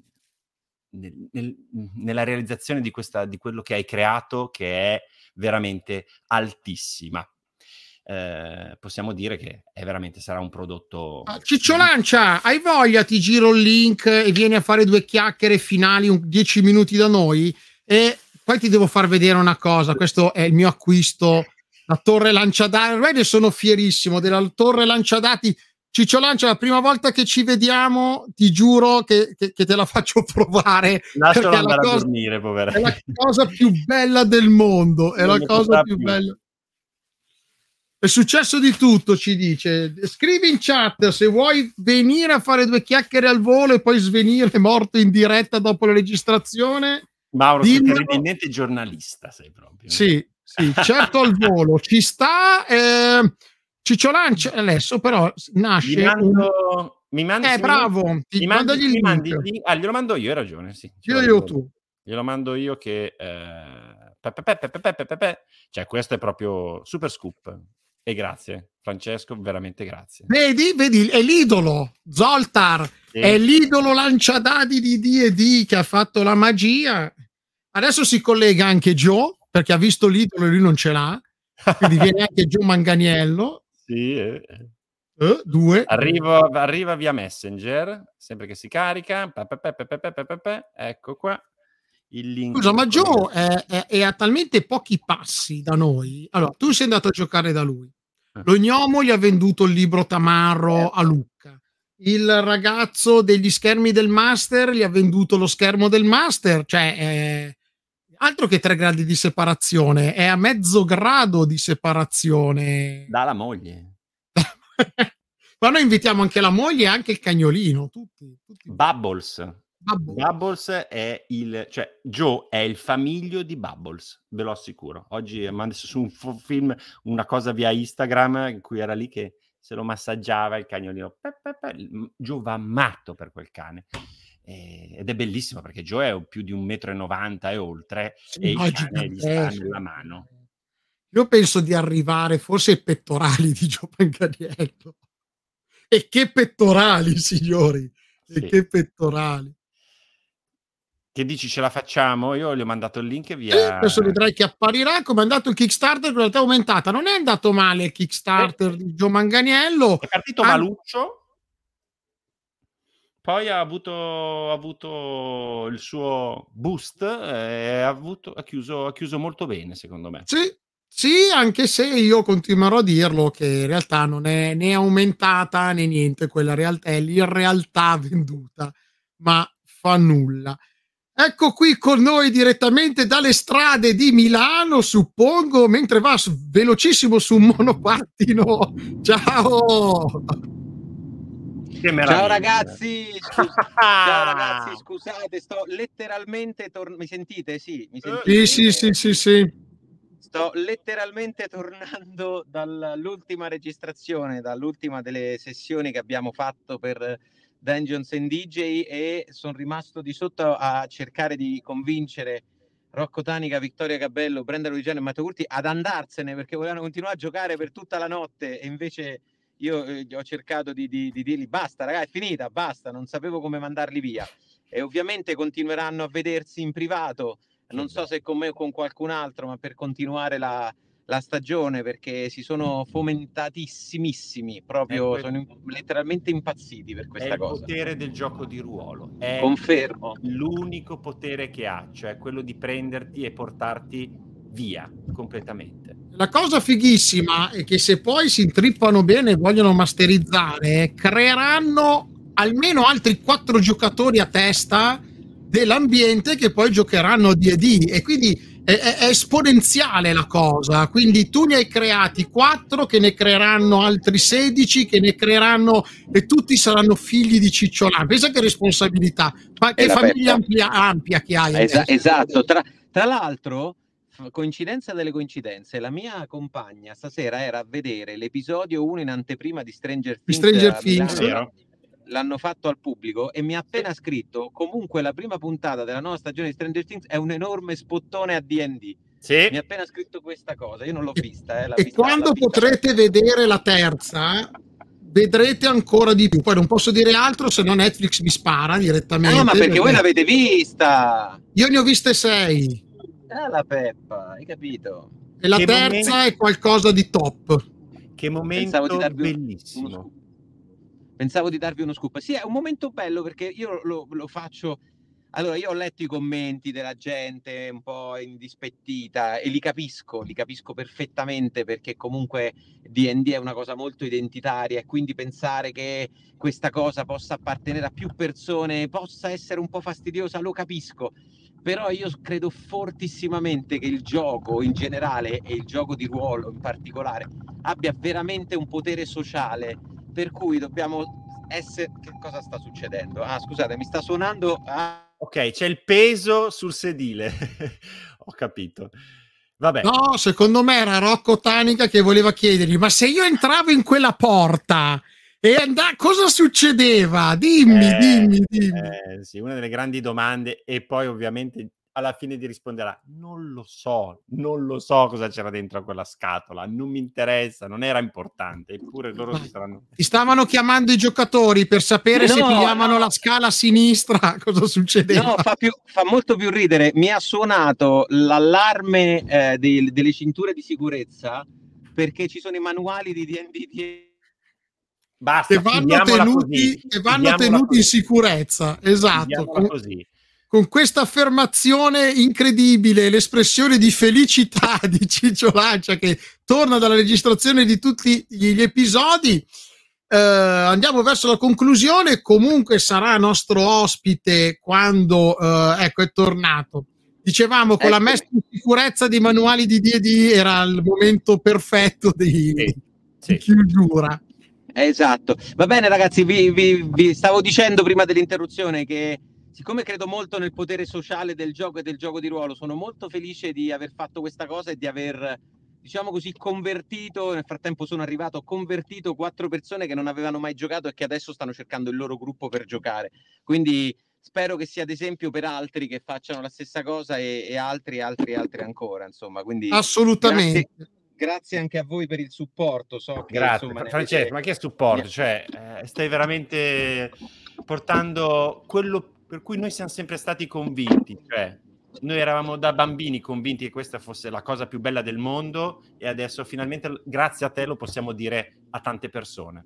realizzazione di quello che hai creato, che è veramente altissima. Possiamo dire che è veramente, sarà un prodotto... Ciccio Lancia, hai voglia? Ti giro il link e vieni a fare 2 chiacchiere finali, 10 minuti da noi, e poi ti devo far vedere una cosa. Questo è il mio acquisto, la torre lanciadati. Ormai ne sono fierissimo della torre lanciadati. Ciccio Lancia, la prima volta che ci vediamo ti giuro che te la faccio provare. Lascialo andare a dormire, povera. È la cosa più bella del mondo, è la cosa più bella. È successo di tutto, ci dice. Scrivi in chat se vuoi venire a fare 2 chiacchiere al volo e poi svenire morto in diretta dopo la registrazione. Mauro, sei terribilmente giornalista, sei proprio. Sì, certo, al volo. Ci sta. Ciccio Lancia adesso però nasce... Mi mandi bravo. Glielo mando io, hai ragione, sì. Glielo mando io che... Cioè, questo è proprio super scoop. E grazie, Francesco, veramente grazie. Vedi, è l'idolo Zoltar, è l'idolo lanciadadi di D&D che ha fatto la magia. Adesso si collega anche Joe, perché ha visto l'idolo e lui non ce l'ha, quindi viene anche Joe Manganiello. Sì, 2 arriva via Messenger, sempre che si carica. Ecco qua il link. Scusa, ma Joe è a talmente pochi passi da noi. Allora, tu sei andato a giocare da lui. Lo gnomo gli ha venduto il libro Tamarro a Lucca. Il ragazzo degli schermi del master gli ha venduto lo schermo del master. Cioè, altro che 3 gradi di separazione, è a mezzo grado di separazione dalla moglie. Ma noi invitiamo anche la moglie e anche il cagnolino, tutti. Bubbles è Joe è il famiglio di Bubbles, ve lo assicuro. Oggi mi ha messo su un film, una cosa via Instagram in cui era lì che se lo massaggiava il cagnolino. Joe va matto per quel cane. Ed è bellissimo perché Joe è più di 1,90 m e oltre, e il cane gli sta nella mano. Io penso di arrivare forse ai pettorali di Joe Manganiello. E che pettorali, signori! E che pettorali! Che dici, ce la facciamo? Io gli ho mandato il link via... Adesso vedrai che apparirà come è andato il Kickstarter con realtà aumentata. Non è andato male il Kickstarter di Joe Manganiello. È partito maluccio, poi ha avuto il suo boost e ha chiuso molto bene, secondo me. Sì, anche se io continuerò a dirlo che in realtà non è né aumentata né niente, quella realtà è l'irrealtà venduta, ma fa nulla. Ecco qui con noi direttamente dalle strade di Milano, suppongo, mentre va velocissimo su un monopattino. Ciao! Ciao ragazzi, ciao ragazzi, scusate, sto letteralmente mi sentite? Sì, mi sentite? Sì. Sto letteralmente tornando dall'ultima registrazione, dall'ultima delle sessioni che abbiamo fatto per Dungeons and DJ e sono rimasto di sotto a cercare di convincere Rocco Tanica, Vittoria Cabello, Brenda Luigiano e Matteo Curti ad andarsene perché volevano continuare a giocare per tutta la notte e invece io ho cercato di dirgli basta ragazzi, è finita, basta, non sapevo come mandarli via e ovviamente continueranno a vedersi in privato, non so se con me o con qualcun altro, ma per continuare la stagione perché si sono fomentatissimissimi, proprio sono letteralmente impazziti per questa cosa. È il potere del gioco di ruolo, è Confermo. l'unico potere che ha, cioè quello di prenderti e portarti via completamente. La cosa fighissima è che se poi si intrippano bene e vogliono masterizzare, creeranno almeno altri 4 giocatori a testa dell'ambiente che poi giocheranno D&D e quindi è esponenziale la cosa. Quindi tu ne hai creati 4 che ne creeranno altri 16 che ne creeranno e tutti saranno figli di Cicciolan. Pensa che responsabilità, ma che famiglia ampia che hai. Esatto, tra l'altro coincidenza delle coincidenze, la mia compagna stasera era a vedere l'episodio 1 in anteprima di Stranger Things. L'hanno fatto al pubblico e mi ha appena scritto comunque la prima puntata della nuova stagione di Stranger Things è un enorme spottone a D&D. Mi ha appena scritto questa cosa, io non l'ho vista. Quando potrete vedere la terza vedrete ancora di più. Poi non posso dire altro, se no Netflix mi spara direttamente. No, ma perché voi l'avete vista? Io ne ho viste 6. La Peppa, hai capito? E la terza è qualcosa di top. Che momento bellissimo. Pensavo di darvi uno scoop. Sì, è un momento bello perché io lo faccio. Allora, io ho letto i commenti della gente un po' indispettita e li capisco perfettamente perché comunque D&D è una cosa molto identitaria e quindi pensare che questa cosa possa appartenere a più persone, possa essere un po' fastidiosa, lo capisco. Però io credo fortissimamente che il gioco in generale e il gioco di ruolo in particolare abbia veramente un potere sociale per cui dobbiamo essere... Che cosa sta succedendo? Ah, scusate, mi sta suonando... Ok, c'è il peso sul sedile. Ho capito. Vabbè. No, secondo me era Rocco Tanica che voleva chiedergli ma se io entravo in quella porta e cosa succedeva? Dimmi. Sì, una delle grandi domande e poi ovviamente alla fine ti risponderà non lo so cosa c'era dentro a quella scatola, non mi interessa, non era importante, eppure loro si saranno... Ti stavano chiamando i giocatori per sapere se pigliavano la scala a sinistra, cosa succedeva? No, fa molto più ridere, mi ha suonato l'allarme delle cinture di sicurezza perché ci sono i manuali di D&D Basta, che vanno tenuti in sicurezza, esatto. Con questa affermazione incredibile, l'espressione di felicità di Ciccio Lancia che torna dalla registrazione di tutti gli episodi, andiamo verso la conclusione. Comunque sarà nostro ospite quando è tornato. Dicevamo con la messa in sicurezza dei manuali di D&D era il momento perfetto di chiusura. Esatto, va bene ragazzi, vi stavo dicendo prima dell'interruzione che siccome credo molto nel potere sociale del gioco e del gioco di ruolo, sono molto felice di aver fatto questa cosa e di aver, diciamo così, convertito, nel frattempo ho convertito 4 persone che non avevano mai giocato e che adesso stanno cercando il loro gruppo per giocare, quindi spero che sia ad esempio per altri che facciano la stessa cosa e altri ancora, insomma, quindi assolutamente. Grazie anche a voi per il supporto. Grazie, Francesco, ma che supporto? Cioè, stai veramente portando quello per cui noi siamo sempre stati convinti. Cioè, noi eravamo da bambini convinti che questa fosse la cosa più bella del mondo e adesso finalmente, grazie a te, lo possiamo dire a tante persone.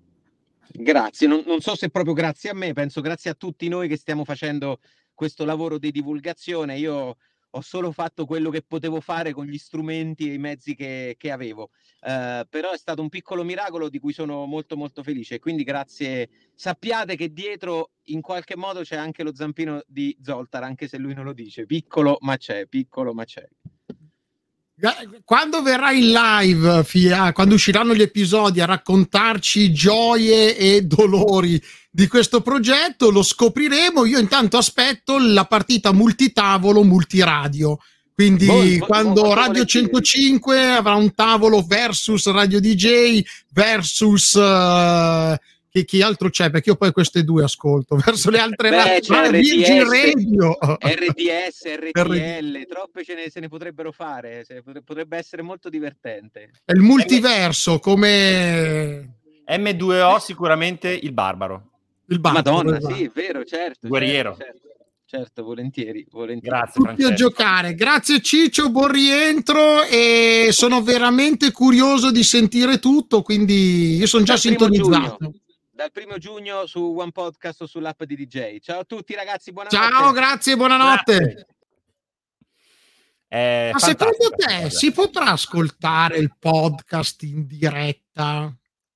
Grazie, non so se proprio grazie a me, penso grazie a tutti noi che stiamo facendo questo lavoro di divulgazione. Io ho solo fatto quello che potevo fare con gli strumenti e i mezzi che avevo, però è stato un piccolo miracolo di cui sono molto molto felice, quindi grazie. Sappiate che dietro in qualche modo c'è anche lo zampino di Zoltar, anche se lui non lo dice, piccolo ma c'è. Quando verrà in live, quando usciranno gli episodi, a raccontarci gioie e dolori di questo progetto, lo scopriremo. Io intanto aspetto la partita multitavolo, multiradio. Quindi quando Radio 105 avrà un tavolo versus Radio DJ versus chi altro c'è, perché io poi queste due ascolto verso le altre Virgin Radio, RDS, RTL, troppe se ne potrebbero fare, potrebbe essere molto divertente. È il multiverso, come M2O sicuramente il barbaro. Madonna, sì, è vero, certo. Guerriero. Certo, volentieri. Grazie, tutti a giocare. Grazie Ciccio, buon rientro, e sono veramente curioso di sentire tutto, quindi io sono già sintonizzato. Dal 1 giugno su One Podcast o sull'app di DJ. Ciao a tutti ragazzi, buonanotte. Ciao, grazie, buonanotte. Ma secondo te cosa. Si potrà ascoltare il podcast in diretta?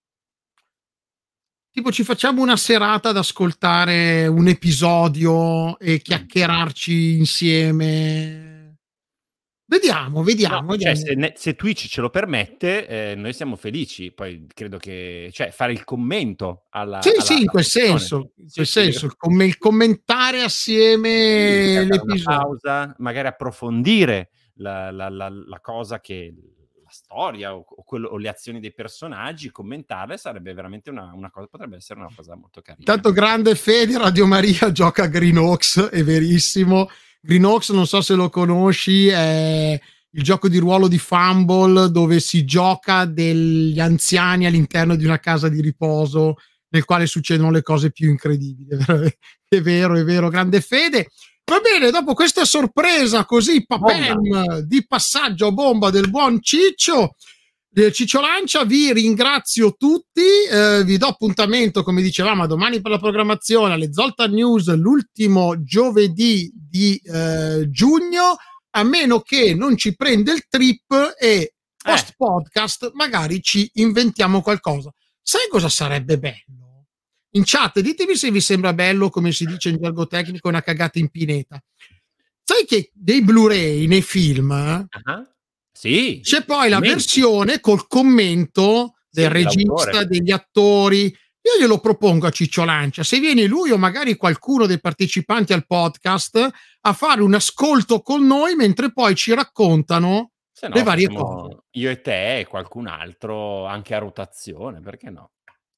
Tipo ci facciamo una serata ad ascoltare un episodio e chiacchierarci insieme. Vediamo. Cioè, se Twitch ce lo permette, noi siamo felici. Poi credo che fare il commento alla in quel senso, il commentare assieme l'episodio, pausa, magari approfondire la cosa che la storia o le azioni dei personaggi, commentarle sarebbe veramente una cosa, potrebbe essere una cosa molto carina. Tanto grande Fede, Radio Maria gioca a Green Oaks, è verissimo. Green Oaks, non so se lo conosci, è il gioco di ruolo di Fumble dove si gioca degli anziani all'interno di una casa di riposo nel quale succedono le cose più incredibili. È vero, grande Fede. Va bene, dopo questa sorpresa così di passaggio a bomba del buon Ciccio Lancia, vi ringrazio tutti, vi do appuntamento, come dicevamo, a domani per la programmazione alle Zoltan News, l'ultimo giovedì di giugno, a meno che non ci prenda il trip e post podcast magari ci inventiamo qualcosa. Sai cosa sarebbe bello? In chat ditemi se vi sembra bello, come si dice in gergo tecnico, una cagata in pineta. Sai che dei Blu-ray nei film sì, c'è poi la versione col commento del regista, degli attori. Io glielo propongo a Ciccio Lancia, se viene lui o magari qualcuno dei partecipanti al podcast a fare un ascolto con noi mentre poi ci raccontano le varie cose. Io e te e qualcun altro anche a rotazione, perché no?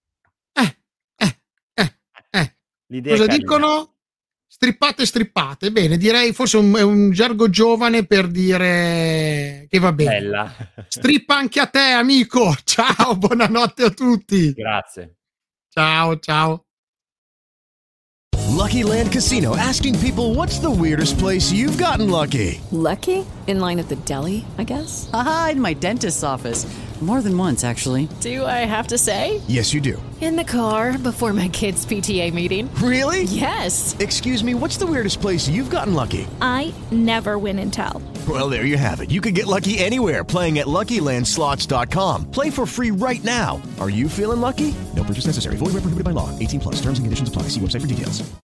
Cosa dicono? Strippate. Bene, direi forse è un gergo giovane per dire che va bene. Bella. Strippa anche a te, amico. Ciao, buonanotte a tutti. Grazie. Ciao. Lucky Land Casino, asking people, what's the weirdest place you've gotten lucky? Lucky? In line at the deli, I guess? Aha, in my dentist's office. More than once, actually. Do I have to say? Yes, you do. In the car before my kids' PTA meeting. Really? Yes. Excuse me, what's the weirdest place you've gotten lucky? I never win and tell. Well, there you have it. You can get lucky anywhere, playing at LuckyLandSlots.com. Play for free right now. Are you feeling lucky? No purchase necessary. Void where prohibited by law. 18+. Terms and conditions apply. See website for details.